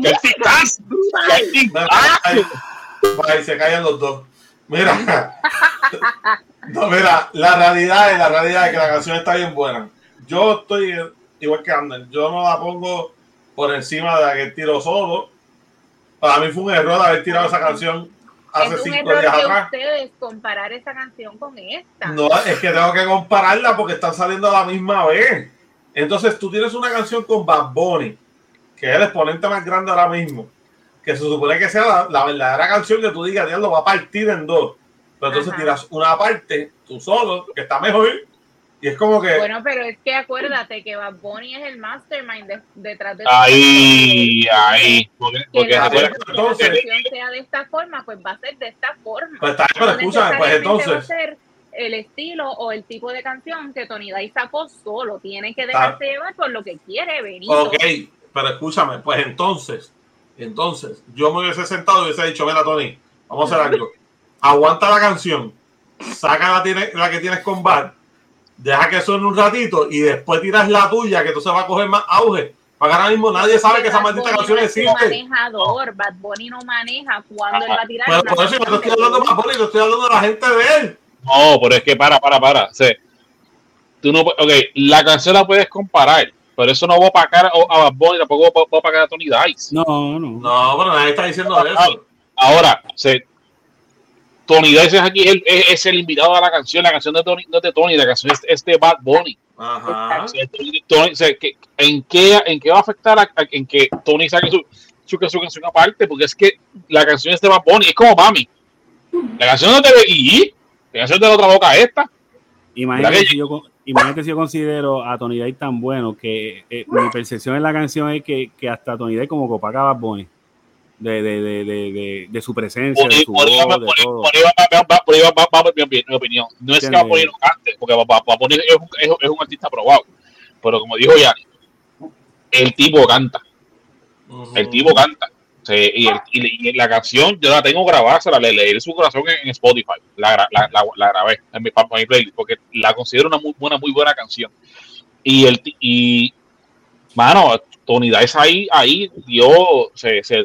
Ahí se callan los dos. Mira. No, mira, la realidad es que la canción está bien buena. Yo estoy igual que Ander. Yo no la pongo por encima de aquel tiro solo. Para mí fue un error haber tirado esa canción hace 5 días atrás. Ustedes comparar esa canción con esta. No, es que tengo que compararla porque están saliendo a la misma vez. Entonces tú tienes una canción con Bad Bunny, que es el exponente más grande ahora mismo, que se supone que sea la verdadera canción que tú digas, Dios, lo va a partir en dos. Pero entonces tiras una parte, tú solo, que está mejor, y es como que... Bueno, pero es que acuérdate que Bad Bunny es el mastermind detrás de... Ahí. Porque la canción sea de esta forma, pues va a ser de esta forma. Pues está, pero escúchame, pues entonces... Va a ser el estilo o el tipo de canción que Tony Dice sacó solo. Tiene que dejarse llevar por lo que quiere venir. Ok, pero escúchame, pues entonces, yo me hubiese sentado y hubiese dicho, mira, Tony, vamos a hacer algo. Aguanta la canción, saca la que tienes con Bad, deja que suene un ratito y después tiras la tuya, que entonces va a coger más auge. Para ahora mismo nadie sabe que esa maldita canción existe. Manejador, Bad Bunny no maneja cuando él va a tirar. Pero por eso no estoy hablando de Bad Bunny, estoy hablando de la gente de él. No, pero es que para. O sea, tú no, la canción la puedes comparar, pero eso no va a opacar a Bad Bunny, tampoco va a opacar a Tony Dice. No, pero nadie está diciendo eso. Ahora, Tony Dice es aquí, es el invitado a la canción de Tony, no es de Tony, la canción es de Bad Bunny. Ajá. Tony, ¿en qué va a afectar en que Tony saque su canción aparte? Porque es que la canción es de Bad Bunny, es como Mami. La canción no te ve y la canción de la otra boca esta. Imagínate si yo considero a Tony Dice tan bueno que mi percepción en la canción es que hasta Tony Dice como que opaca a Bad Bunny. De su presencia, de su voz, de todo. Por ahí va mi opinión. No es que Bad Bunny no cante, porque Bad Bunny es un artista probado. Pero como dijo Yanni, el tipo canta. El tipo canta. Y la canción yo la tengo grabada, se la leí su corazón en Spotify. La grabé en mi playlist porque la considero una muy buena canción. Y mano, Tony Dice ahí dio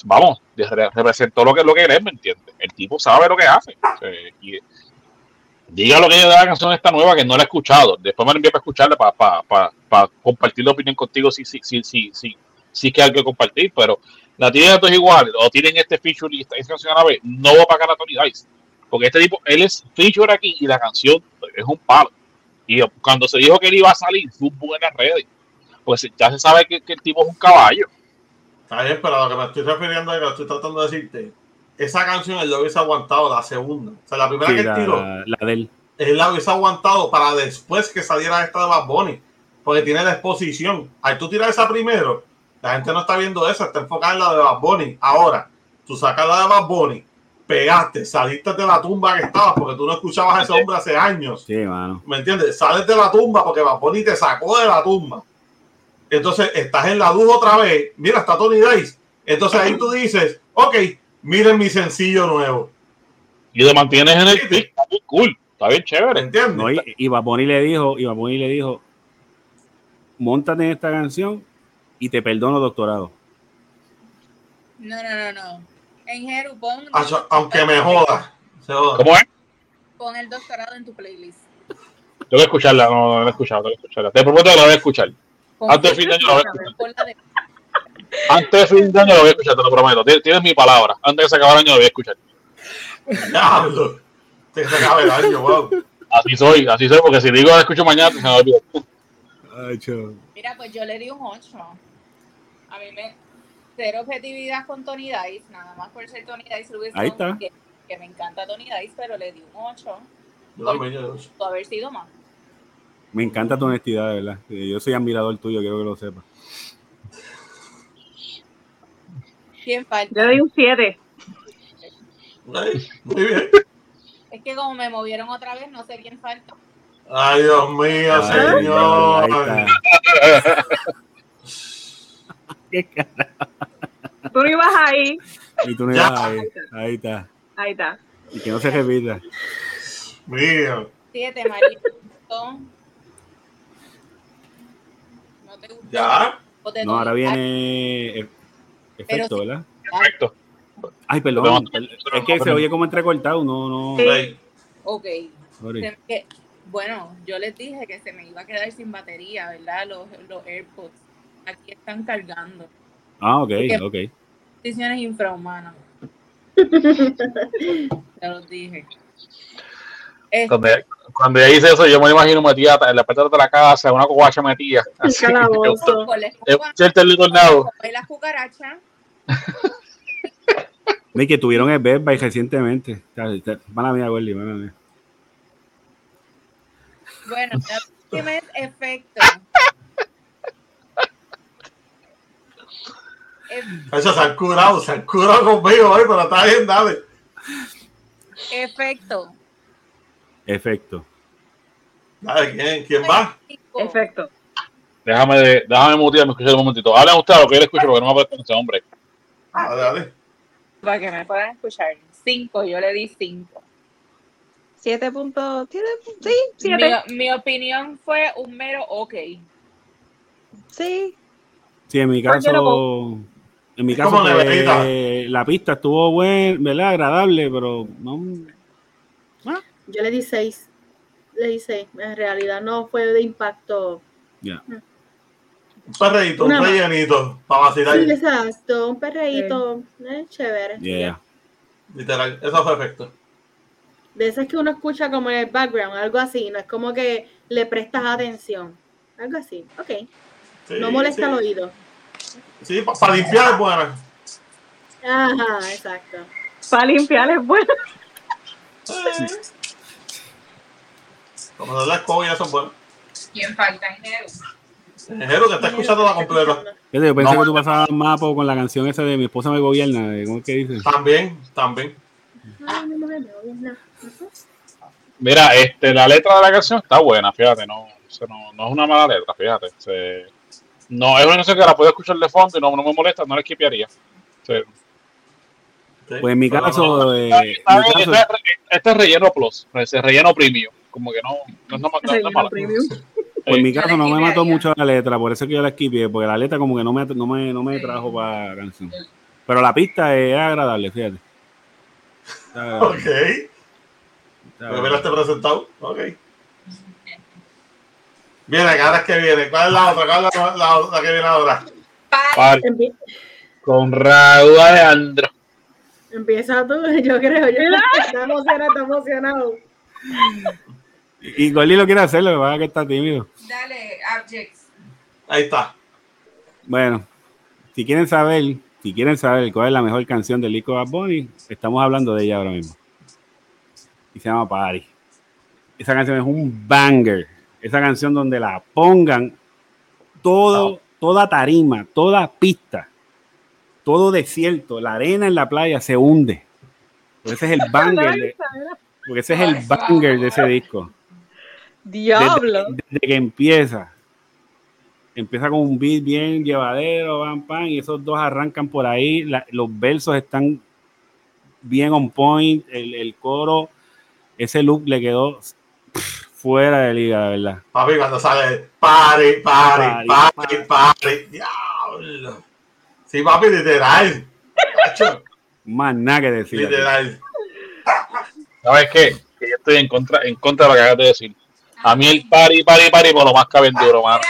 vamos, representó lo que él es, ¿me entiendes? El tipo sabe lo que hace. Y diga lo que yo de la canción esta nueva que no la he escuchado. Después me la envié para escucharla para compartir la opinión contigo si es que hay algo que compartir, pero la tienen todos iguales, o tienen este feature y esta canción a la vez, no va a pagar a Tony Dice. Porque este tipo, él es feature aquí y la canción es un palo. Y cuando se dijo que él iba a salir, fue un boom en las redes. Pues ya se sabe que el tipo es un caballo. Está bien, pero a lo que me estoy refiriendo, que lo estoy tratando de decirte, esa canción él lo hubiese aguantado la segunda. O sea, la primera que él tiró, la de él. Él la hubiese aguantado para después que saliera esta de Bad Bunny. Porque tiene la exposición. Al tú tirar esa primero, la gente no está viendo esa, está enfocada en la de Bad Bunny. Ahora, tú sacas la de Bad Bunny, pegaste, saliste de la tumba que estabas porque tú no escuchabas a ese hombre hace años. Sí, mano. ¿Me entiendes? Sales de la tumba porque Bad Bunny te sacó de la tumba. Entonces, estás en la duda otra vez. Mira, está Tony Dice. Entonces, ahí tú dices, ok, miren mi sencillo nuevo. Y te mantienes en el pick, está muy cool, está bien chévere. ¿Entiendes? No, y Bad Bunny le dijo, móntate en esta canción y te perdono doctorado. No. En Jeru, pon... Aunque me joda. ¿Cómo es? Pon el doctorado en tu playlist. Tengo que escucharla, no la he escuchado, tengo que escucharla. Te prometo que la voy a escuchar. Antes de fin de año la voy a escuchar. Antes de fin de año la voy a escuchar, te lo prometo. Tienes mi palabra. Antes de se acabe el año la voy a escuchar. Diablo. Te se acabe el año, wow. Así soy, porque si digo la escucho mañana, se me va a olvidar. Mira, pues yo le di un 8. A mí cero objetividad con Tony Dice, nada más por ser Tony Dice. Ahí está. Que me encanta Tony Dice, pero le di un 8. Yo también, yo 8. Pudo haber sido más. Me encanta tu honestidad, de verdad. Yo soy admirador tuyo, quiero que lo sepas. ¿Quién falta? Yo le di un 7. Muy bien. Es que como me movieron otra vez, no sé quién falta. Ay, Dios mío, señor. ¿Qué carajo? Tú no ibas ahí. Y tú no ibas ahí. Ahí está. Ahí está. Y que no se repita. Mío. 7, María. ¿No te gustó? ¿Ya? No, ahora viene efecto, ¿verdad? Perfecto. Ay, perdón. Es que se oye como entrecortado, no. Sí. Ok. Sorry. Bueno, yo les dije que se me iba a quedar sin batería, ¿verdad? Los AirPods. Aquí están cargando. Ah, ok. Condiciones infrahumanas. Ya los dije. Cuando ella dice eso, yo me imagino metida en la puerta de la casa, una covacha metida. Así Calabozo. el tornado. Las cucarachas. Ve que tuvieron el Best Buy recientemente. Mala mía, Gordy, mala mía. Bueno, la última es efecto. Eso se han curado conmigo hoy, pero está bien, dale. Efecto. Dale, ¿quién va? Efecto. Déjame mutearme, escuchar un momentito. Hablen ustedes, lo que yo le escucho, porque no me aparece ese hombre. Dale. Para que me puedan escuchar. 5, yo le di 5. 7 puntos. Sí, 7. Mi opinión fue un mero ok. Sí. Sí, en mi caso, pues, la pista estuvo buena, ¿verdad? Agradable, pero no. Yo le di 6. En realidad no fue de impacto. Ya. Un perreíto, un rellenito para vacilar. Sí, exacto. Un perreíto. Chévere. Yeah. Literal, eso fue perfecto. De esas que uno escucha como en el background, algo así. No es como que le prestas atención. Algo así. Ok. Sí, no molesta el oído. Sí, para limpiar es buena. Ajá, exacto. Para limpiar es bueno. Como de la escoba ya son buenas. ¿Quién falta, Jero, que está escuchando la completa. Yo pensé que tú pasabas mapo con la canción esa de Mi esposa me gobierna. ¿Cómo es que dices? También. Ay, mi mujer me gobierna. Mira, la letra de la canción está buena, fíjate, no es una mala letra, fíjate. No es una canción que la puedo escuchar de fondo y no me molesta, no la esquipearía. Pues en mi caso, este es relleno plus, relleno premium, como que no es mala. Pues en mi caso no me mató mucho la letra, por eso que yo la esquipeé, porque la letra como que no me trajo para la canción. Pero la pista es agradable, fíjate. Ok. ¿Me hubieras presentado? Ok. Viene, ahora es que viene. ¿Cuál es la otra? ¿Cuál es la que viene ahora? Con Raúl Alejandro. Empieza tú, yo creo. Está emocionado. Y Gordy lo quiere hacer, lo que pasa es que está tímido. Dale, Abjects. Ahí está. Bueno, si quieren saber cuál es la mejor canción del disco de Bad Bunny, estamos hablando de ella ahora mismo. Y se llama Party. Esa canción es un banger. Esa canción donde la pongan toda tarima, toda pista, todo desierto, la arena en la playa se hunde. Porque ese es el banger de ese disco. Diablo. Desde que empieza con un beat bien llevadero, pam, y esos dos arrancan por ahí, los versos están bien on point, el coro, ese look le quedó fuera de liga, de verdad. Papi, cuando sale Party. Diablo. Sí, papi, literal. Más nada que decir. Literal. ¿Sabes qué? Que yo estoy en contra de lo que acabas de decir. A mí el party, por lo más caben duro, mano.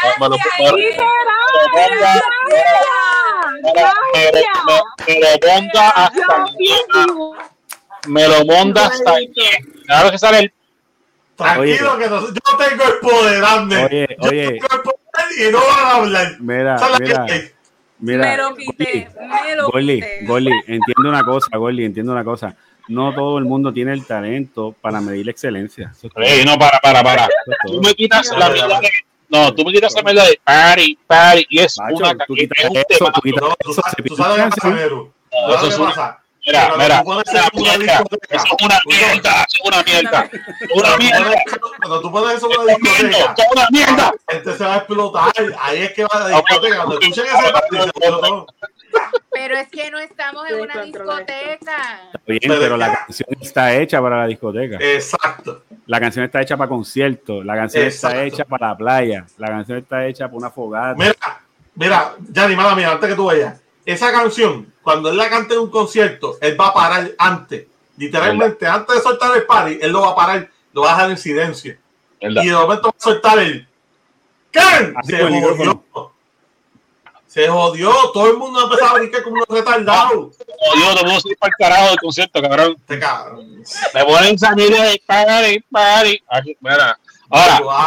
Me lo monta hasta el claro que sale el. Tranquilo, que yo tengo el poder, Ander. Oye. Yo tengo el poder y no van a hablar. Mira. Me lo quité. Gordy, entiendo una cosa. No todo el mundo tiene el talento para medir la excelencia. No, para. Tú me quitas la medida de... No, tú me quitas la medida de party, y es Macho, una... tú quitas eso. Tú sabes qué pasa, Nero. Eso es pasa. Mira, es una mierda. Cuando tú pones eso en una discoteca, una mierda. la gente se va a explotar. Ahí es que va a la discoteca. Cuando escuchen ese parte, se explotó. Pero es que no estamos en una discoteca. Está bien, pero la canción está hecha para la discoteca. Exacto. La canción está hecha para conciertos. La canción está hecha para la playa. La canción está hecha para una fogata. Mira, Gianni, mala mía, antes que tú vayas. Esa canción, cuando él la cante en un concierto, él va a parar antes. Literalmente, antes de soltar el party, él lo va a parar, lo va a dejar en silencio. Y de momento va a soltar el ¡Can! Se jodió, todo el mundo empezó a brincar como unos retardados. Jodió, te puedo salir para el carajo del concierto, cabrón. Me ponen familia de party. Aquí, mira. Ahora,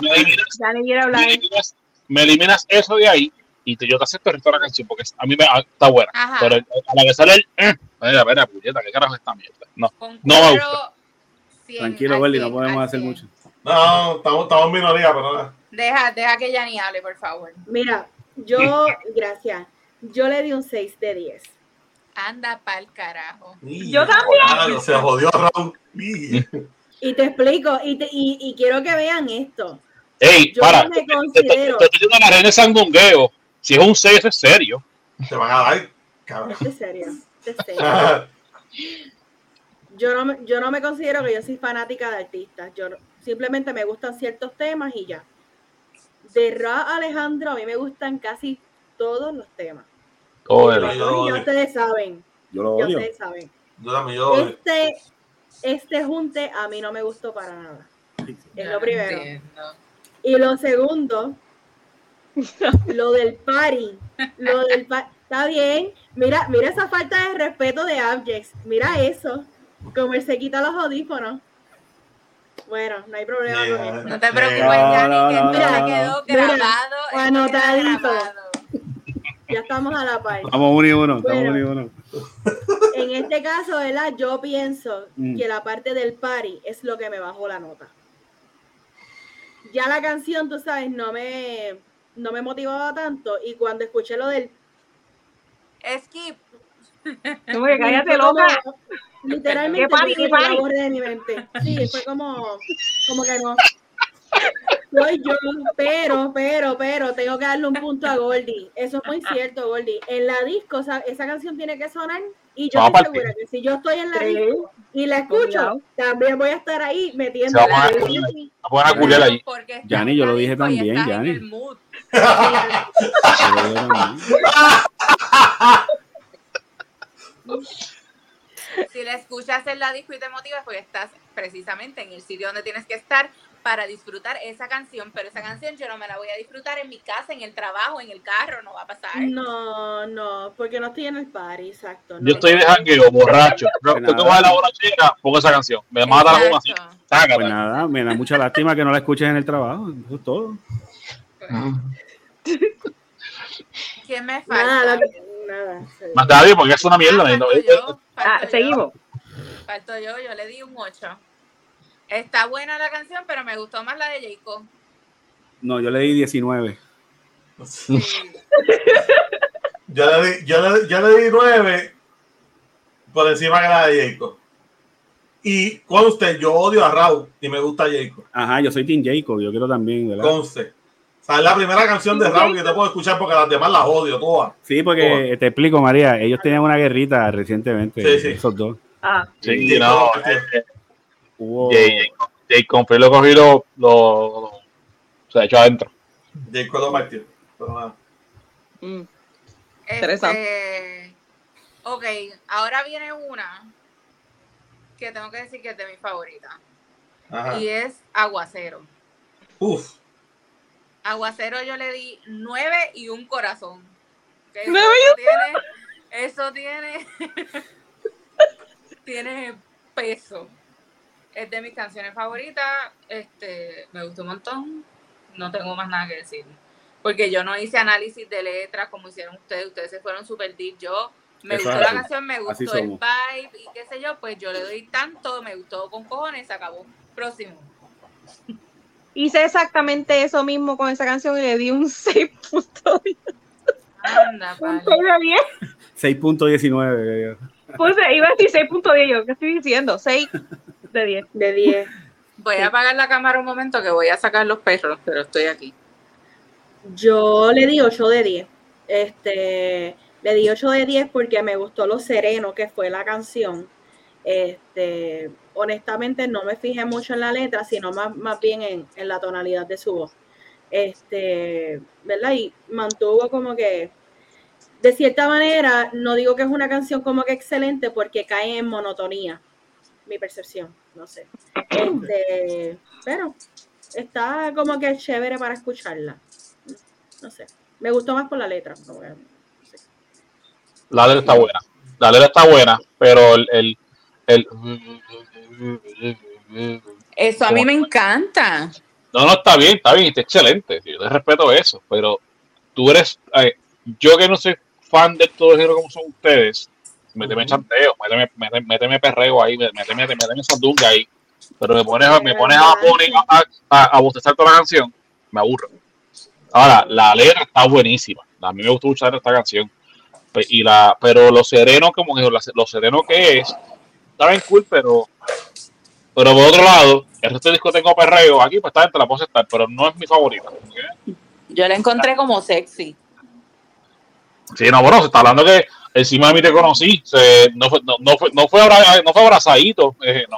me eliminas eso de ahí y yo te acepto el resto de la canción porque a mí está buena. Ajá. Pero a la que sale el mira, puñeta, ¿qué carajo es esta mierda? No me gusta. Tranquilo, Welly, no podemos hacer mucho. No, estamos en minoría, pero deja que Gianni hable, por favor. Mira, gracias. Yo le di un 6 de 10. Anda pa'l carajo. Yo también. Se jodió Raúl. Y te explico, y quiero que vean esto. Ey, yo para, me considero... te estoy diciendo la reina de Sandungueo. Si es un 6, es serio. Te van a dar, cabrón. Esto es serio. Yo no me considero que yo soy fanática de artistas. Yo simplemente me gustan ciertos temas y ya. De Raúl Alejandro a mí me gustan casi todos los temas. Ya ustedes saben. Yo lo odio. Ustedes saben. Yo Este junte a mí no me gustó para nada. Es lo primero. Y lo segundo, lo del party. Está bien. Mira esa falta de respeto de Abjects. Mira eso. Como él se quita los audífonos. Bueno, no hay problema con eso. No te preocupes, Gianni, que esto quedó grabado. Anotadito. Ya estamos a la par. Estamos uno y uno. En este caso, ¿verdad? Yo pienso que la parte del party es lo que me bajó la nota. Ya la canción, tú sabes, no me motivaba tanto. Y cuando escuché lo del skip, como que cállate loca. Literalmente la borré de mi mente. Sí, fue como que no. Soy yo, pero tengo que darle un punto a Gordy. Eso es muy cierto, Gordy. En la disco, esa canción tiene que sonar y yo estoy segura que si yo estoy en la disco y la escucho, también voy a estar ahí metiendo. Vamos a culiar ahí. Gianni, yo lo dije también, Gianni. Si la escuchas en la disco y te motivas, pues estás precisamente en el sitio donde tienes que estar para disfrutar esa canción, pero esa canción yo no me la voy a disfrutar en mi casa, en el trabajo, en el carro, no va a pasar. No, porque no estoy en el party, exacto. No. Yo estoy de jangueo, borracho. Tú vas a la borrachera, pongo esa canción. Me mata la bomba así. Pues nada, me da mucha lástima que no la escuches en el trabajo. Eso es todo. ¿Quién me falta? Nada. Más tarde, porque es una mierda. Seguimos. Falto yo le di un 8. Está buena la canción, pero me gustó más la de Jacob. No, yo le di 19. Sí. Yo le di 9 por encima de la de Jacob. Y con usted, yo odio a Raúl y me gusta Jacob. Ajá, yo soy Team Jacob, yo quiero también, ¿verdad? Con usted. O sea, es la primera canción de Raúl que te puedo escuchar porque las demás las odio todas. Sí, porque todas. te explico, María, ellos tenían una guerrita recientemente, Sí. esos dos. Sí, no. Hubo... Jacob lo cogí se echó adentro. Jacob lo partió. Pero nada. Interesante. Ok, ahora viene una que tengo que decir que es de mi favorita. Ajá. Y es Aguacero. Uf. Aguacero yo le di 9 y un corazón. Eso tiene tiene peso. Es de mis canciones favoritas. Me gustó un montón. No tengo más nada que decir. Porque yo no hice análisis de letras como hicieron ustedes. Ustedes se fueron super deep. Yo me gustó la canción, me gustó el vibe y qué sé yo. Pues yo le doy tanto. Me gustó con cojones. Se acabó. Próximo. Hice exactamente eso mismo con esa canción y le di un 6.10. Anda, Un 6 de 10. 6.19. Iba a decir 6.10 yo. ¿Qué estoy diciendo? 6 de 10. De 10. Voy a apagar la cámara un momento que voy a sacar los perros, pero estoy aquí. Yo le di 8 de 10. Le di 8 de 10 porque me gustó lo sereno que fue la canción. Honestamente no me fijé mucho en la letra, sino más bien en la tonalidad de su voz. ¿Verdad? Y mantuvo como que, de cierta manera, no digo que es una canción como que excelente porque cae en monotonía, mi percepción, no sé. Pero está como que chévere para escucharla. No sé. Me gustó más por la letra. No sé. La letra está buena. Pero Eso a mí me encanta. No, está bien, está excelente. Yo te respeto eso, pero tú eres, yo que no soy fan de todo el género como son ustedes, méteme chanteo, méteme perreo ahí, méteme sandunga ahí, pero me pones a bostezar toda la canción, me aburre. Ahora, la letra está buenísima, a mí me gustó mucho esta canción, pero lo sereno que es, está bien cool, pero por otro lado, el resto del disco tengo perreo. Aquí, pues, te la puedo aceptar, pero no es mi favorita. ¿Okay? Yo la encontré como sexy. Sí, no, bueno, se está hablando que encima de mí te conocí. No fue abrazadito.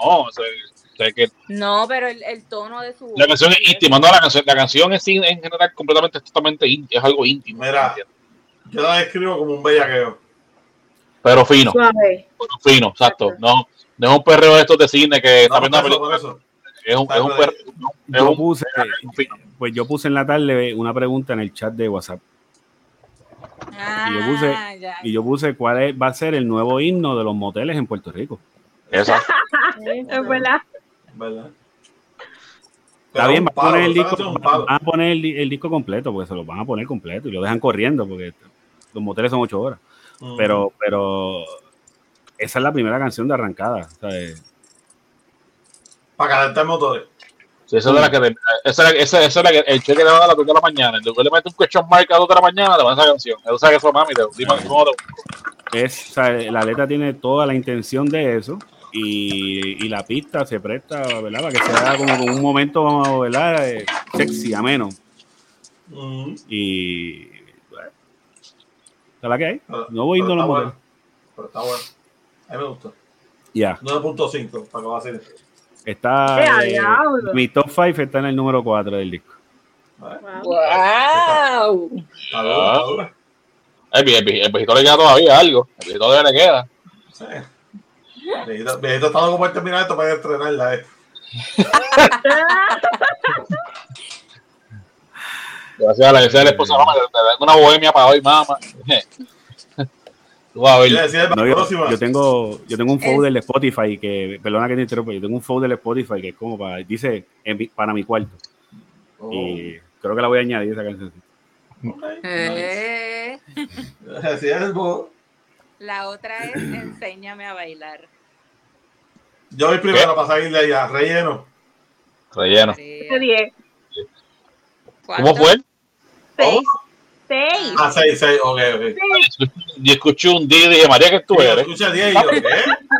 No, pero el tono de su voz. La canción es íntima, no, la canción es en general totalmente íntima, es algo íntimo. Mira, yo la describo como un bellaqueo. Pero fino. Suave. Fino, exacto. No es un perreo de estos de cine que está viendo eso. Es un perreo. Yo puse en la tarde una pregunta en el chat de WhatsApp. Y yo puse cuál va a ser el nuevo himno de los moteles en Puerto Rico. Exacto. Es verdad. Está bien, van a poner el disco completo, porque se lo van a poner completo y lo dejan corriendo, porque los moteles son 8 horas. Pero esa es la primera canción de arrancada, ¿sabes? Para calentar motores. Sí, esa es la que el cheque le va a dar a las 2 de la mañana. Luego le mete un question mark a las 2 de la mañana, le van a esa canción. Él sabe que eso, mami, la letra tiene toda la intención de eso y la pista se presta, ¿verdad? Para que sea como un momento, ¿verdad? Sexy, ameno. Y bueno, ¿está la que hay? No voy a irnos los modelos. Pero está bueno. A mí me gustó. Ya. 9.5, para que va a ser. Está mi top 5 está en el número 4 del disco. ¡Wow! El viejito le queda todavía algo. El viejito todavía le queda. Sí. Viejito está loco por terminar esto para estrenarla. Gracias a la esposa, mamá, te tengo una bohemia para hoy, mamá. Tú vas a ver. Yo tengo un folder de Spotify que, perdona que te interrumpa, yo tengo un folder de Spotify que es como dice para mi cuarto. Y creo que la voy a añadir esa canción. Así es, La otra es Enséñame a bailar. Yo voy primero para salir de allá. Relleno. 10. ¿Cómo fue? 6. 6, ok. Yo escuché un día y dije, María, ¿qué tú eres? Escucha 10 y yo, ¿qué?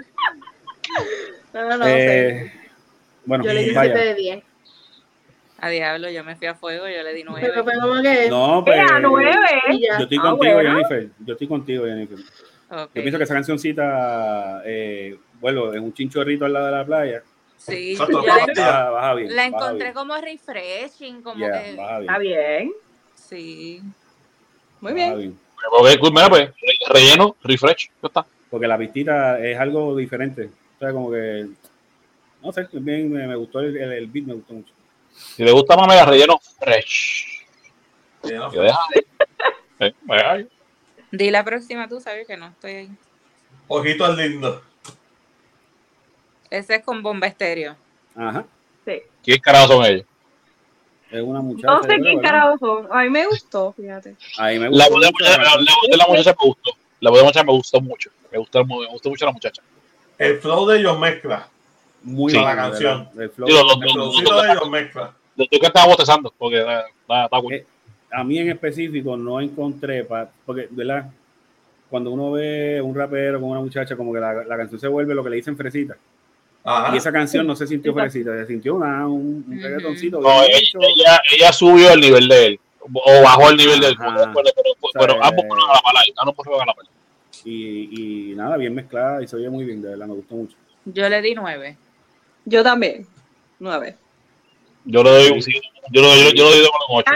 No sé. Bueno, yo le di 7 de 10. A diablo, yo me fui a fuego, yo le di 9. Pero fue como que... No, pues... 9. Yo estoy contigo, Jennifer. Yo estoy contigo, Jennifer. Okay. Yo pienso que esa cancioncita, bueno, en un chinchorrito al lado de la playa. Sí, baja bien. La encontré como refreshing, como que... Baja bien. Está bien. Sí. Muy bien. Porque, mira, pues, relleno, refresh, ya está. Porque la pistita es algo diferente. O sea, como que... No sé, bien, me gustó el beat, me gustó mucho. Si le gusta más, me la relleno fresh. Que deja ahí. Di la próxima tú, sabes que no estoy ahí. Ojitos lindos. Ese es con Bomba Estéreo. Ajá. Sí. ¿Quién carajo son ellos? Es una muchacha. No sé quién carajo son. A mí me gustó, fíjate. A mí me gustó. La voz de la muchacha me gustó. La voz de la muchacha me gustó mucho. Me gustó mucho la muchacha. El flow de ellos mezcla. Muy bien la canción. El flow. El flowcito de ellos mezcla. Lo estoy que estaba botezando porque está bueno. A mí en específico no encontré, porque, ¿verdad? Cuando uno ve un rapero con una muchacha, como que la canción se vuelve lo que le dicen fresita. Ajá. Y esa canción no se sintió fresita, se sintió un reggaetoncito. No, ella subió el nivel de él, o bajó el nivel de él. Pero ambos fueron a la pala, a la pala. Y nada, bien mezclada y se oye muy bien, de verdad, me gustó mucho. Yo le di 9. Yo también. 9. Yo le doy un 8.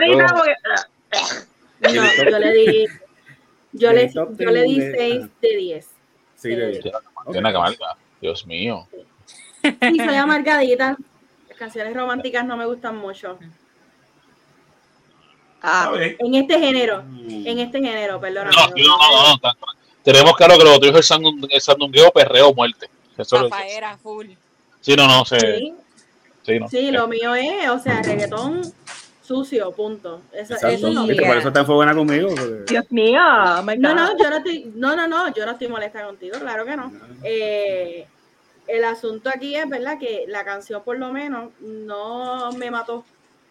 Yo le di 6 de 10. Sí, de 10. Tiene que marcar. Dios mío. Sí, soy amargadita. Las canciones románticas no me gustan mucho. En este género, perdóname. No. Tenemos claro que lo otro es el sandungueo, perreo o muerte. Rafaera full. Sí, no. Sí, lo mío es, o sea, reggaetón sucio, punto. Eso es lo mío. Por eso está fue buena conmigo. Porque... Dios mío. Yo no estoy molesta contigo, claro que no. El asunto aquí es, ¿verdad? Que la canción por lo menos no me mató.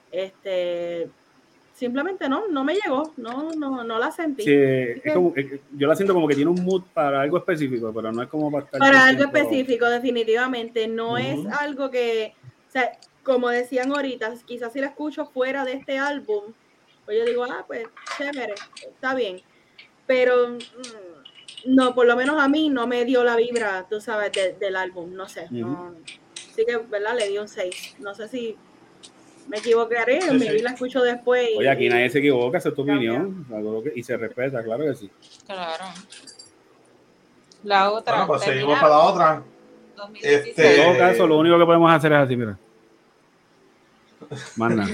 Simplemente no me llegó, no la sentí. Sí, es como, yo la siento como que tiene un mood para algo específico, pero no es como para estar... Para algo específico, definitivamente. No es algo que, o sea, como decían ahorita, quizás si la escucho fuera de este álbum, pues yo digo, pues chévere, está bien. Pero no, por lo menos a mí no me dio la vibra, tú sabes, del álbum, no sé. No, así que, ¿verdad? Le di un 6. No sé si me equivocaré, me la escucho después. Oye, aquí nadie se equivoca, esa es tu opinión. Y se respeta, claro que sí. Claro. La otra. Bueno, pues seguimos para la otra. 2016. En todo caso, lo único que podemos hacer es así, mira. Más nada.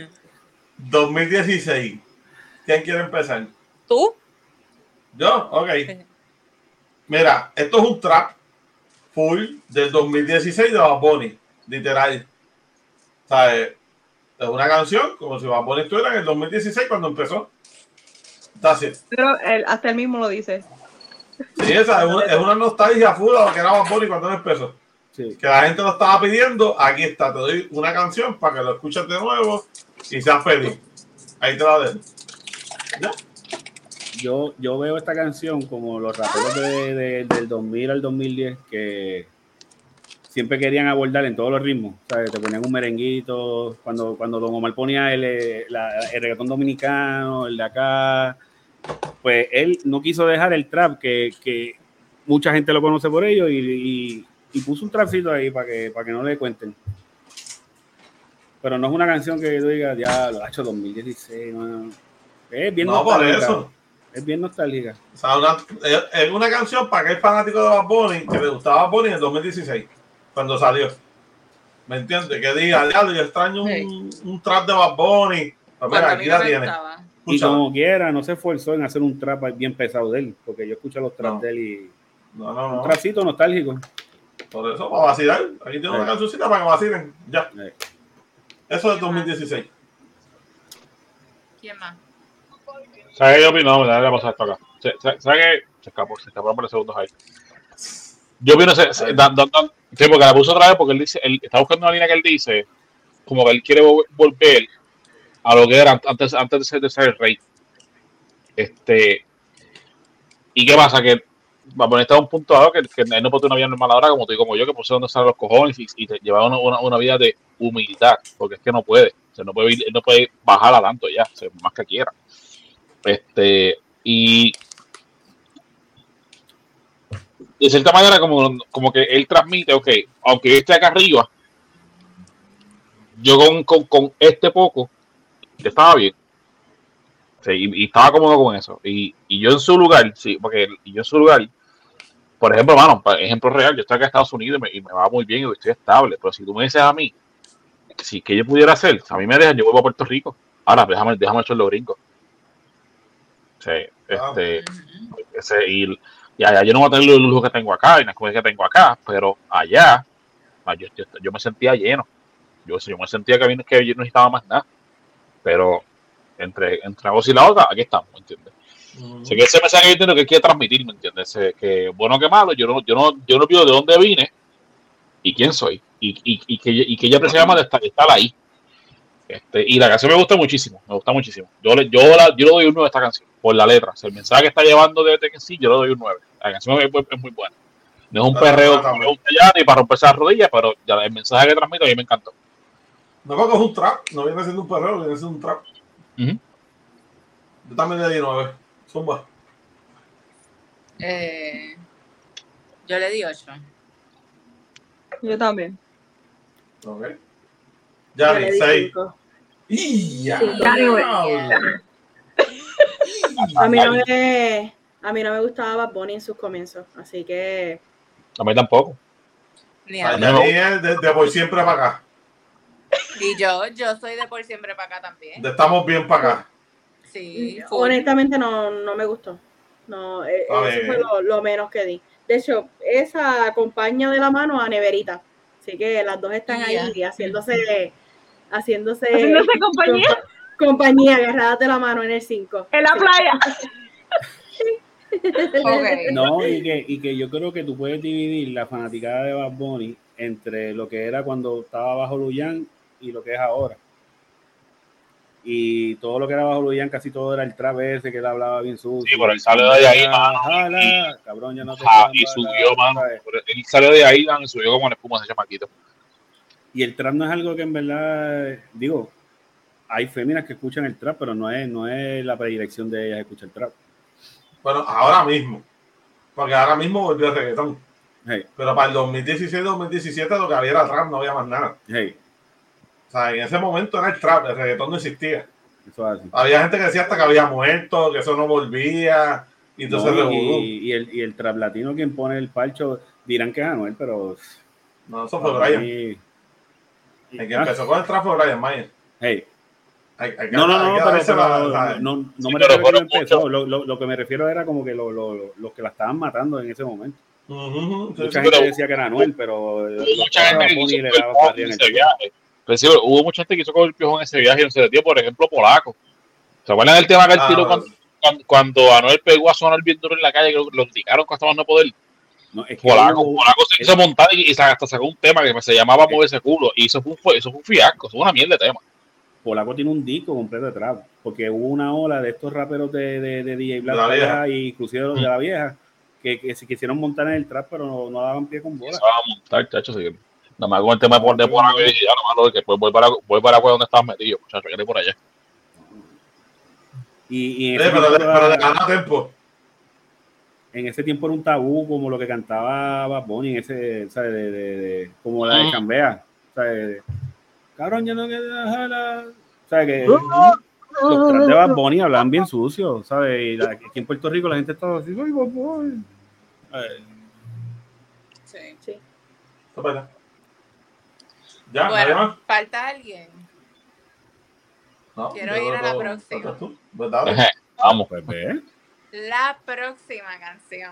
2016. ¿Quién quiere empezar? ¿Tú? ¿Yo? Ok. Mira, esto es un trap full del 2016 de Bad Bunny, literal. ¿Sabes? Es una canción como si Bad Bunny estuviera en el 2016 cuando empezó. Pero hasta él mismo lo dice. Sí, esa es una nostalgia full a lo que era Bad Bunny cuando empezó. Sí. Que la gente lo estaba pidiendo. Aquí está, te doy una canción para que lo escuches de nuevo y seas feliz. Ahí te la dejo. ¿Ya? Yo veo esta canción como los raperos del 2000 al 2010 que siempre querían abordar en todos los ritmos. ¿Sabes? Te ponían un merenguito. Cuando Don Omar ponía el reggaetón dominicano, el de acá, pues él no quiso dejar el trap, que mucha gente lo conoce por ello, y puso un trapcito ahí para que no le cuenten. Pero no es una canción que yo diga, ya lo ha hecho 2016. No. Es bien no, por eso. Es bien nostálgica. O sea, es una canción para aquel fanático de Bad Bunny que le gustaba Bad Bunny en el 2016, cuando salió. ¿Me entiendes? Que diga, diablo, yo extraño un trap de Bad Bunny. Pues mira, aquí la tiene. Y como quiera, no se esforzó en hacer un trap bien pesado de él, porque yo escucho los traps de él y un trapcito nostálgico. Por eso, para vacilar. Aquí tengo una cancioncita para que vacilen. Ya. Eso es 2016. ¿Quién más? ¿Sabes qué yo opino? Me da pasar esto acá. ¿Sabes qué? Se escapó por el segundo high. Yo opino, sí, porque la puso otra vez porque él dice, él está buscando una línea que él dice, como que él quiere volver a lo que era antes de ser el rey. ¿Y qué pasa? Que va a poner a un punto dado que él no puede tener una vida normal ahora, como tú y como yo, que puse donde salen los cojones y te lleva una vida de humildad, porque es que no puede. O sea, él no puede bajar a tanto ya, o sea, más que quiera. Y de cierta manera como que él transmite, ok, aunque yo esté acá arriba, yo con este poco estaba bien. Sí, y estaba cómodo con eso. Y yo en su lugar, sí, porque yo en su lugar, por ejemplo, mano, ejemplo real, yo estoy acá en Estados Unidos y me va muy bien y estoy estable, pero si tú me dices a mí, si que yo pudiera hacer, a mí me dejan, yo vuelvo a Puerto Rico. Ahora, déjame echar los gringos. Sí, y allá yo no voy a tener los lujos que tengo acá y las cosas que tengo acá, pero allá yo me sentía lleno. Yo me sentía que yo no necesitaba más nada. Pero entre la voz y la otra, aquí estamos, ¿me entiendes? Sé que ese mensaje que que quiere transmitir, ¿me entiendes? Que bueno que malo, yo no pido de dónde vine y quién soy. Y que ella precisamente de estar ahí. Y la canción me gusta muchísimo. Yo le doy un 9 a esta canción, por la letra. O sea, el mensaje que está llevando de que sí, yo le doy un 9. La canción es muy buena. No es un perreo que me gusta ya ni para romperse las rodillas, pero ya el mensaje que transmite a mí me encantó. No, porque es un trap, no viene siendo un perreo, viene siendo un trap. Yo también le di 9. Zumba. Yo le di 8. Yo también. Ok. Ya le 6. A mí no me gustaba Bad Bunny en sus comienzos, así que... A mí tampoco. Ni a mí. Es de por siempre para acá. Y yo soy de por siempre para acá también. Estamos bien para acá. Sí. Honestamente no me gustó. No, eso fue lo menos que di. De hecho, esa acompaña de la mano a Neverita. Así que las dos están ahí haciéndose compañía, agarradas de la mano en el 5. En la playa. Okay. No, y que yo creo que tú puedes dividir la fanaticada de Bad Bunny entre lo que era cuando estaba bajo Luyan y lo que es ahora. Y todo lo que era bajo Luyan, casi todo era el trap ese que él hablaba bien sucio. Sí, pero él salió de ahí, mano. Cabrón, ya no te y subió, mano. Él salió de ahí, y subió como en espuma ese chamaquito. Y el trap no es algo que en verdad, digo, hay féminas que escuchan el trap, pero no es la predilección de ellas escuchar el trap. Bueno, ahora mismo. Porque ahora mismo volvió el reggaetón. Hey. Pero para el 2016-2017 lo que había era trap, no había más nada. Hey. O sea, en ese momento era el trap, el reggaetón no existía. Eso es así. Había gente que decía hasta que había muerto, que eso no volvía. Y entonces y el trap latino, quien pone el palcho, dirán que es Anuel, pero... No, eso fue Brian. El que empezó con el trap fue Brian Mayer. Hey. No me refiero a que empezó. Lo que me refiero era como que los que la estaban matando en ese momento. Mucha gente decía que era Anuel, pero mucha gente le daba barriga en ese viaje. Pero sí, hubo mucha gente que hizo con el piojón en ese viaje y en ese tío, por ejemplo, Polaco. ¿Se acuerdan del tema que él tiró cuando Anuel pegó a sonar bien duro en la calle, que lo criticaron que estaban no poder? No, es que Polaco se quiso montar y hasta sacó un tema que se llamaba Moverse Culo, y eso fue un fiasco, eso fue una mierda de tema. Polaco tiene un disco completo de trap, porque hubo una ola de estos raperos de DJ Black y inclusive los de la vieja que se quisieron montar en el trap, pero no daban pie con bola. Se va a montar, chacho, sí. Nada más con el tema de Polaco y ya nomás que después voy para donde estabas metido, muchacho, que por allá. Pero le ganó tiempo. En ese tiempo era un tabú como lo que cantaba Bad Bunny, ¿sabes? Como la de Chambea, ¿sabes? Cabrón, yo no quiero dejarla. ¿Sabes qué? los tracks de Bad Bunny hablaban bien sucio, ¿sabes? Y aquí en Puerto Rico la gente estaba así, ¡ay, Bad Bunny! Sí. Ya, ¿nadie Bueno, más? falta alguien. No, Quiero yo ir a la creo- próxima. faltas tú, ¿verdad? Vamos. Pues ve. La próxima canción.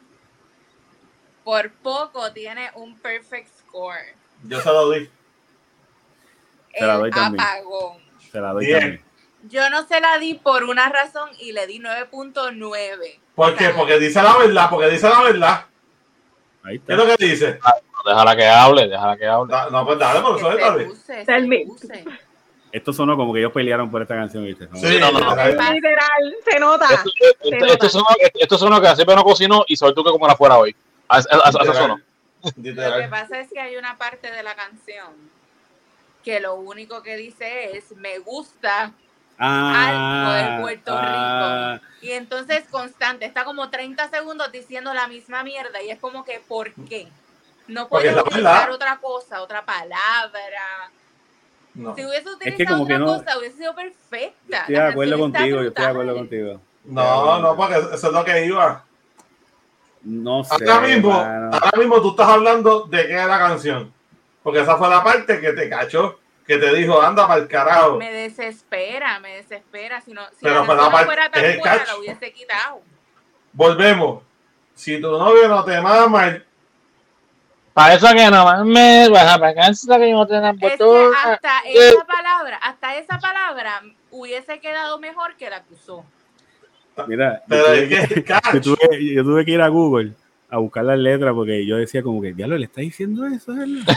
Por poco tiene un perfect score. Yo se lo di. Se la El doy también. apagón. Se la doy Bien. también. Yo no se la di por una razón y le di 9.9. ¿Por qué? Porque dice la verdad, Ahí ¿Qué está. es lo que dice? Déjala que hable. No, pues dale, por eso dale. Se Esto sonó como que ellos pelearon por esta canción, ¿viste? ¿No? Sí, no. Literal, se nota. Esto sonó que así no cocinó y sobre todo que como la fuera hoy. Eso sonó. Lo que pasa es que hay una parte de la canción que lo único que dice es me gusta algo de Puerto Rico. Y entonces constante, está como 30 segundos diciendo la misma mierda y es como que ¿por qué? No Porque puedes la utilizar verdad. otra cosa, otra palabra. No. Si hubiese Es utilizado que como otra que no. cosa, hubiese sido perfecta. Estoy de acuerdo contigo, yo estoy de acuerdo contigo. contigo. No, porque eso es lo que iba. No sé. Ahora mano. mismo tú estás hablando de qué es la canción. Porque esa fue la parte que te cachó, que te dijo, anda para el carajo. Me desespera. Si Pero la fue la canción no parte- fuera tan es el buena, catch. la hubiese quitado. Volvemos. Si tu novio no te mama, Para eso que no me vas a pagar que no te dan Es que hasta esa palabra hubiese quedado mejor que la que usó. Mira, pero es que es catch. yo tuve que ir a Google a buscar las letras porque yo decía como que, diablo, le está diciendo eso, ¿verdad?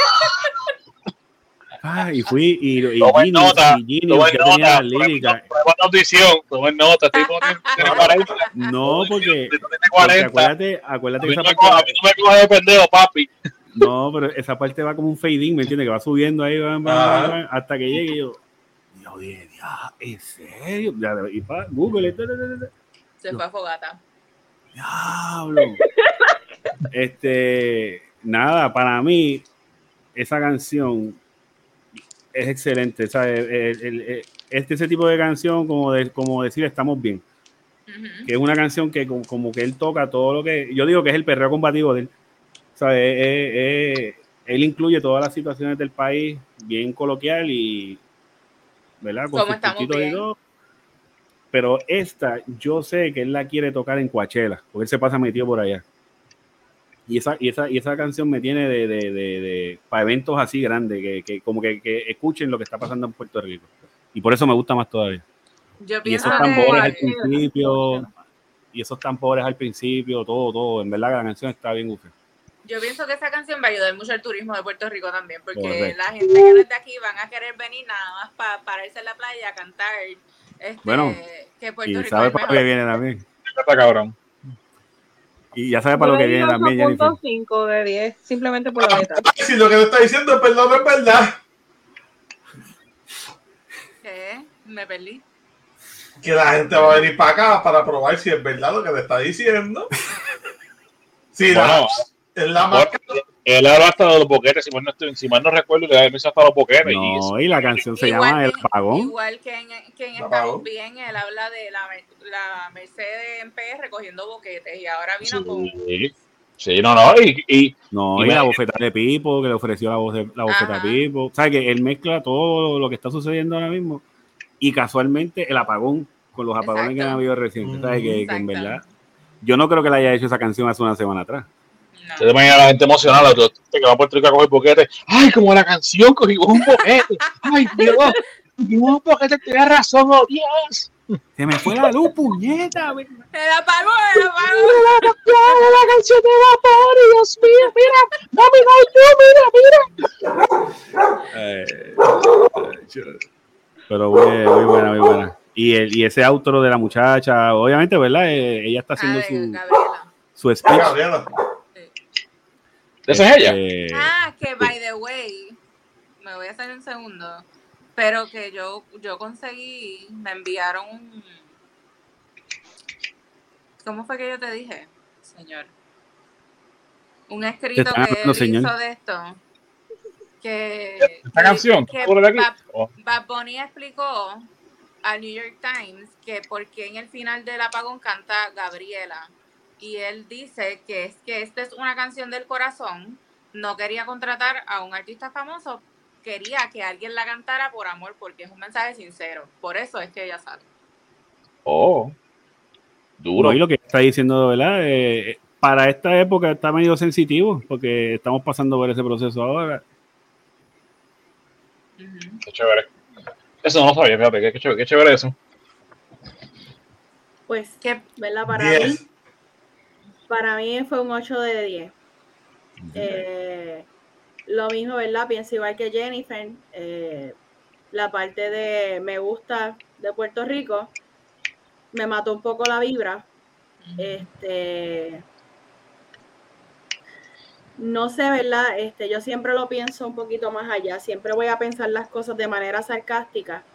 Y fui y Tomen Genius, nota, y Genius ya tenía las líricas. Tomen nota, tipo tiene 40. No, porque Tiene 40. acuérdate A que mí esa no me parte, cojas de pendejo, papi. no, pero esa parte va como un fade-in, ¿me entiendes? Que va subiendo ahí, hasta que llegue y yo dije, ¿en serio? Y para Google, Se fue a fogata. diablo. Nada, para mí, esa canción es excelente, ¿sabes? Ese tipo de canción, como decir, estamos bien. Uh-huh. Que es una canción que como que él toca todo lo que... Yo digo que es el perreo combativo de él. ¿Sabes? Él incluye todas las situaciones del país bien coloquial y... ¿verdad? Con sus puntitos y todo. Pero esta, yo sé que él la quiere tocar en Coachella, porque él se pasa metido por allá. Y esa canción me tiene de para eventos así grandes, que como que escuchen lo que está pasando en Puerto Rico. Y por eso me gusta más todavía. Y esos tambores al principio, todo. En verdad que la canción está bien gusta. Yo pienso que esa canción va a ayudar mucho al turismo de Puerto Rico también, porque Correcto. la gente que no es de aquí van a querer venir nada más para irse a la playa a cantar. Bueno, que Puerto y Rico sabe es para lo mejor. que viene también. Está cabrón. Y ya sabe para lo que viene también, Jennifer. 8.5 de 10, simplemente por la letra. Si lo que te está diciendo es perdón, no es verdad. ¿Qué? Me perdí. Que la gente va a venir para acá para probar si es verdad lo que te está diciendo. Sí, Bueno, es la marca. Él habla hasta de los boquetes, si mal no recuerdo, le hizo hasta los boquetes. No, y la canción se llama El Apagón. Igual que en Estamos Bien, él habla de la Mercedes en PR recogiendo boquetes y ahora vino con... Sí, no, y la bofeta de Pipo, que le ofreció la bofeta de Pipo. O sea, que él mezcla todo lo que está sucediendo ahora mismo y casualmente el apagón con los apagones que han habido recientes. ¿Sabes? Que en verdad, yo no creo que le haya hecho esa canción hace una semana atrás. No. Se te imagina a la gente emocionada, que va a Puerto Rico a coger boquetes. ¡Ay, como la canción! Cogimos un boquete. ¡Ay, Dios! Cogimos un boquete, tenía razón, ¡oh, Dios! Se me fue la luz, puñeta. El apagón. La canción de vapor, Dios mío, mira, mami, Pero muy buena. Y ese outro de la muchacha, obviamente, ¿verdad? Ella está haciendo su speech. Gabriela. ¿Esa es ella? Que by the way, me voy a hacer un segundo, pero que yo conseguí, me enviaron un... ¿Cómo fue que yo te dije, señor? Un escrito que él hizo de esto. ¿Esta canción? Que Bad Bunny explicó al New York Times que por qué en el final del apagón canta Gabriela. Y él dice que es que esta es una canción del corazón, no quería contratar a un artista famoso, quería que alguien la cantara por amor, porque es un mensaje sincero. Por eso es que ella sale. Oh, duro. No, y lo que está diciendo, ¿verdad? Para esta época está medio sensitivo, porque estamos pasando por ese proceso ahora. Qué chévere. Eso no lo sabía, fíjate, qué chévere eso. Pues, ¿Qué? ¿verdad? 10. Para mí fue un 8 de 10. Lo mismo, ¿verdad? Pienso igual que Jennifer. La parte de me gusta de Puerto Rico me mató un poco la vibra. No sé, ¿verdad? Yo siempre lo pienso un poquito más allá. Siempre voy a pensar las cosas de manera sarcástica.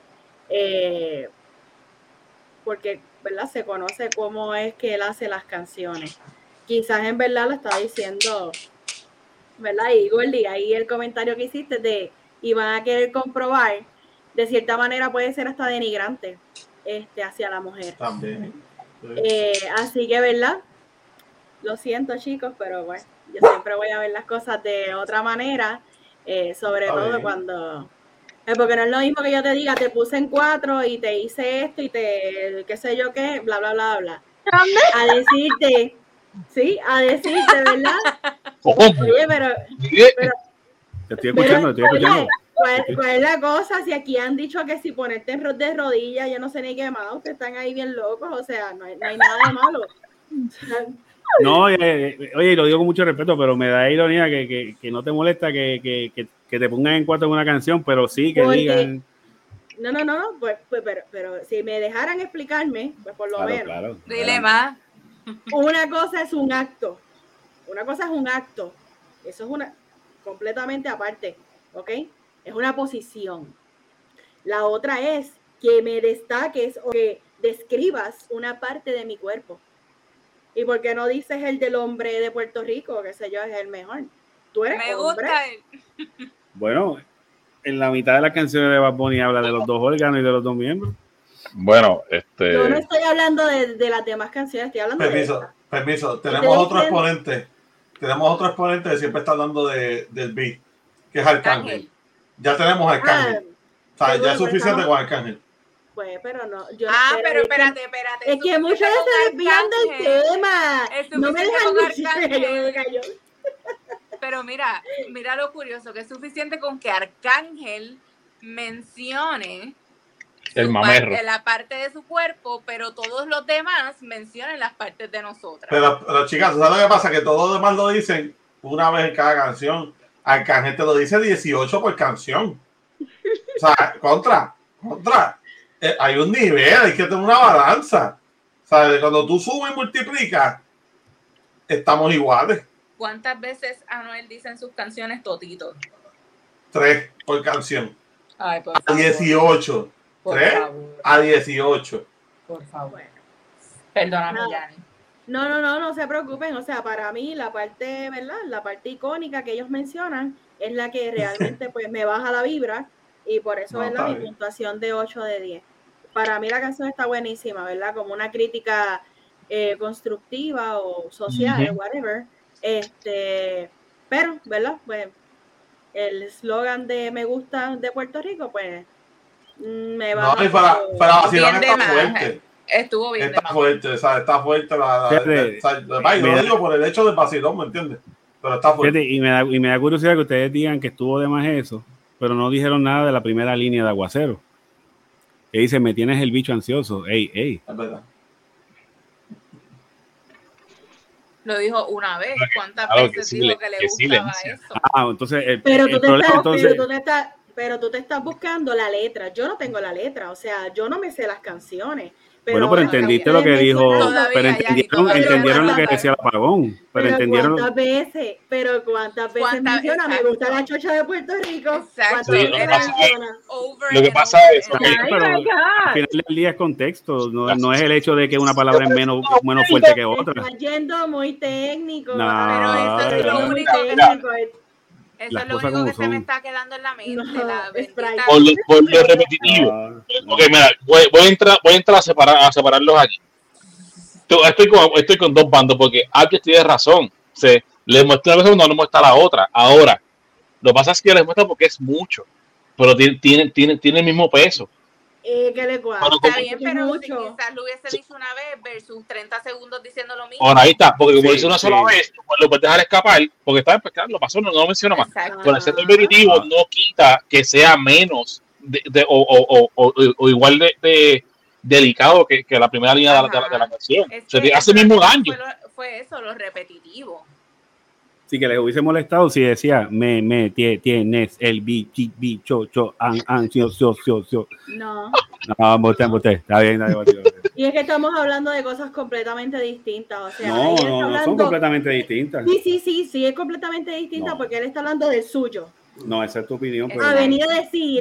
Porque, ¿verdad? Se conoce cómo es que él hace las canciones. Quizás en verdad lo estaba diciendo, ¿verdad? Y Gordy, ahí el comentario que hiciste de y van a querer comprobar, de cierta manera puede ser hasta denigrante hacia la mujer. También. Así que, ¿verdad? Lo siento, chicos, pero bueno, yo siempre voy a ver las cosas de otra manera, sobre Está todo bien. cuando... porque no es lo mismo que yo te diga, te puse en 4 y te hice esto y te, qué sé yo qué, bla, bla, bla, bla. A decirte, ¿sí? A decirte, ¿verdad? Oye, pero Te estoy escuchando, te estoy escuchando. ¿Cuál es la cosa? Si aquí han dicho que si ponerte de rodillas, yo no sé ni qué más, ustedes están ahí bien locos, o sea, no hay nada de malo. No, oye, y lo digo con mucho respeto, pero me da ironía que no te molesta que te pongan en 4 en una canción, pero sí que Porque, digan... No, pues pero si me dejaran explicarme, pues por lo menos. Claro. Dile más. Una cosa es un acto. Eso es una completamente aparte, ¿ok? Es una posición. La otra es que me destaques o que describas una parte de mi cuerpo. ¿Y por qué no dices el del hombre de Puerto Rico? Que sé yo, es el mejor. Tú eres Me hombre. gusta él. Bueno, en la mitad de las canciones de Bad Bunny habla de los 2 órganos y de los 2 miembros. Bueno, Yo no estoy hablando de las demás canciones, estoy hablando de esta. Permiso. Tenemos otro exponente. Tenemos otro exponente que siempre está hablando del beat, que es Arcángel. Ya tenemos Arcángel. O sea, ya es suficiente con Arcángel. Pues, pero no. Pero espérate. Es que muchos se desvían del tema. No me dejan decir. Pero mira lo curioso, que es suficiente con que Arcángel mencione el mamerro, la parte de su cuerpo, pero todos los demás mencionan las partes de nosotras. Pero chicas, ¿sabes lo que pasa? Que todos los demás lo dicen una vez en cada canción. Arcángel te lo dice 18 por canción. O sea, contra. Hay un nivel, hay que tener una balanza. O sea, cuando tú subes y multiplicas, estamos iguales. ¿Cuántas veces Anuel dice en sus canciones Totito? 3 por canción. Ay, por a favor. 18. Por 3 favor. a 18. Por favor. Perdóname, Yanni. No se preocupen. O sea, para mí la parte, ¿verdad? La parte icónica que ellos mencionan es la que realmente pues me baja la vibra y por eso, ¿verdad? Mi puntuación de 8 de 10. Para mí la canción está buenísima, ¿verdad? Como una crítica constructiva o social, whatever. Pero, ¿verdad? Pues el eslogan de me gusta de Puerto Rico, pues me va no, y para vacilar está fuerte. Estuvo bien. Está fuerte, ¿sabes? Está fuerte. Yo lo digo por el hecho del vacilón, ¿me entiendes? Pero está fuerte. Y me da curiosidad que ustedes digan que estuvo de más eso, pero no dijeron nada de la primera línea de Aguacero. Que dice, me tienes el bicho ansioso. Ey. Es verdad. Lo dijo una vez. ¿Cuántas veces sí, dijo que le gustaba eso? Entonces pero tú te estás buscando la letra. Yo no tengo la letra, o sea, yo no me sé las canciones. Pero entendiste lo que dijo, pero entendieron lo que decía el apagón. Pero cuántas veces menciona, me gusta la chocha de Puerto Rico. Exacto. Lo que pasa es que al final del día es contexto, no es el hecho de que una palabra es menos fuerte que otra. Está yendo muy técnico. Pero eso es lo único Eso las es lo cosas único como que se me son. está quedando en la mente. No, la Sprite. bendita- Por lo repetitivo. Ok, mira, voy a entrar a separarlos aquí. Estoy con dos bandos porque Abject tiene razón. Le muestra una cosa, no le muestra la otra. Ahora, lo que pasa es que les muestra porque es mucho, pero tiene el mismo peso. ¿Qué le cuadra? Bueno, Está como- bien, Es pero si mucho. quizás lo hubiese dicho una vez versus 30 segundos diciendo lo mismo. Ahora ahí está, porque como Sí, dice una sí. sola vez, pues lo puedes dejar escapar, porque está pues, claro, lo pasó, no lo menciono más. Exacto. Por hacer repetitivo Ah. no quita que sea menos o igual de delicado que la primera línea de la canción. Es O sea, que hace el el mismo problema daño. fue eso, lo repetitivo. Sí, que les hubiese molestado si decía, tienes el bicho, ansioso. No. No, boté. Está bien, boté. Y es que estamos hablando de cosas completamente distintas. O sea, No, ella está no son hablando... completamente distintas. Sí, es completamente distinta No. porque él está hablando del suyo. No, esa es tu opinión. Exacto. Pero A venir a decir,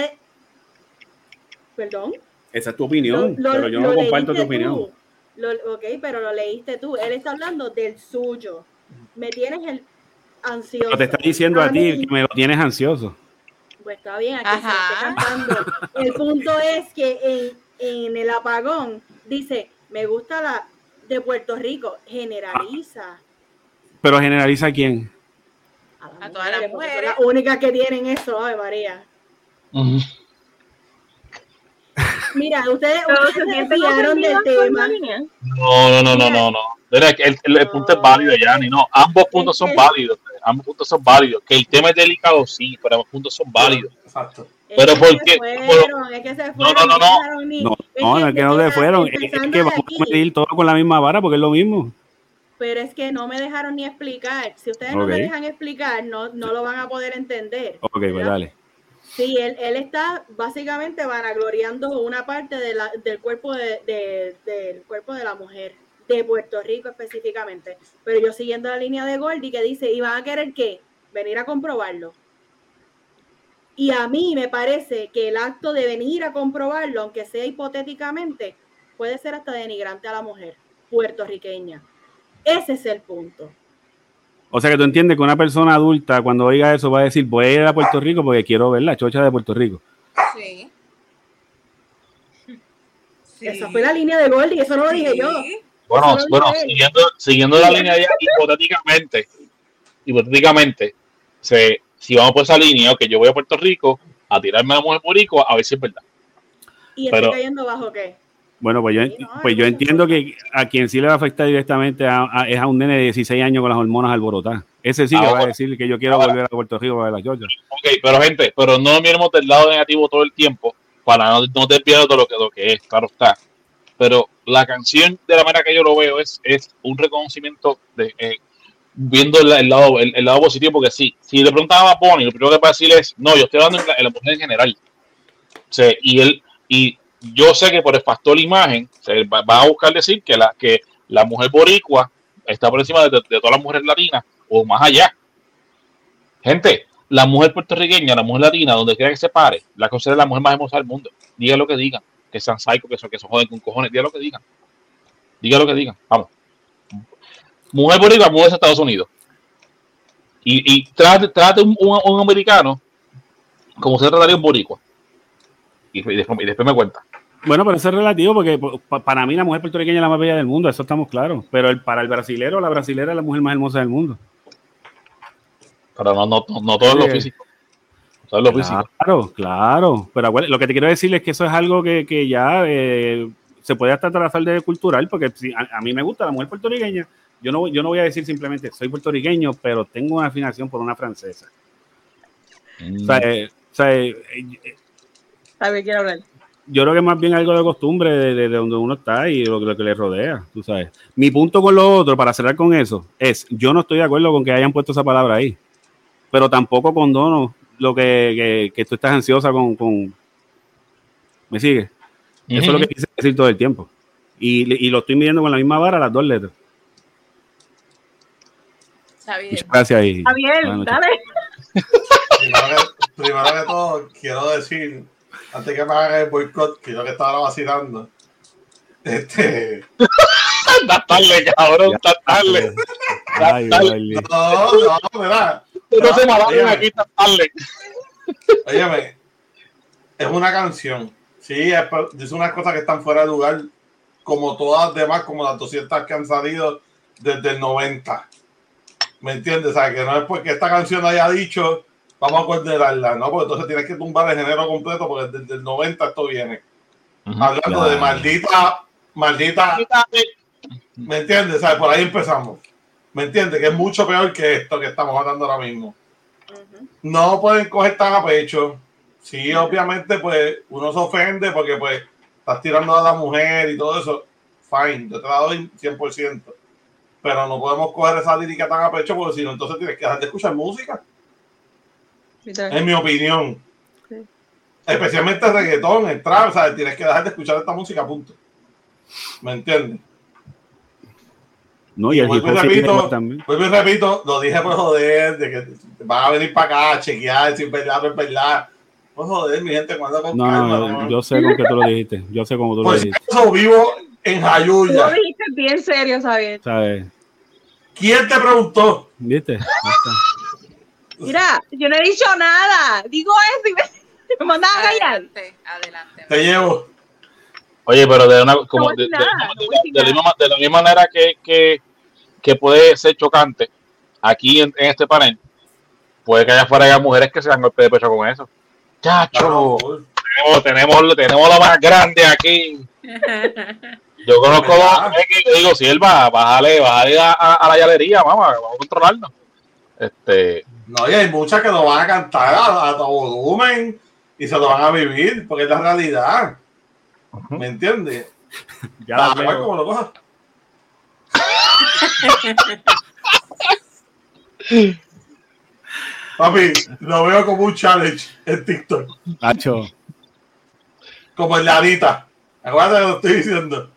Perdón. esa es tu opinión, pero yo no comparto tu leíste opinión. tú. Ok, pero lo leíste tú. Él está hablando del suyo. Me tienes el ansioso. Pero te está diciendo a ti que me lo tienes ansioso. Pues está bien, aquí se Ajá. esté cantando. El punto es que en el apagón dice, me gusta la de Puerto Rico, generaliza. Pero generaliza a quién. A todas las porque mujeres. son las únicas que tienen eso, Ave María. Ujú. Mira, ustedes Pero se se sienten desviaron del ofendidas por tema. la línea. No. Mira, el punto es válido, Yanni. No, ambos puntos son válidos. Ambos puntos son válidos. Que el tema es delicado, sí, pero ambos puntos son válidos. Exacto. Pero Es ¿por que qué? se fueron, es que se fueron. No. dejaron ni- No, es que no se fueron. Es empezando que de vamos aquí, a medir todo con la misma vara porque es lo mismo. pero es que no me dejaron ni explicar. Si ustedes no Ok. me dejan explicar, no lo van a poder entender. Ok, pues ¿verdad? dale. Sí, él está básicamente vanagloriando una parte del cuerpo del cuerpo de la mujer, de Puerto Rico específicamente. Pero yo siguiendo la línea de Gordy que dice, ¿y van a querer qué? Venir a comprobarlo. Y a mí me parece que el acto de venir a comprobarlo, aunque sea hipotéticamente, puede ser hasta denigrante a la mujer puertorriqueña. Ese es el punto. O sea que tú entiendes que una persona adulta cuando oiga eso va a decir, voy a ir a Puerto Rico porque quiero ver la chocha de Puerto Rico. Sí. Esa fue la línea de Gordy, eso no lo dije yo. Bueno, Eso lo dijo él. siguiendo la línea ya, hipotéticamente, si vamos por esa línea, que yo voy a Puerto Rico a tirarme a la mujer boricua, a ver si es verdad. ¿Y Pero- estoy cayendo bajo qué? Bueno, pues Sí, no, yo hay entiendo muchas que a quien sí le va a afectar directamente es a un nene de 16 años con las hormonas alborotadas. Ese sí que va a Ahora- decir que yo quiero volver a Puerto Rico a ver la chocha. Ok, pero gente, no miremos del lado negativo todo el tiempo para no desviar de lo que es, claro está. Pero la canción, de la manera que yo lo veo, es un reconocimiento de viendo el lado positivo, porque sí, si le preguntaba a Bonnie, lo primero que va a decir es, no, yo estoy hablando en la mujer en general. O sea, y yo sé que por el factor imagen, va a buscar decir que la mujer boricua está por encima de todas las mujeres latinas o más allá. Gente, la mujer puertorriqueña, la mujer latina, donde quiera que se pare, la considera la mujer más hermosa del mundo. Diga lo que digan, que sean psycho, que se joden con cojones, diga lo que digan. Diga lo que digan, vamos. Mujer boricua, mujer de Estados Unidos. Y trate un americano como se trataría un boricua. Y después me cuenta. Bueno, pero eso es relativo porque para mí la mujer puertorriqueña es la más bella del mundo, eso estamos claros. Pero para el brasilero, la brasilera es la mujer más hermosa del mundo. Pero no todo es lo físico. Todo es lo físico. Claro. Pero lo que te quiero decir es que eso es algo que ya se puede hasta trazar de cultural, porque si a mí me gusta la mujer puertorriqueña. Yo no voy a decir simplemente soy puertorriqueño, pero tengo una afinación por una francesa. A ver, quiero hablar. Yo creo que es más bien algo de costumbre de donde uno está y lo que le rodea, tú sabes. Mi punto con lo otro, para cerrar con eso, es yo no estoy de acuerdo con que hayan puesto esa palabra ahí, pero tampoco condono lo que tú estás ansiosa con... ¿Me sigue? Eso es lo que quise decir todo el tiempo. Y lo estoy midiendo con la misma vara, las dos letras. Muchas gracias. Javier, dale. Primero que todo, quiero decir, antes que me hagan el boicot, que yo que estaba vacilando. Está tarde, cabrón, está tarde. No, mira, No se mataron aquí tan tarde. Óyeme, es una canción. Sí, dice unas cosas que están fuera de lugar, como todas las demás, como las 200 que han salido desde el 90. ¿Me entiendes? O sea, que no es porque esta canción haya dicho, vamos a condenarla, ¿no? Porque entonces tienes que tumbar el género completo, porque desde el 90 esto viene. Hablando de maldita. ¿Me entiendes? O sea, por ahí empezamos. ¿Me entiendes? Que es mucho peor que esto que estamos hablando ahora mismo. No pueden coger tan a pecho. Sí, obviamente, pues, uno se ofende porque, pues, estás tirando a la mujer y todo eso. Fine, yo te la doy 100%. Pero no podemos coger esa lírica tan a pecho porque si no, entonces tienes que dejar de escuchar música. En mi opinión. Sí. Especialmente el reggaetón, el trap, ¿sabes? Tienes que dejar de escuchar esta música, punto. ¿Me entiendes? No, y el vuelvo y repito, lo dije por joder, de que van a venir para acá a chequear si es verdad o no es verdad. Por joder, mi gente, cuando con calma. No, yo sé con qué tú lo dijiste. Yo sé cómo tú lo dijiste. Por eso vivo en Jayuya. Tú lo dijiste bien serio, ¿sabes? ¿Quién te preguntó? ¿Viste? Mira, yo no he dicho nada. Digo eso y me mandas a callar. Adelante. Te llevo. Oye, pero de la misma manera que puede ser chocante aquí en este panel, puede que allá afuera haya mujeres que se dan golpe de pecho con eso. Chacho, tenemos lo más grande aquí. Yo conozco dos que digo, Silva, bájale a la llalería, vamos a controlarnos. No, y hay muchas que lo van a cantar a todo volumen y se lo van a vivir, porque es la realidad. ¿Me entiendes? Ya como lo cojas. Papi, lo veo como un challenge en TikTok. Nacho. Como en la Anita. Acuérdate que lo estoy diciendo.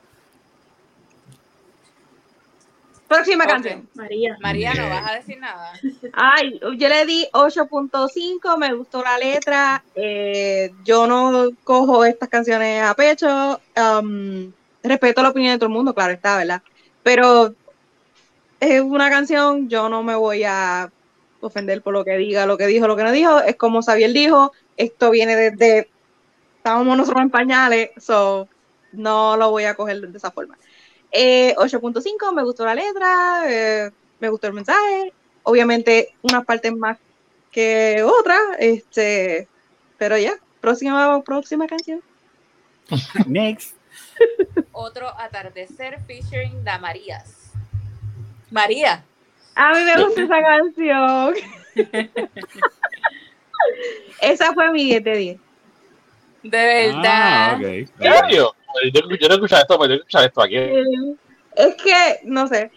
Próxima canción. María, ¿no vas a decir nada? Ay, yo le di 8.5, me gustó la letra. Yo no cojo estas canciones a pecho. Respeto la opinión de todo el mundo, claro está, ¿verdad? Pero es una canción, yo no me voy a ofender por lo que diga, lo que dijo, lo que no dijo. Es como Xavier dijo, esto viene desde, estábamos nosotros en pañales, so no lo voy a coger de esa forma. 8.5, me gustó la letra, me gustó el mensaje, obviamente unas partes más que otras, pero ya, próxima canción. Next. Otro atardecer featuring Da Marías. María. A mí me gusta esa canción. Esa fue mi 10 de 10. De verdad. Okay. ¿En serio? Yo no escuché esto aquí. Es que, no sé,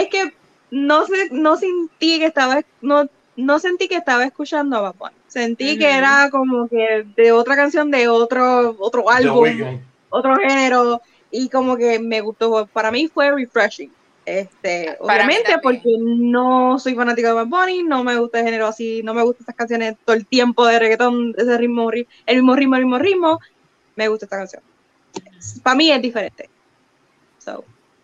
no sentí que estaba, no sentí que estaba escuchando a Bad Bunny. Sentí que era como que de otra canción, de otro álbum, otro género, y como que me gustó. Para mí fue refreshing. Obviamente porque no soy fanática de Bad Bunny, no me gusta el género así, no me gustan estas canciones todo el tiempo de reggaetón, ese ritmo, el mismo ritmo. Me gusta esta canción. Para mí es diferente. So,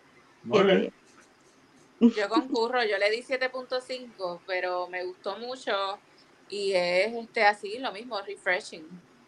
yo concurro, yo le di 7.5, pero me gustó mucho y es así, lo mismo, refreshing.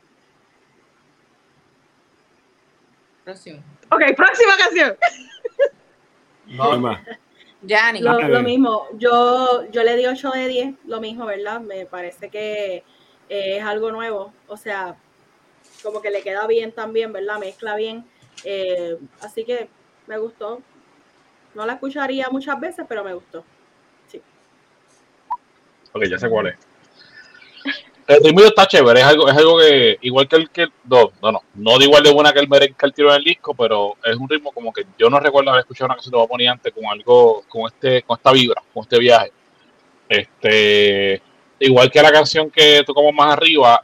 Próximo. Ok, próxima canción. No. Yanni. Lo mismo, yo le di 8 de 10, lo mismo, ¿verdad? Me parece que es algo nuevo, o sea, como que le queda bien también, ¿verdad? Mezcla bien, así que me gustó. No la escucharía muchas veces, pero me gustó. Sí. Ok, ya sé cuál es. El ritmo está chévere, es algo que, igual que no de igual de buena que el merengue que el tiro en el disco, pero es un ritmo como que yo no recuerdo haber escuchado una canción de Bad Bunny antes con algo, con esta vibra, con este viaje. Igual que la canción que tocamos más arriba,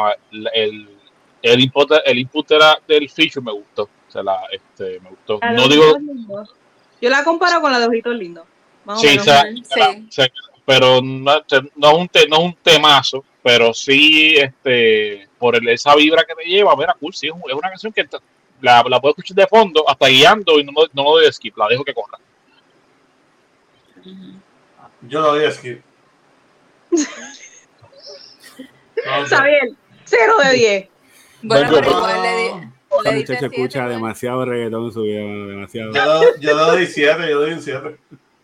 el input era del feature me gustó. O sea, me gustó. No digo. Yo la comparo con la de Ojitos Lindos. Sí, pero no es un temazo, pero sí, por esa vibra que te lleva, mira, cool, sí, es una canción que la puedo escuchar de fondo, hasta guiando, y no lo doy de skip, la dejo que corra. Yo lo doy de skip. Está bien, 0 de 10. Bueno, Bueno, pero igual le Esta diste muchacha 7, escucha ¿no? demasiado reggaetón en su vida, demasiado. Yo le doy 7, yo le doy un 7.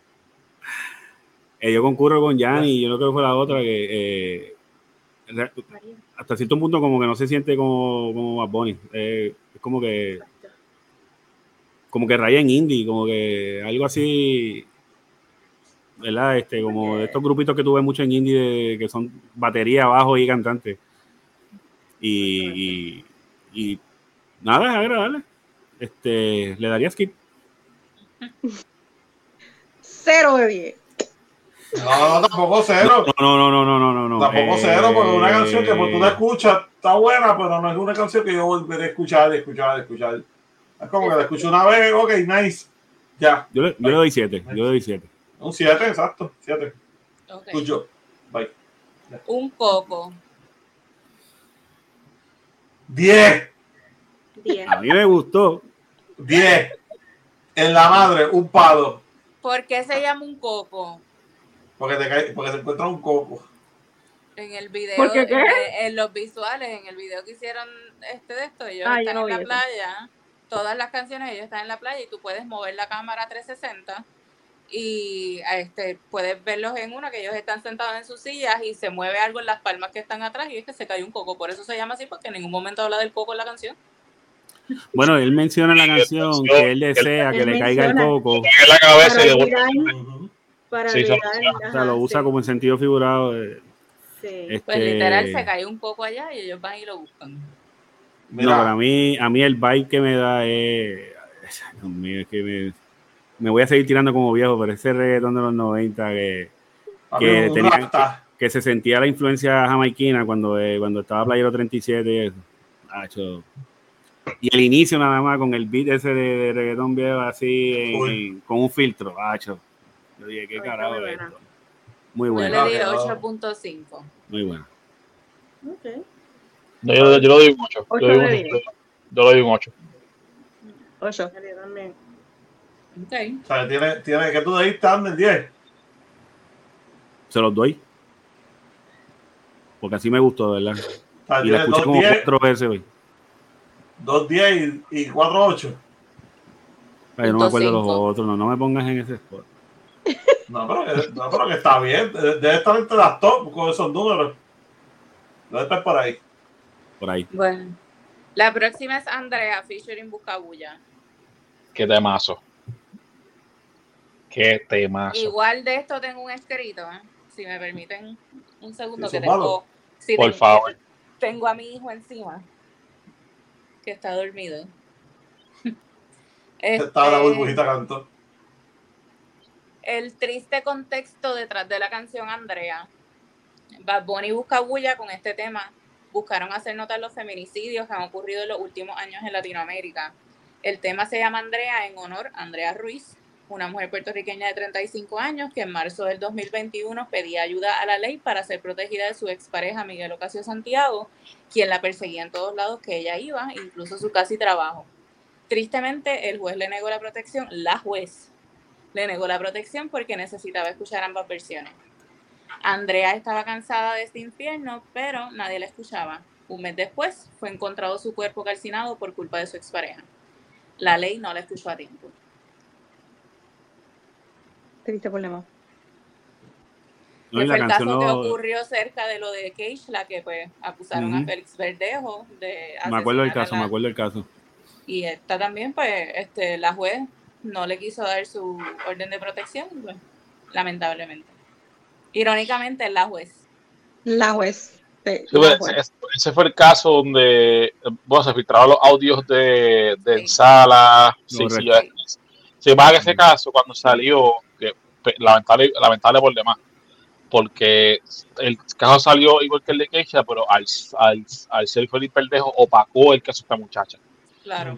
Yo concurro con Yanni y yo no creo que fue la otra que hasta cierto punto como que no se siente como Bad Bunny. Es como que raya en indie, como que algo así, ¿verdad? Como de estos grupitos que tuve mucho en indie que son batería, bajo y cantante. Y nada, es agradable. Le daría skip. 0 de 10. No, tampoco 0. No. Tampoco 0, porque una canción que pues, tú la escuchas está buena, pero no es una canción que yo volveré a escuchar. Es como que la escucho una vez, ok, nice. Ya. Yo le doy 7. Un 7, exacto. 7. Okay. Good job. Bye. Un coco. 10. 10. A mí me gustó. 10. En la madre, un palo. ¿Por qué se llama un coco? Porque se encuentra un coco. En el video, ¿Por qué qué? en los visuales, en el video que hicieron de esto, ellos Ah, yo están no en vi la eso. playa, todas las canciones ellos están en la playa y tú puedes mover la cámara 360 y puedes verlos en una que ellos están sentados en sus sillas y se mueve algo en las palmas que están atrás y es que se cae un coco, por eso se llama así, porque en ningún momento habla del coco en la canción. Bueno, él menciona en la canción que él desea que Él le caiga el menciona. coco. En la cabeza Para y le olvidar, Ujú. para Sí, olvidar. O sea, lo usa como en sentido figurado. Sí. Pues literal se cae un coco allá y ellos van y lo buscan. Mira, No, para mí el vibe que me da es... Dios mío, es que me voy a seguir tirando como viejo, pero ese reggaetón de los 90 papi, un rasta. que se sentía la influencia jamaiquina cuando estaba Playero 37 y eso. Acho. Y el inicio nada más con el beat ese de reggaetón viejo así con un filtro. Acho. Yo dije, ¿qué carajo es esto? Muy Yo bueno. le di Claro. 8.5. Muy bueno. Ok. No, yo le doy un 8. 8 de 10. Yo le doy un 8. 8. Yo también. Okay. O sea, tiene que tú de ahí están del 10. Se los doy. Porque así me gustó, ¿verdad? O sea, Y la tiene escuché como 2-10, 4 veces hoy. 2-10 y 4-8. Ay, yo no me acuerdo de los 5. otros. No me pongas en ese spot. No, pero que está bien. Debe estar entre las top con esos números. Debe estar por ahí. Por ahí. Bueno, la próxima es Andrea featuring Buscabulla. Qué temazo. Qué temazo. Igual de esto tengo un escrito, si me permiten un segundo, Sí, que zúmbalo. Por favor. Tengo a mi hijo encima, que está dormido. Estaba la burbujita cantó. El triste contexto detrás de la canción Andrea. Bad Bunny y Buscabulla con este tema buscaron hacer notar los feminicidios que han ocurrido en los últimos años en Latinoamérica. El tema se llama Andrea en honor a Andrea Ruiz, una mujer puertorriqueña de 35 años que en marzo del 2021 pedía ayuda a la ley para ser protegida de su expareja Miguel Ocasio Santiago, quien la perseguía en todos lados que ella iba, incluso su casa y trabajo. Tristemente, el juez le negó la protección, la juez le negó la protección porque necesitaba escuchar ambas versiones. Andrea estaba cansada de este infierno, pero nadie la escuchaba. Un mes después, fue encontrado su cuerpo calcinado por culpa de su expareja. La ley no la escuchó a tiempo. Triste problema. No, Que y fue la el canción caso que no... ocurrió cerca de lo de Cage, la que pues acusaron a Félix Verdejo de Me acuerdo del asesinar caso. Y esta también, pues, la juez no le quiso dar su orden de protección, pues, lamentablemente. Irónicamente, es la juez. La juez. Sí, Sí, la juez. ese fue el caso donde se filtraron los audios de Sí. Sala. Sí, Correcto. sí, más que ese caso, cuando salió, que lamentable por demás, porque el caso salió igual que el de Keisha, pero al ser Felipe Verdejo opacó el caso de esta muchacha. Claro.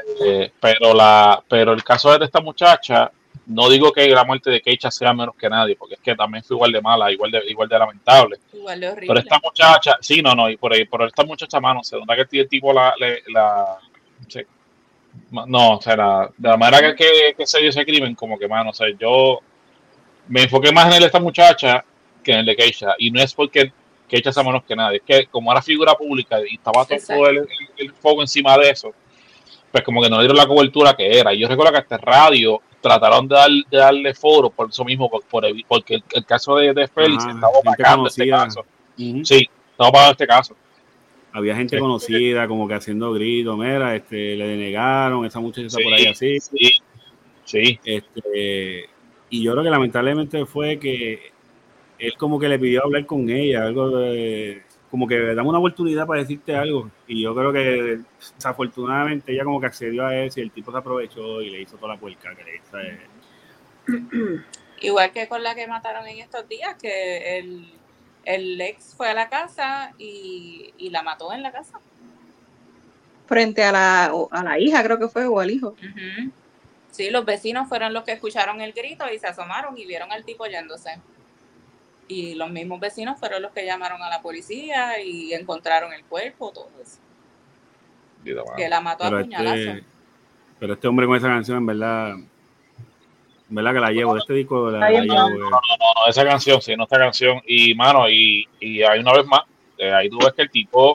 Pero el caso de esta muchacha, no digo que la muerte de Keisha sea menos que nadie, porque es que también fue igual de mala, igual de lamentable. Igual de horrible. Pero esta muchacha, sí, no, y por ahí, pero esta muchacha, mano, se nota que el tipo sí. No, o sea, de la manera que se dio ese crimen, como que, mano, o sea, yo me enfoqué más en esta muchacha que en el de Keisha. Y no es porque Keisha sea menos que nadie, es que como era figura pública y estaba todo el foco encima de eso, pues como que no le dieron la cobertura que era. Y yo recuerdo que a este radio trataron de darle foro por eso mismo, porque el caso de Félix estaba opacando este caso. Sí, estaba opacando este caso. Había gente conocida, como que haciendo gritos, mira, le denegaron, esa muchacha está por ahí así. Sí. Y yo creo que lamentablemente fue que él como que le pidió hablar con ella, algo de, como que dame una oportunidad para decirte algo. Y yo creo que desafortunadamente ella como que accedió a eso y el tipo se aprovechó y le hizo toda la puerca que le hizo. Igual que con la que mataron en estos días, que el ex fue a la casa y la mató en la casa. Frente a la hija, creo que fue, o al hijo. Uh-huh. Sí, los vecinos fueron los que escucharon el grito y se asomaron y vieron al tipo yéndose. Y los mismos vecinos fueron los que llamaron a la policía y encontraron el cuerpo, todo eso. Que la mató a puñalazo. Pero este hombre con esa canción, en verdad que la llevo, de este disco la llevo. No, esa canción, sí, no esta canción. Y, mano, y hay una vez más, ahí tú ves que el tipo,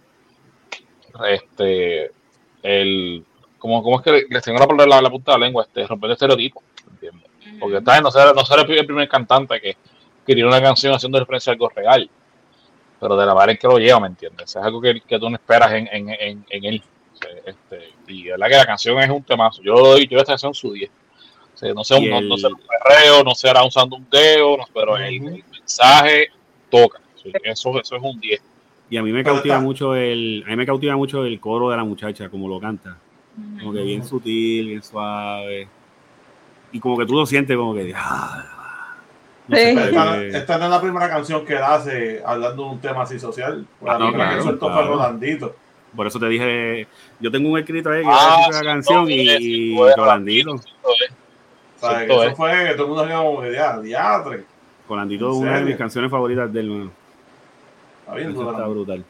¿cómo es que les tengo que poner la punta de la lengua? Romper el estereotipo, ¿entiendes? Uh-huh. Porque esta vez no será el primer cantante que escribió una canción haciendo referencia a algo real, pero de la manera en que lo lleva, ¿me entiendes? Es algo que tú no esperas en él. Y la verdad que la canción es un temazo. Yo esta canción en su 10. No sé un perreo, no será usando un dedo, pero el mensaje toca. Eso es un 10. Y a mí me cautiva mucho el coro de la muchacha, como lo canta. Como que bien sutil, bien suave. Y como que tú lo sientes como que... No sé, esta no es la primera canción que él hace hablando de un tema así social. La primera que sueltó fue Rolandito. Por eso te dije, yo tengo un escrito ahí que es la canción y Rolandito. Eso fue que todo el mundo dijo como que diatre. Rolandito es una de mis canciones favoritas del mundo. Está bien, está brutal.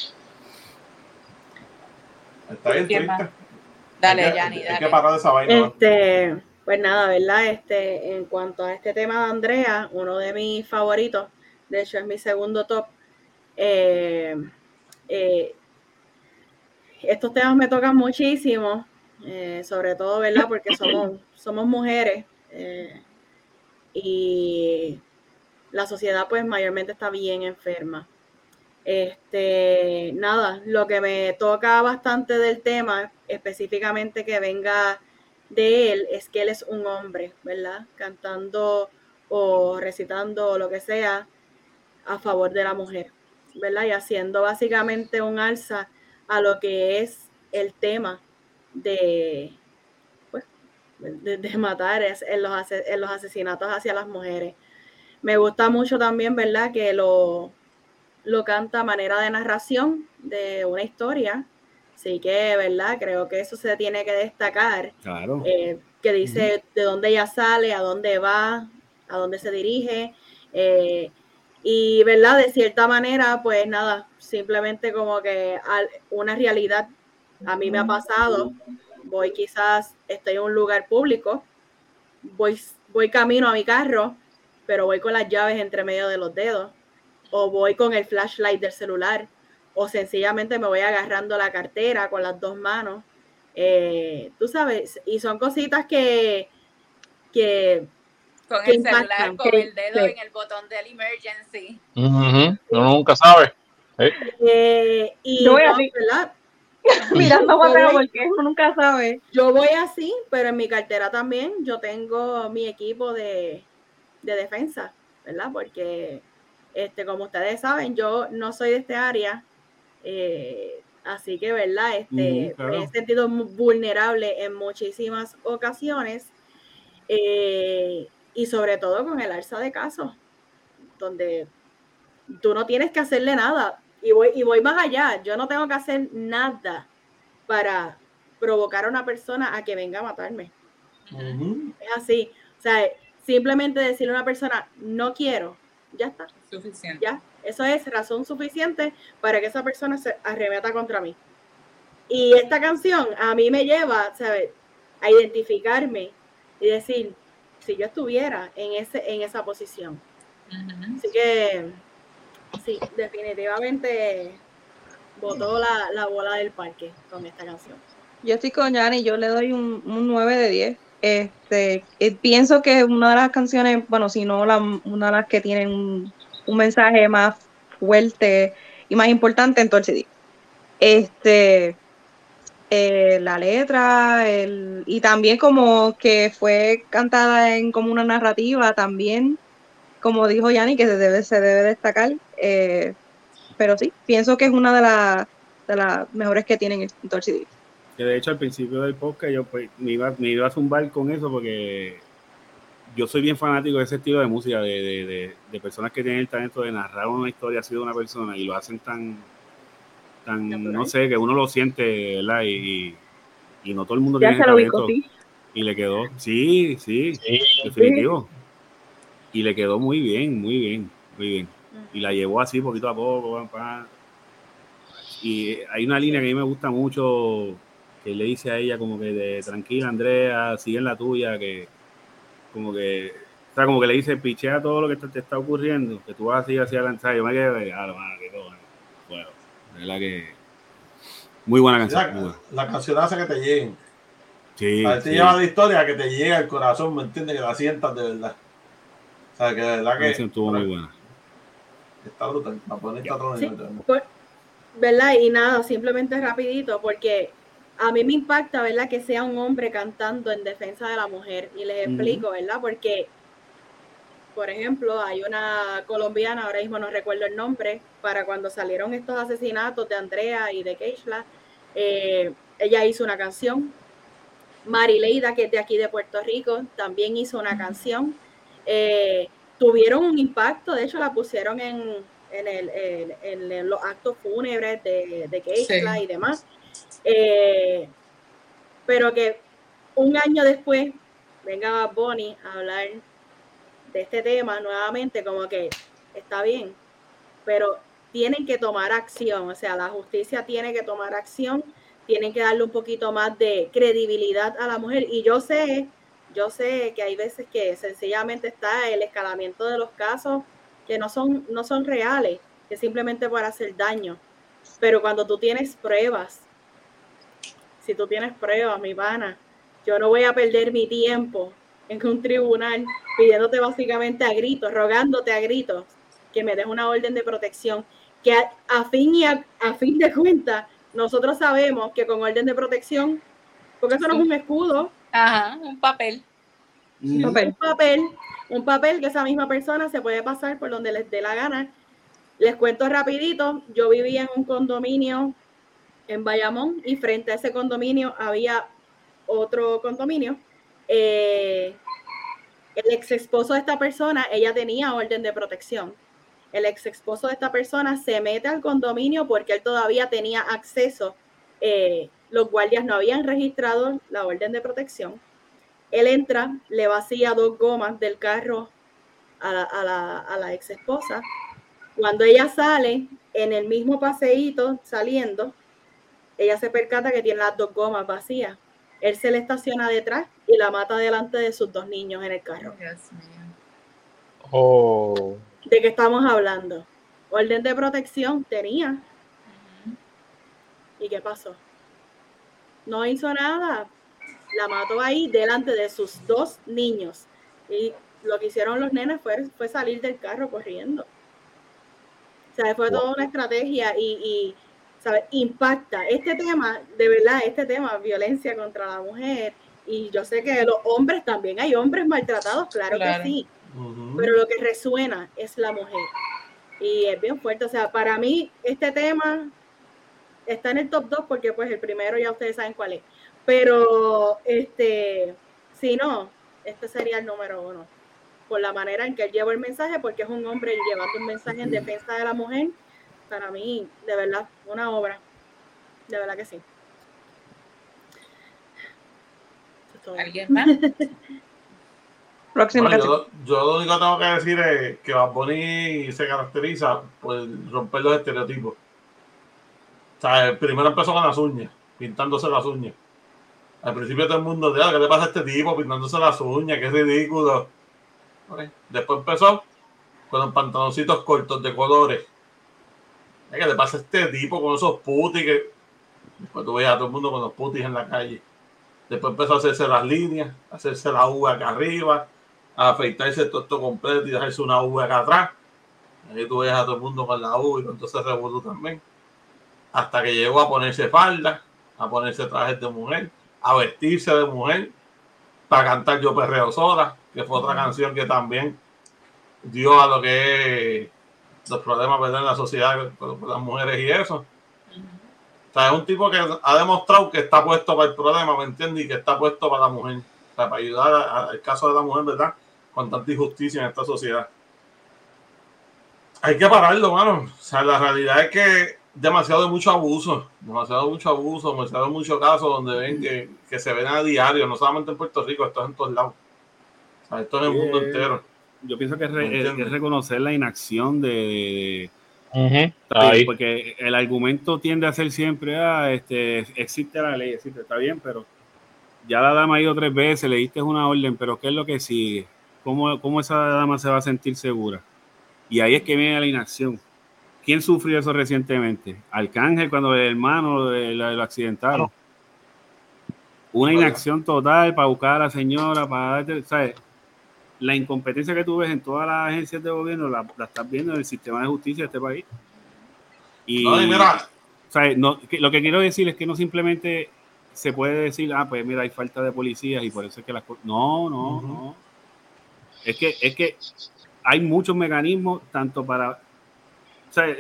Está bien triste. Dale, Yanni, dale. Hay que parar de esa vaina. Pues nada, ¿verdad? En cuanto a este tema de Andrea, uno de mis favoritos, de hecho es mi segundo top. Estos temas me tocan muchísimo, sobre todo, ¿verdad? Porque somos mujeres y la sociedad pues mayormente está bien enferma. Nada, lo que me toca bastante del tema, específicamente que venga de él, es que él es un hombre, ¿verdad? Cantando o recitando o lo que sea a favor de la mujer, ¿verdad? Y haciendo básicamente un alza a lo que es el tema de matar en los asesinatos hacia las mujeres. Me gusta mucho también, ¿verdad? Que lo canta a manera de narración de una historia. Así que, ¿verdad? Creo que eso se tiene que destacar. Claro. Que dice de dónde ella sale, a dónde va, a dónde se dirige. Y, ¿verdad? De cierta manera, pues nada, simplemente como que una realidad a mí me ha pasado. Estoy en un lugar público, voy camino a mi carro, pero voy con las llaves entre medio de los dedos, o voy con el flashlight del celular, o sencillamente me voy agarrando la cartera con las dos manos. Tú sabes, y son cositas que con el celular, con el dedo en el botón del emergency. Uno nunca sabe. Y yo voy así, ¿verdad? Mirando para atrás porque uno nunca sabe. Yo voy así, pero en mi cartera también yo tengo mi equipo de defensa, ¿verdad? Porque como ustedes saben, yo no soy de este área, así que, ¿verdad? Claro. Me he sentido vulnerable en muchísimas ocasiones, y sobre todo con el alza de casos, donde tú no tienes que hacerle nada, y voy más allá, yo no tengo que hacer nada para provocar a una persona a que venga a matarme. Uh-huh. Es así, o sea, simplemente decirle a una persona, no quiero, ya está. Suficiente. Ya, eso es razón suficiente para que esa persona se arremeta contra mí. Y esta canción a mí me lleva, ¿sabes?, a identificarme y decir, si yo estuviera en esa posición, Así que sí, definitivamente botó la bola del parque con esta canción. Yo estoy con Yanni, yo le doy un 9 de 10. Pienso que es una de las canciones, bueno, si no una de las que tienen un mensaje más fuerte y más importante en todo el CD. La letra, y también como que fue cantada en como una narrativa también, como dijo Yanni, que se debe destacar. Pero sí, pienso que es una de las mejores que tienen en todo el CD. Que de hecho al principio del podcast yo pues, me iba a zumbar con eso porque yo soy bien fanático de ese estilo de música, de personas que tienen el talento de narrar una historia así de una persona y lo hacen tan no sé, que uno lo siente, ¿verdad? Y no todo el mundo tiene ese talento. ¿Sí? Y le quedó, sí, definitivo. Y le quedó muy bien. Y la llevó así poquito a poco, Y hay una línea que a mí me gusta mucho, que le dice a ella como que de tranquila Andrea, sigue en la tuya, que como que, o sea, como que le dice, pichea todo lo que te está ocurriendo, que tú vas así hacia adelante. Yo me quedé, que todo, bueno, de verdad que muy buena canción. La canción hace que te lleguen. Sí, a ver, te lleva la historia, que te llega al corazón, ¿me entiendes? Que la sientas de verdad. O sea, que de verdad que... La canción estuvo muy buena. Está brutal, la bonita sí, ¿verdad? Y nada, simplemente rapidito, porque a mí me impacta, ¿verdad? Que sea un hombre cantando en defensa de la mujer. Y les explico, ¿verdad? Porque, por ejemplo, hay una colombiana, ahora mismo no recuerdo el nombre, para cuando salieron estos asesinatos de Andrea y de Keishla, ella hizo una canción. Marileida, que es de aquí de Puerto Rico, también hizo una canción. Tuvieron un impacto, de hecho la pusieron en los actos fúnebres de Keishla y demás. Pero que un año después venga Bad Bunny a hablar de este tema nuevamente, como que está bien, pero tienen que tomar acción, o sea, la justicia tiene que tomar acción, tienen que darle un poquito más de credibilidad a la mujer. Y yo sé que hay veces que sencillamente está el escalamiento de los casos que no son reales, que simplemente para hacer daño. Pero cuando tú tienes pruebas, si tú tienes pruebas, mi pana, yo no voy a perder mi tiempo en un tribunal pidiéndote básicamente a gritos, rogándote a gritos que me des una orden de protección, que a fin de cuentas nosotros sabemos que con orden de protección, porque eso no es un escudo. Ajá, un papel. Un papel que esa misma persona se puede pasar por donde les dé la gana. Les cuento rapidito, yo vivía en un condominio en Bayamón y frente a ese condominio había otro condominio. El ex esposo de esta persona, ella tenía orden de protección. El ex esposo de esta persona se mete al condominio porque él todavía tenía acceso. Los guardias no habían registrado la orden de protección. Él entra, le vacía 2 gomas del carro a la ex esposa. Cuando ella sale, en el mismo paseíto saliendo, ella se percata que tiene las 2 gomas vacías. Él se le estaciona detrás y la mata delante de sus 2 niños en el carro. Dios mío. Oh. ¿De qué estamos hablando? Orden de protección tenía. ¿Y qué pasó? No hizo nada. La mató ahí delante de sus 2 niños. Y lo que hicieron los nenes fue salir del carro corriendo. O sea, fue toda una estrategia y ¿sabes? Impacta. Este tema, de verdad, violencia contra la mujer. Y yo sé que los hombres también, hay hombres maltratados, claro. Que sí. Pero lo que resuena es la mujer. Y es bien fuerte. O sea, para mí, este tema está en el top 2 porque pues el primero ya ustedes saben cuál es. Pero, si no, este sería el número 1. Por la manera en que él lleva el mensaje, porque es un hombre llevando un mensaje en defensa de la mujer. Para mí, de verdad, una obra. De verdad que sí. ¿Alguien más? Próxima canción. Yo lo único que tengo que decir es que Bad Bunny se caracteriza por romper los estereotipos. O sea, primero empezó con las uñas, pintándose las uñas. Al principio todo el mundo decía, ¿qué le pasa a este tipo pintándose las uñas? Qué ridículo. Okay. Después empezó con los pantaloncitos cortos de colores. ¿Qué le pasa a este tipo con esos putis? Que después tú veías a todo el mundo con los putis en la calle. Después empezó a hacerse las líneas, a hacerse la V acá arriba, a afeitarse todo esto completo y dejarse una V acá atrás. Ahí tú ves a todo el mundo con la V y con todo ese revolú también. Hasta que llegó a ponerse falda, a ponerse trajes de mujer, a vestirse de mujer, para cantar Yo Perreo Sola, que fue otra canción que también dio a lo que es los problemas, ¿verdad?, en la sociedad con las mujeres y eso. O sea, es un tipo que ha demostrado que está puesto para el problema, ¿me entiendes? Y que está puesto para la mujer. O sea, para ayudar al caso de la mujer, ¿verdad? Con tanta injusticia en esta sociedad. Hay que pararlo, mano. O sea, la realidad es que demasiado mucho abuso, demasiado mucho caso donde ven que se ven a diario, no solamente en Puerto Rico, esto es en todos lados. O sea, esto es en el mundo entero. Yo pienso que es reconocer la inacción de porque el argumento tiende a ser siempre, existe la ley, está bien, pero ya la dama ha ido 3 veces, le diste una orden, pero ¿qué es lo que sigue? ¿Cómo esa dama se va a sentir segura? Y ahí es que viene la inacción. ¿Quién sufrió eso recientemente? Arcángel, cuando el hermano lo accidentaron. Una inacción total para buscar a la señora, para darte, ¿sabes? La incompetencia que tú ves en todas las agencias de gobierno la estás viendo en el sistema de justicia de este país. Y mira, ¿sabes? No, lo que quiero decir es que no simplemente se puede decir, pues mira, hay falta de policías y por eso es que las cosas... No. Es que hay muchos mecanismos, tanto para... O sea,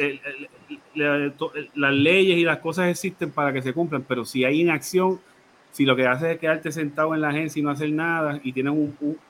las leyes y las cosas existen para que se cumplan, pero si hay inacción, si lo que haces es quedarte sentado en la agencia y no hacer nada y tienes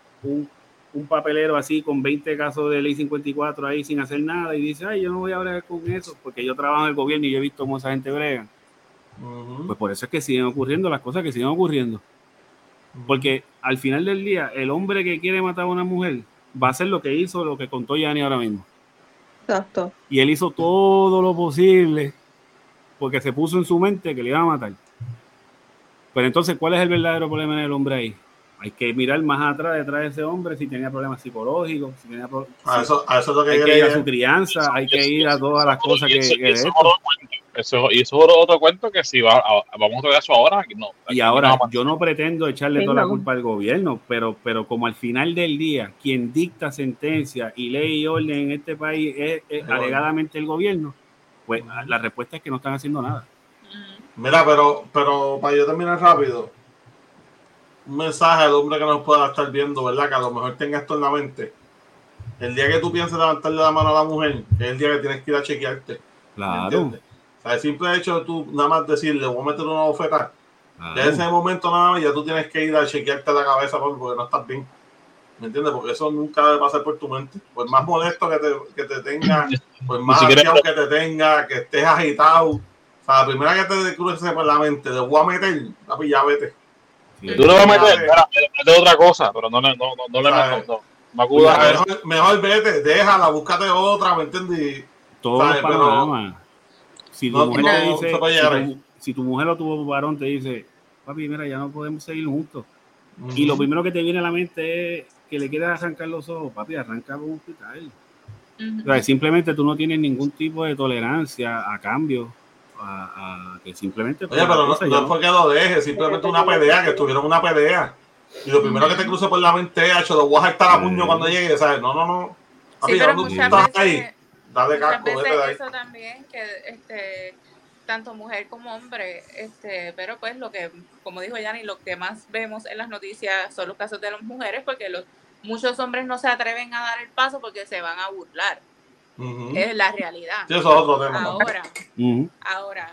un papelero así con 20 casos de ley 54 ahí sin hacer nada y dices, yo no voy a bregar con eso porque yo trabajo en el gobierno y yo he visto cómo esa gente brega. Pues por eso es que siguen ocurriendo las cosas que siguen ocurriendo. Porque al final del día, el hombre que quiere matar a una mujer va a hacer lo que hizo, lo que contó Yanni ahora mismo. Exacto. Y él hizo todo lo posible porque se puso en su mente que le iban a matar. Pero entonces, ¿cuál es el verdadero problema del hombre ahí? Hay que mirar más atrás, detrás de ese hombre, si tenía problemas psicológicos, si tenía eso es lo que hay que ir a su crianza, hay que ir a todas las cosas que eso es otro cuento que si vamos a ver eso ahora. No, y ahora, yo no pretendo echarle toda la culpa al gobierno, pero como al final del día, quien dicta sentencia y ley y orden en este país es alegadamente el gobierno, pues la respuesta es que no están haciendo nada. Mira, pero para yo terminar rápido, un mensaje al hombre que nos pueda estar viendo, ¿verdad? Que a lo mejor tenga esto en la mente. El día que tú pienses levantarle la mano a la mujer, es el día que tienes que ir a chequearte. Claro. O sea, el simple hecho de tú nada más decirle, voy a meter una bofeta, ya en ese momento nada más ya tú tienes que ir a chequearte la cabeza porque no estás bien. ¿Me entiendes? Porque eso nunca debe pasar por tu mente. Pues más molesto que te tenga, pues más ansiado que te tenga, que estés agitado. O sea, la primera que te cruce por la mente, te voy a meter, papi, ya vete. Tú le vas a meter otra cosa, pero no le metas. Mejor vete, déjala, búscate otra, ¿me entiendes? Todo el panorama. Si tu mujer te dice, si tu mujer o tu varón te dice, papi, mira, ya no podemos seguir juntos. Y lo primero que te viene a la mente es que le quieras arrancar los ojos, papi, arranca por un hospital. O sea, simplemente tú no tienes ningún tipo de tolerancia a cambio. A que simplemente... Oye, pero no es porque lo dejes, simplemente una pelea, que estuvieron una pelea. Y lo primero que te cruce por la mente es, lo voy a jaltar a puño cuando llegue, ¿sabes? No. Papi, sí, pero muchas veces, ahí, dale casco, muchas veces eso también, que tanto mujer como hombre, pero pues lo que, como dijo Yanni, lo que más vemos en las noticias son los casos de las mujeres, porque muchos hombres no se atreven a dar el paso porque se van a burlar. Es la realidad. Sí, eso es otro tema. Ahora,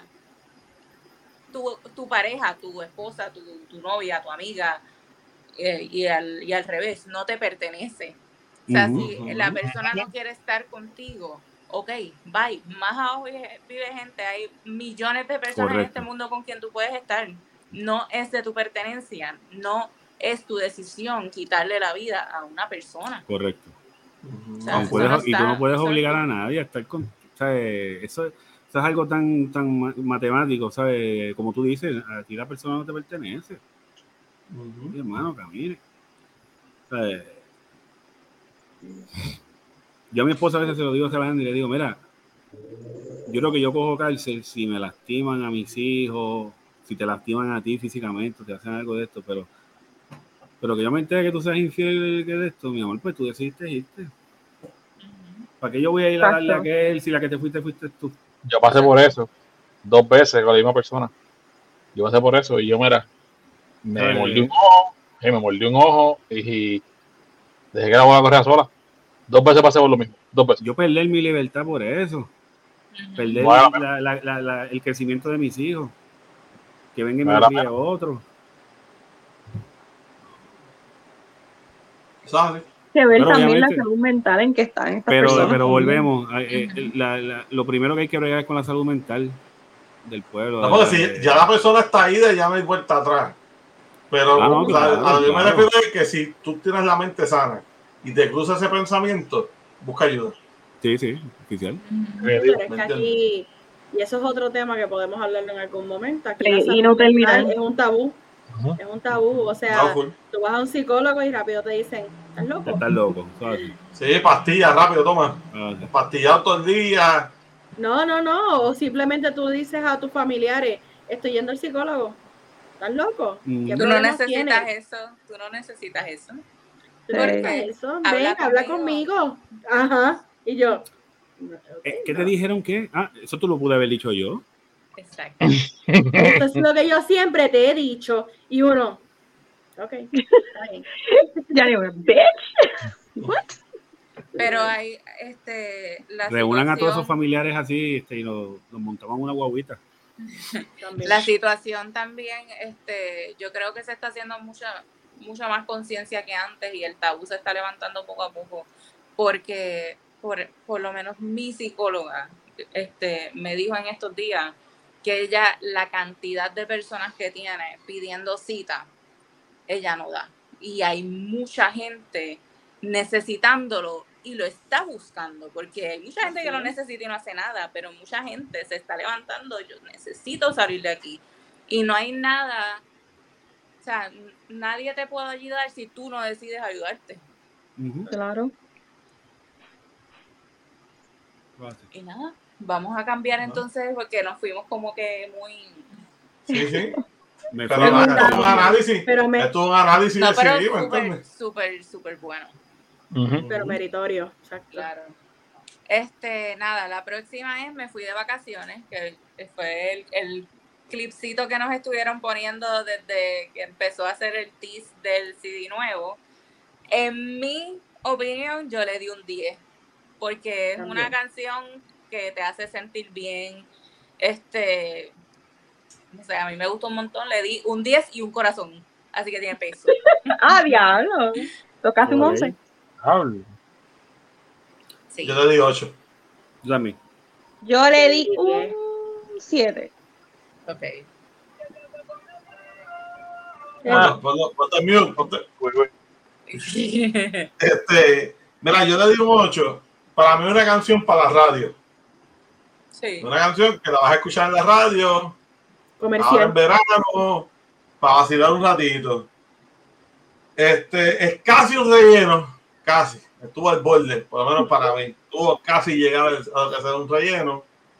tu pareja, tu esposa, tu novia, tu amiga, y al revés, no te pertenece. O sea, si la persona no quiere estar contigo, ok, bye. Más abajo vive gente, hay millones de personas en este mundo con quien tú puedes estar. No es de tu pertenencia, no es tu decisión quitarle la vida a una persona. Correcto. O sea, y tú no puedes obligar a nadie a estar con... O sea, eso es algo tan matemático, ¿sabes? Como tú dices, a ti la persona no te pertenece. Mi hermano, camine. O sea, Yo a mi esposa a veces se lo digo a Alejandra y le digo, mira, yo creo que yo cojo cárcel si me lastiman a mis hijos, si te lastiman a ti físicamente, te hacen algo de esto, pero que yo me entere que tú seas infiel que de esto, mi amor, pues tú decidiste irte. ¿Para qué yo voy a ir a darle a aquel si la que te fuiste tú? Yo pasé por eso 2 veces con la misma persona. Yo pasé por eso y yo, mira, me mordió un ojo y dejé que la bola corriera sola. 2 veces pasé por lo mismo, 2 veces. Yo perder mi libertad por eso. Perder Bueno, el crecimiento de mis hijos. Que venga y me lo críe otro. ¿Sabes? Que ver pero también la salud mental en que están estas personas. Pero volvemos. Lo primero que hay que bregar es con la salud mental del pueblo. No, porque si ya la persona está ahí, ya no hay vuelta atrás. Pero a lo que me refiero es que si tú tienes la mente sana y te cruza ese pensamiento, busca ayuda. Sí, oficial. Pero es que aquí, y eso es otro tema que podemos hablarlo en algún momento. Aquí y no terminar. Es un tabú. Es un tabú. O sea, tú vas a un psicólogo y rápido te dicen, ¿estás loco? Estás loco. Sí, pastillas, rápido, toma. Pastillado todo el día. No. O simplemente tú dices a tus familiares, estoy yendo al psicólogo. ¿Estás loco? Tú no necesitas eso. Tú no necesitas eso. Ven, habla conmigo. Ajá. Y yo. ¿Qué te dijeron que? Eso tú lo pude haber dicho yo. Exacto. Esto es lo que yo siempre te he dicho. Y uno. Ok. Ya digo, bitch. What? Pero hay reúnan a todos esos familiares así y nos montaban una guaguita. La situación también, yo creo que se está haciendo mucha más conciencia que antes y el tabú se está levantando poco a poco porque por lo menos mi psicóloga me dijo en estos días que ella, la cantidad de personas que tiene pidiendo cita, ella no da. Y hay mucha gente necesitándolo y lo está buscando, porque hay mucha gente que lo necesita y no hace nada, pero mucha gente se está levantando, yo necesito salir de aquí. Y no hay nada, o sea, nadie te puede ayudar si tú no decides ayudarte. Claro. Y nada, vamos a cambiar entonces, porque nos fuimos como que muy... Sí. Esto es un análisis. Esto es un análisis decidido, entonces. Súper bueno. Pero meritorio, exacto. Claro. Nada, la próxima vez me fui de vacaciones, que fue el clipcito que nos estuvieron poniendo desde que empezó a hacer el tease del CD nuevo. En mi opinión, yo le di un 10, porque es una canción que te hace sentir bien. No sé, a mí me gustó un montón, le di un 10 y un corazón, así que tiene peso. Diablo. Tocaste un 11. Sí. Yo le di 8. Yo le di un 7. Ok. Ponte mute. Mira, yo le di un 8. Para mí es una canción para la radio. Sí. Una canción que la vas a escuchar en la radio. Comercial. Ahora en verano, para vacilar un ratito. Es casi un relleno. Casi. Estuvo al borde, por lo menos para mí. Estuvo casi llegar a lo que sea un relleno.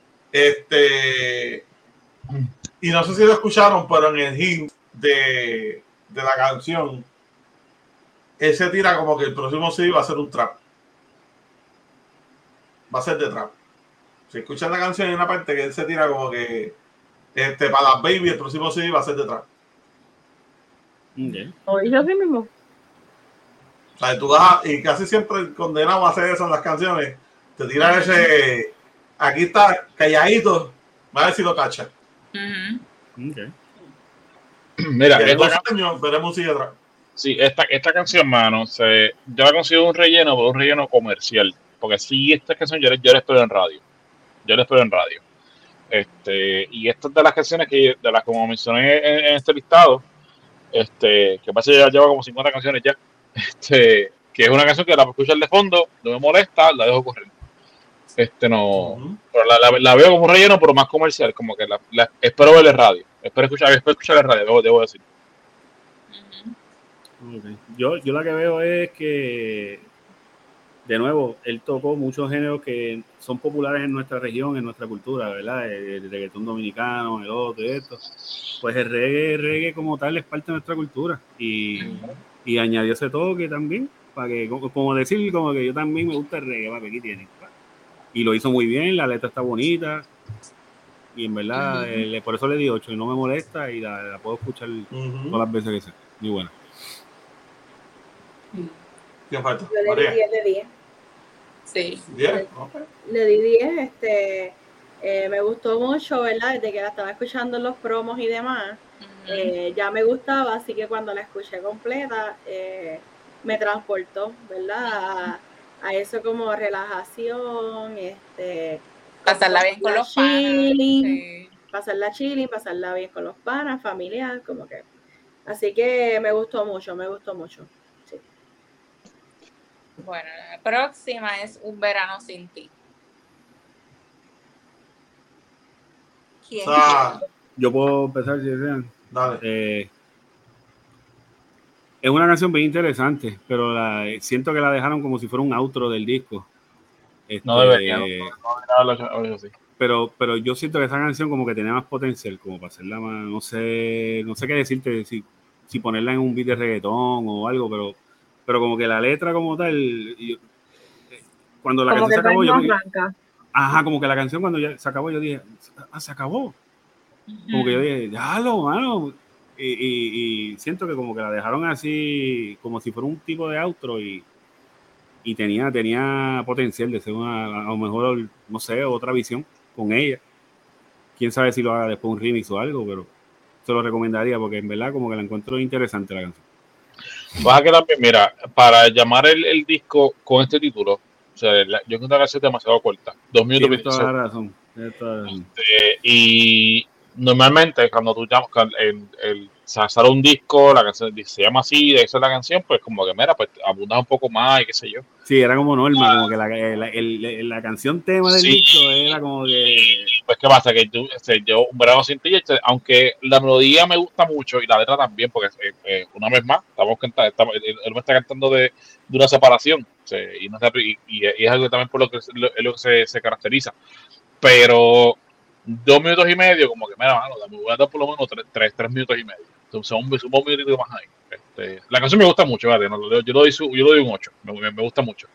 Y no sé si lo escucharon, pero en el hint de la canción, él se tira como que el próximo CD va a ser un trap. Va a ser de trap. Si escuchan la canción, hay una parte que él se tira como que para las baby, el próximo CD va a ser de trap. Oye, yo sí mismo. O sea, tú y casi siempre condenado a hacer eso en las canciones. Te tiran ese. Aquí está calladito. Va a ver si lo cacha. Mira, veremos si atrás. Sí, esta canción, mano, yo la considero un relleno, pero un relleno comercial. Porque sí, esta canción yo la espero en radio. Y esta es de las canciones de las como mencioné en este listado, que pasa ya lleva como 50 canciones ya, que es una canción que la escuchar de fondo, no me molesta, la dejo correr. No, pero la veo como un relleno, pero más comercial, como que espero ver en radio, espero escuchar en radio, debo decir. Okay. Yo la que veo es que de nuevo, él tocó muchos géneros que son populares en nuestra región, en nuestra cultura, ¿verdad? El reggaetón dominicano, el otro y esto. Pues el reggae como tal es parte de nuestra cultura y añadió ese toque también, para que, como decir, como que yo también me gusta el reggae, papi, aquí tiene. Y lo hizo muy bien, la letra está bonita y en verdad, por eso le di 8 y no me molesta y la puedo escuchar todas las veces que sea. Muy buena. ¿Qué falta? Yo le di 10 de 10. Sí. 10. Le di 10, me gustó mucho, ¿verdad? Desde que la estaba escuchando en los promos y demás, ya me gustaba, así que cuando la escuché completa, me transportó, ¿verdad? A eso como relajación, pasarla bien con los panas. Sí. Pasarla chilling, pasarla bien con los panas, familiar, como que. Así que me gustó mucho. Sí. Bueno, la próxima es Un verano sin ti. ¿Quién? Yo puedo empezar si desean. Dale. Es una canción bien interesante, pero siento que la dejaron como si fuera un outro del disco. No debería, sí. Pero yo siento que esa canción como que tenía más potencial, como para hacerla más, no sé qué decirte, si ponerla en un beat de reggaetón o algo, pero como que la letra como tal, cuando la como canción se acabó, como que la canción cuando ya se acabó, yo dije, se acabó. Como que yo dije, déjalo, mano. Y siento que como que la dejaron así, como si fuera un tipo de outro y tenía potencial de ser a lo mejor, no sé, otra visión con ella. Quién sabe si lo haga después un remix o algo, pero se lo recomendaría porque en verdad como que la encuentro interesante la canción. Vas a que también, mira, para llamar el disco con este título, o sea, yo encuentro la canción demasiado corta, 2 minutos. Tienes toda la razón. Y normalmente cuando tú llamas, sale un disco, la canción se llama así, de esa es la canción, pues como que mira, pues abundas un poco más y qué sé yo. Sí, era como norma, como que la canción tema del disco era como que... Pues qué pasa, que yo Un verano sin ti, aunque la melodía me gusta mucho y la letra también, porque una vez más, él me está cantando de una separación, y es algo también por lo que se caracteriza. Pero 2 minutos y medio, como que mira, mano, me voy a dar por lo menos 3 minutos y medio. Entonces, un minutito más ahí. La canción me gusta mucho, ¿vale? Yo le doy un 8. Me gusta mucho.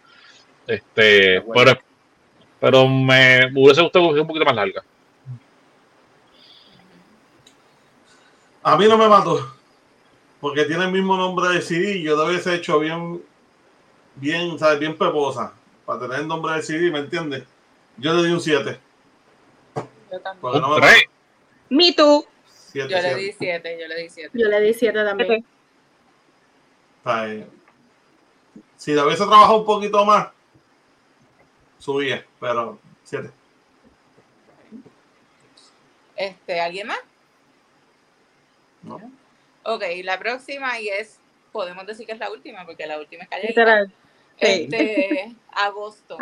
Pero me hubiese gustado un poquito más larga. A mí no me mató. Porque tiene el mismo nombre de CD. Yo lo hubiese hecho bien, ¿sabes? Bien peposa. Para tener el nombre de CD, ¿me entiendes? Yo le di un 7. Yo también. Porque no me mató. Me too. 7. Yo le di 7. Yo le di 7 también. Okay. Si la hubiese trabajado un poquito más, subía, pero 7. ¿Alguien más? No. Ok, la próxima podemos decir que es la última, porque la última es calladita. Literal. Sí. Agosto.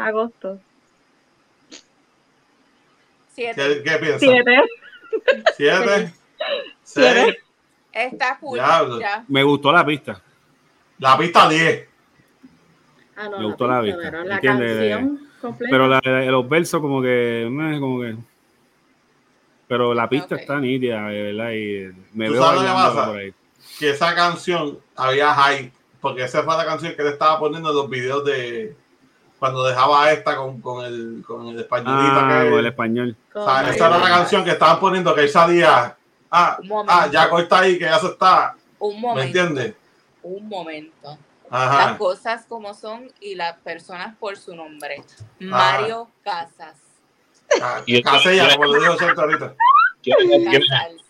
7. ¿Qué piensas? 7. 7. 6. Está cool. Ya. Me gustó la pista. La pista 10. Me gustó la pista. Pero la canción completa. Pero los versos como que... Pero la pista está nítida, ¿verdad? Y me veo bailando por ahí. Que esa canción había hype, porque esa fue la canción que le estaba poniendo en los videos de cuando dejaba esta con el españolito. Con el español. O sea, esa era la canción que estaban poniendo, que él salía. Ya corta ahí, que ya se está. Un momento. ¿Me entiendes? Un momento. Ajá. Las cosas como son y las personas por su nombre. Mario Casas. Casella, como lo dijo Chento ahorita. ¿Quién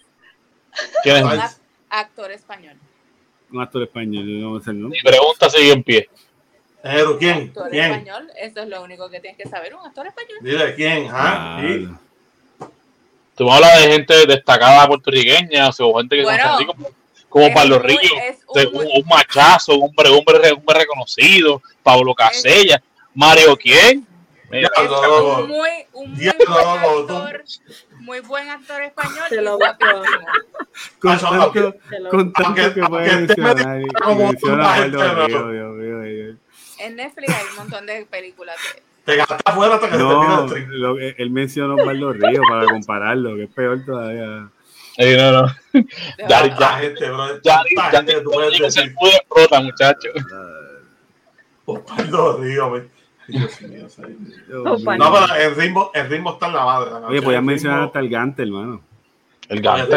es? Actor español. Un actor español, no sé el nombre. Mi pregunta sigue en pie. ¿Quién? Actor español, eso es lo único que tienes que saber, un actor español. Dile, ¿quién? ¿Sí? Tú me hablas de gente destacada puertorriqueña, o sea, gente que conoce así como Pablo Río, un machazo, un hombre reconocido, Pablo Casella, Mario ¿quién? Mira, muy buen actor español. Se lo con tanto que puede mencionar. En Netflix hay un montón de películas de... Te gastas afuera hasta que se termine el stream. Él mencionó Osvaldo Río para compararlo, que es peor todavía. No. Ya, gente, bro. Ya gente que tú puedes decir. Muy explota, muchacho. Osvaldo Río, güey. Dios mío, no, pero el ritmo está en la madre. Oye, podías mencionar hasta el Gante, hermano. El Gante.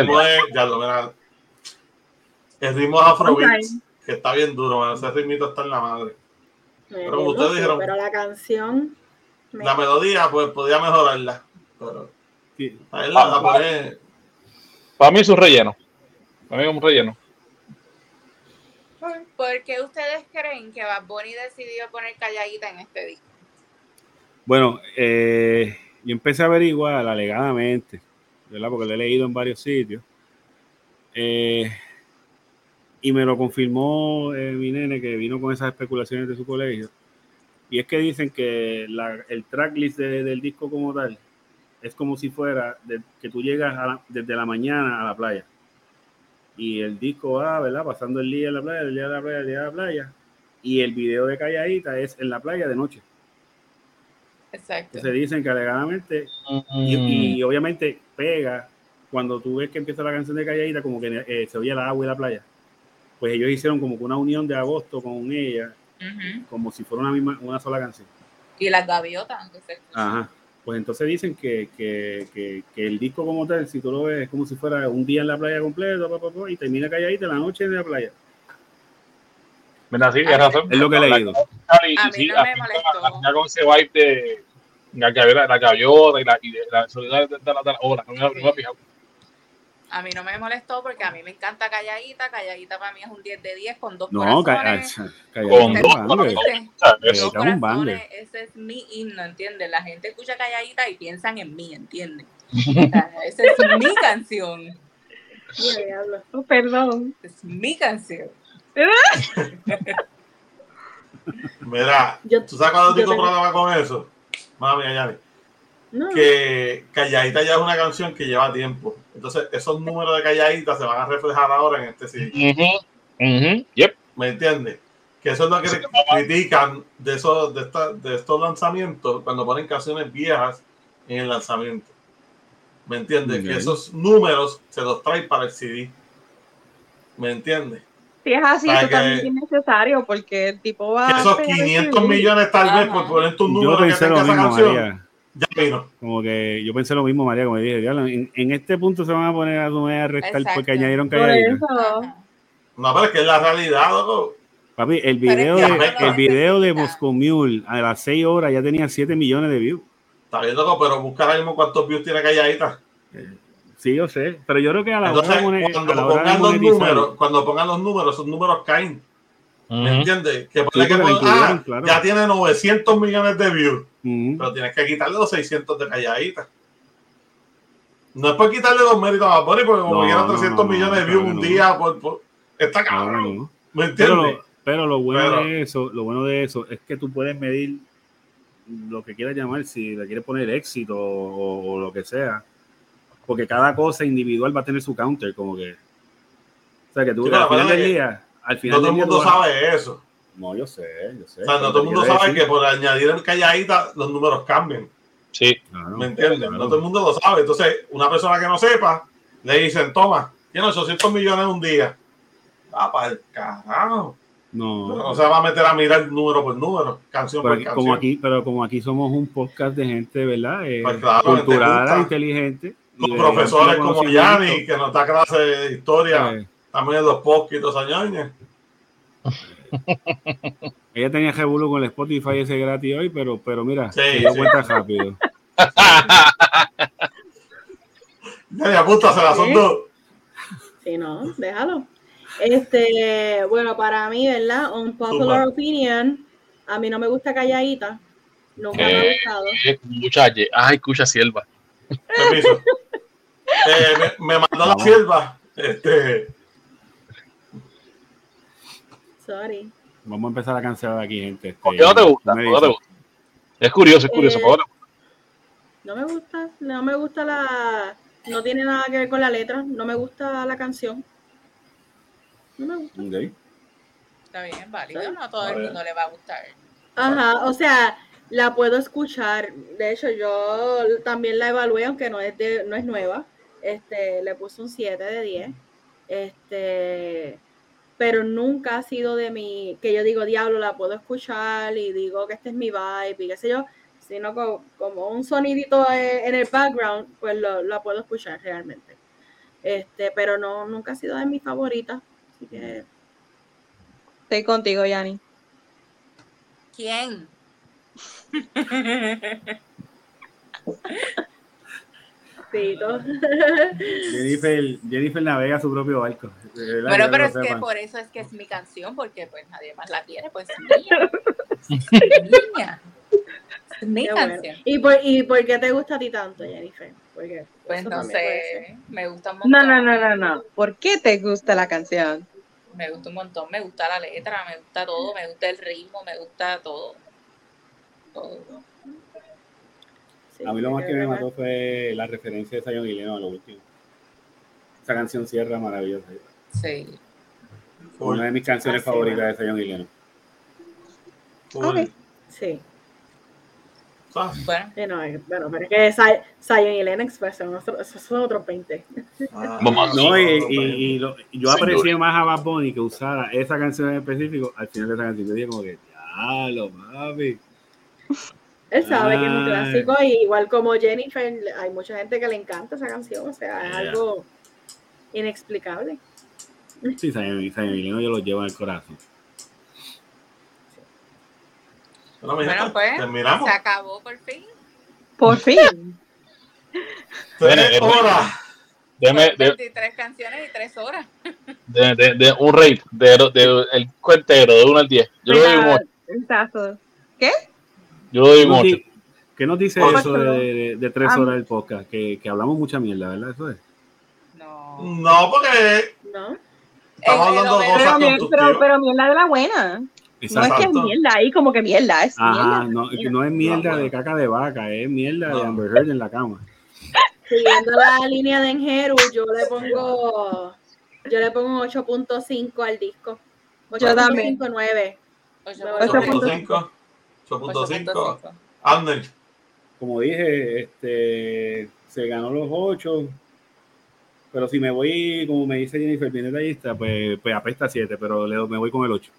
El ritmo es Afrobeats, que está bien duro, man. Ese ritmito está en la madre. Pero como ustedes dijeron, pero la canción, la melodía, pues podía mejorarla. Pero sí. la pone. Para mí es un relleno. Para mí es un relleno. ¿Por qué ustedes creen que Bad Bunny decidió poner Calladita en este disco? Bueno, yo empecé a averiguar alegadamente, ¿verdad? Porque lo he leído en varios sitios. Y me lo confirmó mi nene que vino con esas especulaciones de su colegio. Y es que dicen que el tracklist del disco como tal es como si fuera que tú llegas desde la mañana a la playa. Y el disco va, ¿verdad? Pasando el día en la playa, el día de la playa, el día de la playa. Y el video de Calladita es en la playa de noche. Exacto. Entonces dicen que alegadamente, y obviamente pega, cuando tú ves que empieza la canción de Calladita, como que se oye la agua y la playa. Pues ellos hicieron como que una unión de agosto con ella, como si fuera una sola canción. Y las gaviotas, aunque se escuchan. Ajá. Pues entonces dicen que el disco como tal, si tú lo ves, es como si fuera un día en la playa completo, y termina Calladita la noche en la playa. Mira, sí, es razón. Es lo que he leído. A mí no me molestó. Ya con ese vibe de la gaviota y la soledad de la ola. No me he fijado. A mí no me molestó porque a mí me encanta Calladita. Calladita para mí es un 10 de 10 con dos No, corazones. Con Dos corazones, ese es mi himno, ¿entiendes? La gente escucha Calladita y piensan en mí, ¿entiendes? Esa es mi canción. Oh, perdón. Es mi canción. Mira, ¿tú sabes cuándo tengo problema con eso? Mami, Ayani. No. Que Calladita ya es una canción que lleva tiempo. Entonces, esos números de Calladita se van a reflejar ahora en este CD. Yep. ¿Me entiendes? Que eso es lo que critican de estos lanzamientos cuando ponen canciones viejas en el lanzamiento. ¿Me entiendes? Que esos números se los traen para el CD. ¿Me entiendes? Si es así, eso también es necesario porque el tipo va a esos 500 millones tal vez por poner tu número que tenga esa canción. María. Ya vino. Como que yo pensé lo mismo, María, como dije, en este punto se van a poner a restar. Exacto. Porque añadieron Calladita. No, pero es que es la realidad, loco. Papi, el video de Moscow Mule a las 6 horas ya tenía 7 millones de views. Está bien, loco, pero buscar ahora mismo cuántos views tiene Calladita. Sí, yo sé, pero yo creo que a la Entonces, cuando pongan los números, esos números caen. ¿Me entiendes? Que claro. Ya tiene 900 millones de views, pero tienes que quitarle los 600 de Calladita. No es por quitarle los méritos a Bad Bunny, porque como quieran 300 millones de views un día, está cabrón. ¿Me entiendes? Pero lo bueno de eso es que tú puedes medir lo que quieras llamar, si le quieres poner éxito o lo que sea. Porque cada cosa individual va a tener su counter, como que. O sea, que tú al final del día. No todo el mundo sabe eso. No, yo sé. O sea, no todo el mundo sabe que por añadir el Calladita los números cambian. Sí. ¿Me entiendes? Claro. No todo el mundo lo sabe. Entonces, una persona que no sepa, le dicen, toma, tiene 800 millones un día. Para el carajo. No se va a meter a mirar número por número, canción por canción. Como aquí somos un podcast de gente, ¿verdad? Pues claro, cultural, inteligente. Los profesores como Yanni, que nos da clase de historia, también en los podcasts y todos años. Ella tenía revuelo con el Spotify ese gratis hoy, pero mira, se dio cuenta rápido. Ya apunta, se la son dos. Sí, no, déjalo. Bueno, para mí, ¿verdad? Unpopular opinion, a mí no me gusta Calladita. Nunca me ha gustado. Muchacha, escucha sierva. Permiso. Me mandó la sierva. Sorry. Vamos a empezar a cancelar aquí, gente. ¿Por qué no te gusta? Es curioso. No me gusta no tiene nada que ver con la letra. No me gusta la canción. No me gusta. Okay. Está bien, válido. No a todo el mundo le va a gustar. Ajá, o sea, la puedo escuchar. De hecho, yo también la evalué, aunque no es nueva. Le puse un 7 de 10. Pero nunca ha sido de mí que yo digo, diablo, la puedo escuchar y digo que este es mi vibe y qué sé yo, sino como un sonidito en el background, pues la puedo escuchar realmente. Pero no, nunca ha sido de mis favoritas. Así que Estoy contigo, Yanni. ¿Quién? Jennifer navega su propio barco. Bueno, pero es que por eso es que es mi canción, porque pues nadie más la tiene, pues mía. Es mía. Es mi canción. Bueno. ¿Y por qué te gusta a ti tanto, Jennifer? Porque pues no sé, me gusta un montón. No. ¿Por qué te gusta la canción? Me gusta un montón, me gusta la letra, me gusta todo, me gusta el ritmo, me gusta todo. Todo. A mí lo más que me mató fue la referencia de Zion y Lennon a lo último. Esa canción cierra maravillosa. Sí. Una de mis canciones favoritas de Zion y Lennon. Okay. Sí. Bueno, pero es que Zion y Lennox pues, son otros 20. No, y yo aprecié más a Bad Bunny que usara esa canción en específico al final de esa canción. Yo dije como que, diablo, papi. Él sabe que es un clásico, y igual como Jennifer, hay mucha gente que le encanta esa canción, o sea, es algo inexplicable. Sí, Zion y Lennon yo lo llevo en el corazón. Bueno, pues, terminamos. Se acabó por fin. Por fin. 3 horas. 23 canciones y 3 horas. De un rate, el cuentero, de 1 al 10. Yo le doy un 8. Exacto. ¿Qué? Yo le doy un 8. ¿Qué nos dice eso de 3 horas del podcast? Que hablamos mucha mierda, ¿verdad? ¿Eso es? No, porque estamos hablando de cosas constructivas. Pero mierda de la buena. Exacto. No es que es mierda ahí, como que mierda. Es mierda. No es mierda de caca de vaca, es mierda de Amber Heard en la cama. Siguiendo la línea de Enjeru, yo le pongo un 8.5 al disco. 8.59. 8.5. Ander. Como dije, se ganó los 8. Pero si me voy, como me dice Jennifer, bien detallista, pues apesta 7, pero me voy con el 8.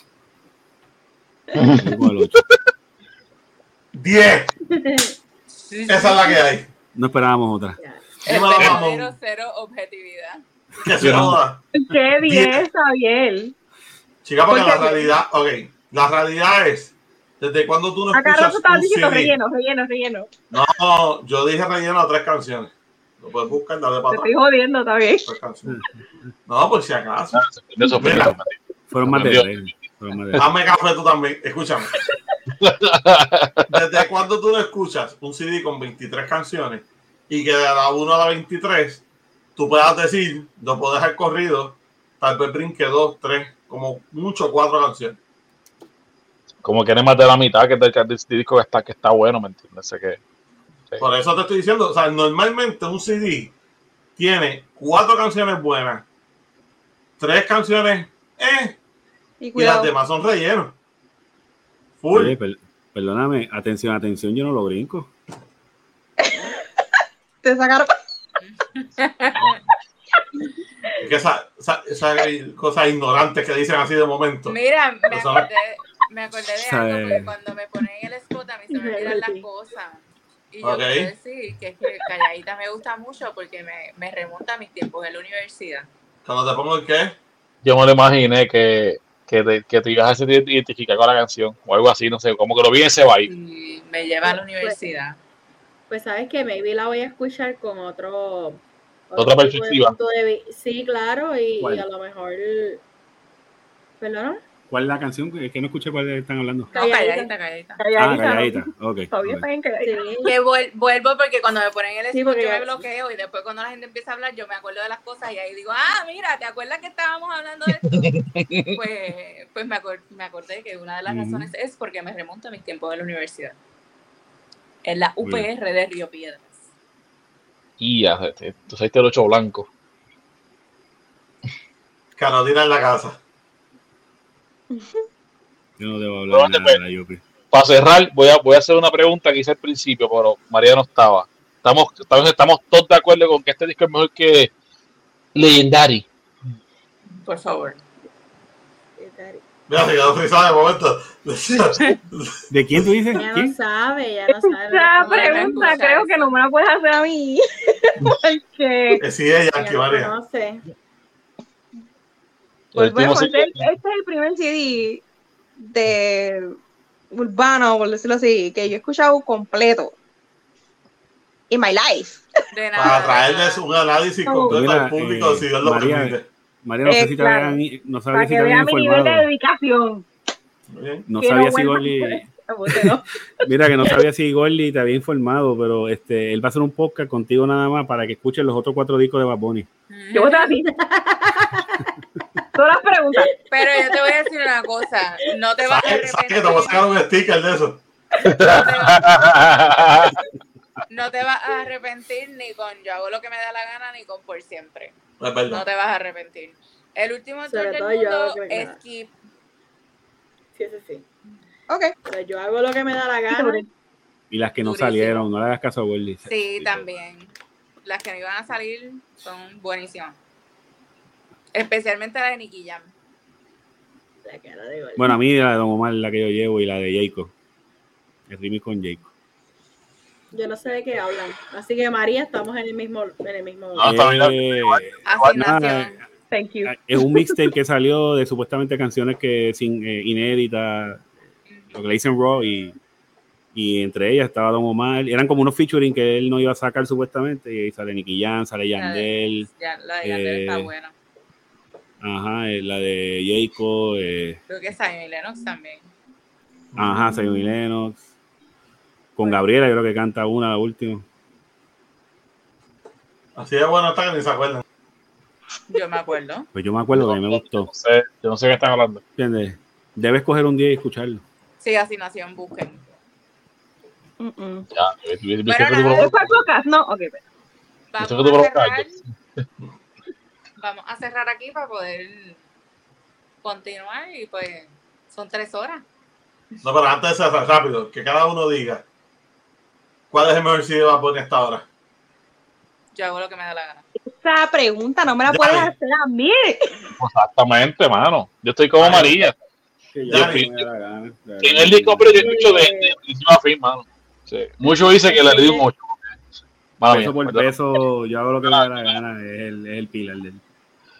10. Esa es la que hay. No esperábamos otra. El verdadero cero objetividad. Qué bien, Javier. Chica, porque la realidad es, ¿desde cuándo tú no escuchas un CD? Relleno. No, yo dije relleno a 3 canciones. Lo puedes buscar, dale para atrás. Te estoy jodiendo, está bien. No, por si acaso. Fueron más de 3. Dame café tú también, escúchame. ¿Desde cuándo tú no escuchas un CD con 23 canciones y que de la 1 a la 23 tú puedas decir, no puedo dejar corrido, tal vez brinque 2, 3, como mucho 4 canciones? Como que eres más de la mitad que del disco que está bueno, ¿me entiendes? Sí. Por eso te estoy diciendo, o sea, normalmente un CD tiene 4 canciones buenas, 3 cancionnes y las demás son rellenos. Full. Oye, perdóname, atención, yo no lo brinco. Te sacaron. Esas cosas ignorantes que dicen así de momento. Mira, me acordé de algo, porque cuando me ponen el spot a mí se me olvidan las cosas. Y yo quiero decir que Calladita me gusta mucho porque me remonta a mis tiempos en la universidad. ¿Cuando te pongo el qué? Yo me lo imaginé que te ibas a identificar con la canción o algo así, no sé, como que lo vi en ese vibe. Y me lleva a la universidad. Pues sabes que maybe la voy a escuchar con otra perspectiva. Sí, claro, y a lo mejor. ¿Perdón? ¿Cuál es la canción? Es que no escuché cuál están hablando. Calladita. Calladita. Ok. Que vuelvo porque cuando me ponen el spot yo me bloqueo y después cuando la gente empieza a hablar yo me acuerdo de las cosas y ahí digo, mira, ¿te acuerdas que estábamos hablando de esto? pues me acordé que una de las razones es porque me remonta a mis tiempos de la universidad. En la UPR de Río Piedras. Y ya, tú saliste el 8 blanco. Carolina en la casa. Yo no debo hablar nada de la Yupi. Para cerrar, voy a hacer una pregunta que hice al principio, pero María no estaba. Estamos todos de acuerdo con que este disco es mejor que Legendary. Por favor. Mira, se quedó frisado de momento. ¿De quién tú dices? Ya ¿Quién? no sabe, ya no sabe. Esa no me pregunta escucha creo eso. que no me la puedes hacer a mí. Porque Sí, ella, Ya aquí, no María. conoce. volvemos, Último este es el primer CD de urbano, por decirlo así, que yo he escuchado completo. In my life. De Para nada. traerles un análisis completo Mira, al público, si Dios lo María, permite. María, no sé si te claro. habían, no sabía Para si que te vea habían mi nivel de informado. dedicación. Muy bien. No Que sabía no si vuelva Gordy, a poder. No. mira que no sabía si Gordy te había informado, pero él va a hacer un podcast contigo nada más para que escuchen los otros 4 discos de Bad Bunny. Yo voy a estar así. Todas las preguntas. Pero yo te voy a decir una cosa. No te vas a ¿Sabes que arrepentir. te voy a sacar un sticker de eso? No te vas a arrepentir ni con Yo hago lo que me da la gana ni con Por siempre. Es No verdad. te vas a arrepentir. El último tour Sobre del todo Yo hago mundo lo que me es da. Keep. Sí, sí, sí. Ok. Pero yo hago lo que me da la gana. Y las que no Durísimo. salieron, no le hagas caso a Gordy. Sí, también. Las que no iban a salir son buenísimas. Especialmente la de Nicky Jam. La cara de Gordy. Bueno, a mí la de Don Omar, la que yo llevo, y la de Jacob. El remix con Jacob. Yo no sé de qué hablan. Así que María, estamos en el mismo. Ah, está bien. Asignación. Thank you. Es un mixtape que salió de supuestamente canciones que sin inéditas, lo que le dicen Raw, y entre ellas estaba Don Omar. Eran como unos featuring que él no iba a sacar supuestamente, y ahí sale Nicky Jam, sale Yandel, La de Yandel está buena. ajá, la de Jacob, Creo que Zion y Lennox también. ajá, Zion y Lennox. Con Gabriela, yo creo que canta una, la última. Así de bueno está que ni se acuerdan. Yo me acuerdo. Pues yo me acuerdo que a mí me gustó. Yo no sé qué están hablando. ¿Entiendes? Debes coger un día y escucharlo. Sí, Asignación, busquen. Ya, Bueno, ¿Es para el podcast? No, ok. Pues. Vamos Eso que tú a provocas, cerrar. Vamos a cerrar aquí para poder continuar y pues son 3 horas. No, pero antes de cerrar, rápido, que cada uno diga cuál es el mejor CD de Bad Bunny hasta ahora. Yo hago lo que me da la gana. Esa pregunta no me la Ya puedes vi. hacer a mí. Exactamente, mano. Yo estoy como María. Que ya me da la gana. En el disco, pero yo escucho de principio a fin, mano. Sí. Muchos dicen que le di un 8. Mano Peso mía, por perdón. peso, yo hago lo que me da la gana, es el pilar de él.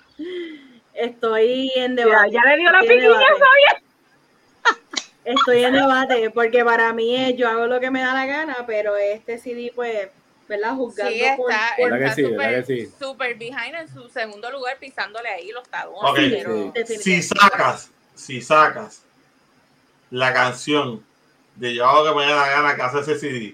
Estoy en Ya, debate. ya le dio la Estoy en piquiña, debate. ¿sabes? Estoy en debate porque para mí es yo hago lo que me da la gana, pero este CD, pues, ¿verdad? Juzgando Sí, por está, ¿Verdad que está sí? ¿Verdad que sí? super behind en su segundo lugar, pisándole ahí los talones. Ok, Pero si sacas la canción de Yo hago lo que me da la gana que hace ese CD,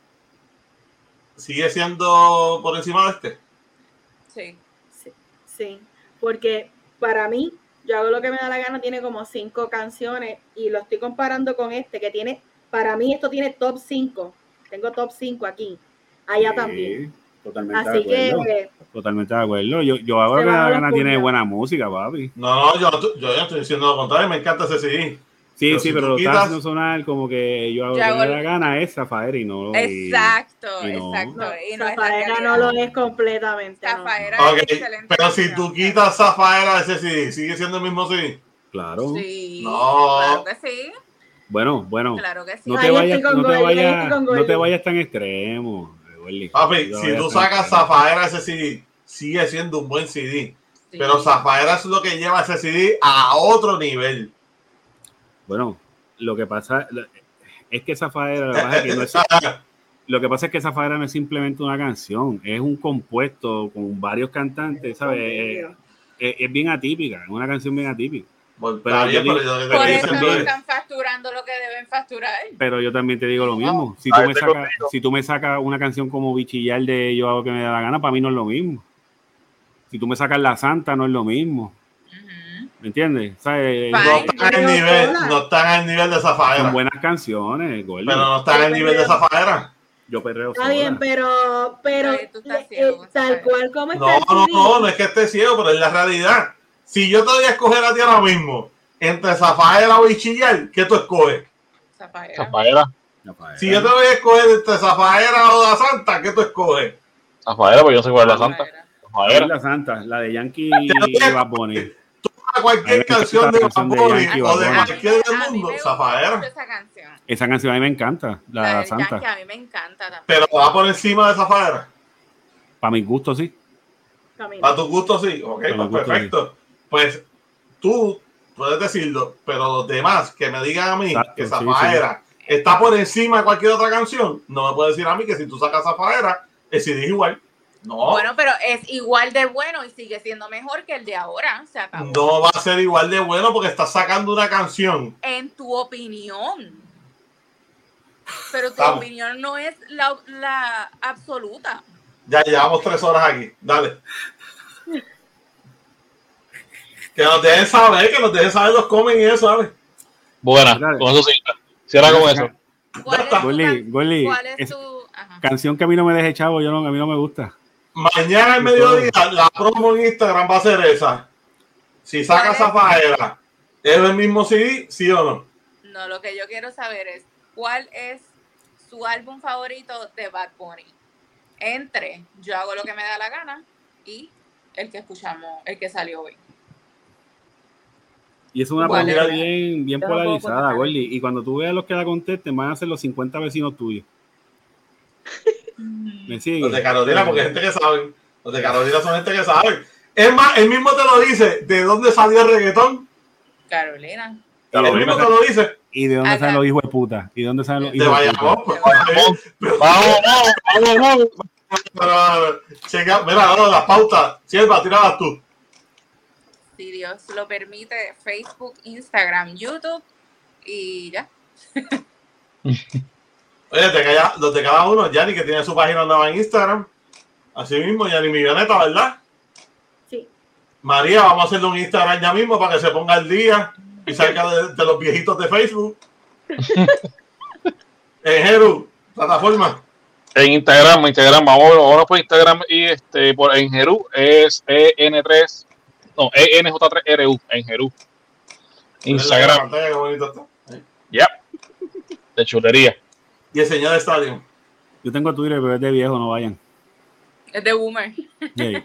¿sigue siendo por encima de este? sí. Sí, porque para mí, yo hago lo que me da la gana, tiene como 5 canciones y lo estoy comparando con este que tiene, para mí esto tiene top 5. Tengo top 5 aquí, allá Sí, también. Totalmente Así de acuerdo. que Totalmente de acuerdo. Yo hago lo Se que me da van la los gana, tiene puños. buena música, papi. No, yo ya estoy diciendo lo contrario, me encanta ese CD. Sí, Pero sí, si pero tú lo estás quitas- haciendo sonar como que yo hago Yo lo que me hago da la gana es Zafaera y no. Exacto, y no. exacto. no, Y no es la Zafaera no realidad. lo es completamente. no. Zafaera Ok, es excelente. pero si tú canción. quitas Zafaera de ese CD, ¿sigue siendo el mismo CD? Claro. Sí, No. claro que sí. Bueno, Claro que sí. no Ahí te vayas, estoy con no te Gordy, ahí vayas, estoy con no te Gordy. vayas tan extremo, Gordy. Papi, No te si vayas tú tan sacas extremo. Zafaera de ese CD, sigue siendo un buen CD. Sí. Pero Zafaera es lo que lleva ese CD a otro nivel. Bueno, lo que pasa es que Zafaera, lo que pasa es que no es, lo que pasa es que Zafaera no es simplemente una canción, es un compuesto con varios cantantes, ¿sabes? Es bien atípica, es una canción bien atípica. Bueno, Pero está yo bien, digo- pero yo Por te eso estoy no diciendo están facturando lo que deben facturar. Pero yo también te digo lo mismo. Si tú me sacas una canción como Bichillar de Yo hago que me da la gana, para mí no es lo mismo. Si tú me sacas La Santa, no es lo mismo. Ujú. ¿Me entiendes? ¿Sabes? Fine. no están al nivel, no están al nivel de Son Zafaera. buenas canciones, Gordy. Pero no están al nivel de Zafaera. Yo perreo Está sola. bien, pero Ay, tú estás ciego, tal ¿sabes? cual como está No, el no, CD, no es que esté ciego, pero es la realidad. Si yo te voy a escoger a ti ahora mismo, entre Zafaera o Chillar, ¿qué tú escoges? Zafaera. Si yo te voy a escoger entre Zafaera o La Santa, ¿qué tú escoges? Zafaera, pues yo no sé cuál es La Santa. Zafaera. La Santa, la de Yankee y Bad Bunny. A cualquier canción de Bad Bunny o de cualquier del mundo, Zafaera. Esa canción a mí me encanta, la de Santa. A mí me encanta también. Pero va por encima de Zafaera. Para mi gusto, sí. Para tu gusto, sí. Ok, pues perfecto. Sí. Pues tú puedes decirlo, pero los demás que me digan a mí que Zafaera está por encima de cualquier otra canción, no me puedes decir a mí que si tú sacas Zafaera, el CD es igual. No. Bueno, pero es igual de bueno y sigue siendo mejor que el de ahora. Se acabó. No va a ser igual de bueno porque estás sacando una canción. En tu opinión. Pero tu opinión no es la absoluta. Ya llevamos 3 horas aquí. Dale. Que nos dejen saber los comen y eso, ¿sabes? Buena, con eso sí. Cierra con eso. Goli, ¿cuál es tu canción que a mí no me deje chavo? A mí no me gusta. Mañana al mediodía la promo en Instagram va a ser esa. Si sacas Zafaera, ¿es el mismo CD, sí o no? No, lo que yo quiero saber es ¿cuál es su álbum favorito de Bad Bunny? Entre Yo hago lo que me da la gana y el que escuchamos, el que salió hoy. Y es una pregunta bien polarizada, Gordy. Y cuando tú veas los que la contesten, van a ser los 50 vecinos tuyos. ¿Me sigue? Los de Carolina, porque hay gente que sabe. Los de Carolina son gente que sabe. Es más, él mismo te lo dice. ¿De dónde salió el reggaetón? Carolina. Él mismo te lo dice. ¿Y de dónde salen los hijos de puta? ¿Y de dónde salen los hijos de puta? Vamos. Checa, mira, las pautas. Sierva, tiradas tú. Si Dios lo permite, Facebook, Instagram, YouTube y ya. Oye, los de cada uno, Yanni, que tiene su página nueva en Instagram. Así mismo, Yanni Milloneta, ¿verdad? Sí. María, vamos a hacerle un Instagram ya mismo para que se ponga al día y salga de los viejitos de Facebook. Jeru, plataforma. En Instagram, vamos por Instagram y en Jeru es ENJ3RU, en Jeru. Instagram. Qué bonito está. Ya. De chulería. Y el señor de Estadio. Yo tengo Twitter, pero es de viejo, no vayan. Es de boomer. Yeah.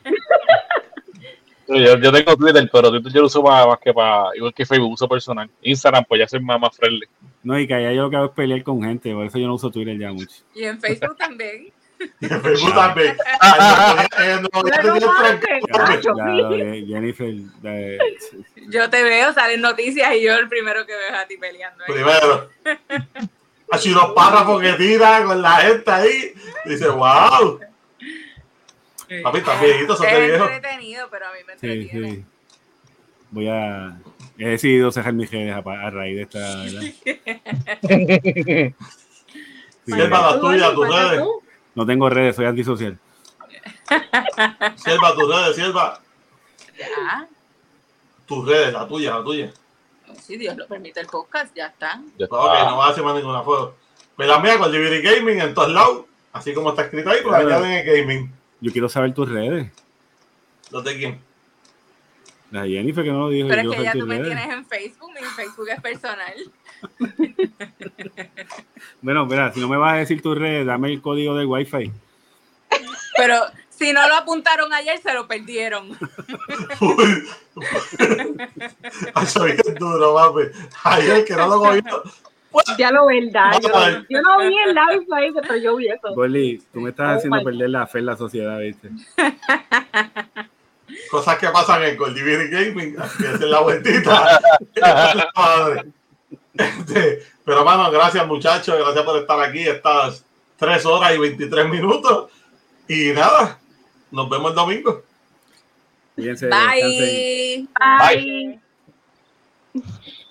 Yo tengo Twitter, pero Twitter yo lo uso más que para, igual que Facebook, uso personal. Instagram, pues ya soy más friendly. No, y que allá yo lo que hago es pelear con gente, por eso yo no uso Twitter ya mucho. Y en Facebook también. Y en Facebook también. Jennifer. Yo te veo, salen noticias y yo el primero que veo es a ti peleando. Primero. Así los párrafos que tiran con la gente ahí. Dice, wow. Papi, estás viejito, sos de viejo. Es entretenido, pero a mí me entretiene. Sí. He decidido cerrar mis redes a raíz de esta, ¿verdad? Sierva, la tuya, tus redes. No tengo redes, soy antisocial. Sierva, tus redes, Sierva. Ya. Tus redes, la tuya. Si Dios lo permite el podcast, ya está. Ok, no vas a hacer más ninguna foto. Me la mía con DVD Gaming en todos lados. Así como está escrito ahí, pues añaden el gaming. Yo quiero saber tus redes. ¿Los de quién? La Jennifer que no lo dijo. Pero es que ya tú me tienes en Facebook, mi Facebook es personal. Bueno, mira, si no me vas a decir tus redes, dame el código del Wi-Fi. Pero si no lo apuntaron ayer, se lo perdieron. Eso es duro, papi. Ayer que no lo cogí. Ya lo verdad. Yo no vi el live ahí, pero yo vi eso. Bolí, tú me estás haciendo perder la fe en la sociedad, ¿viste? Cosas que pasan en Call DVD Gaming. Así es la vueltita. Pero, mano, gracias, muchachos. Gracias por estar aquí estas 3 horas y 23 minutos. Y nada, nos vemos el domingo. Bye. Bye.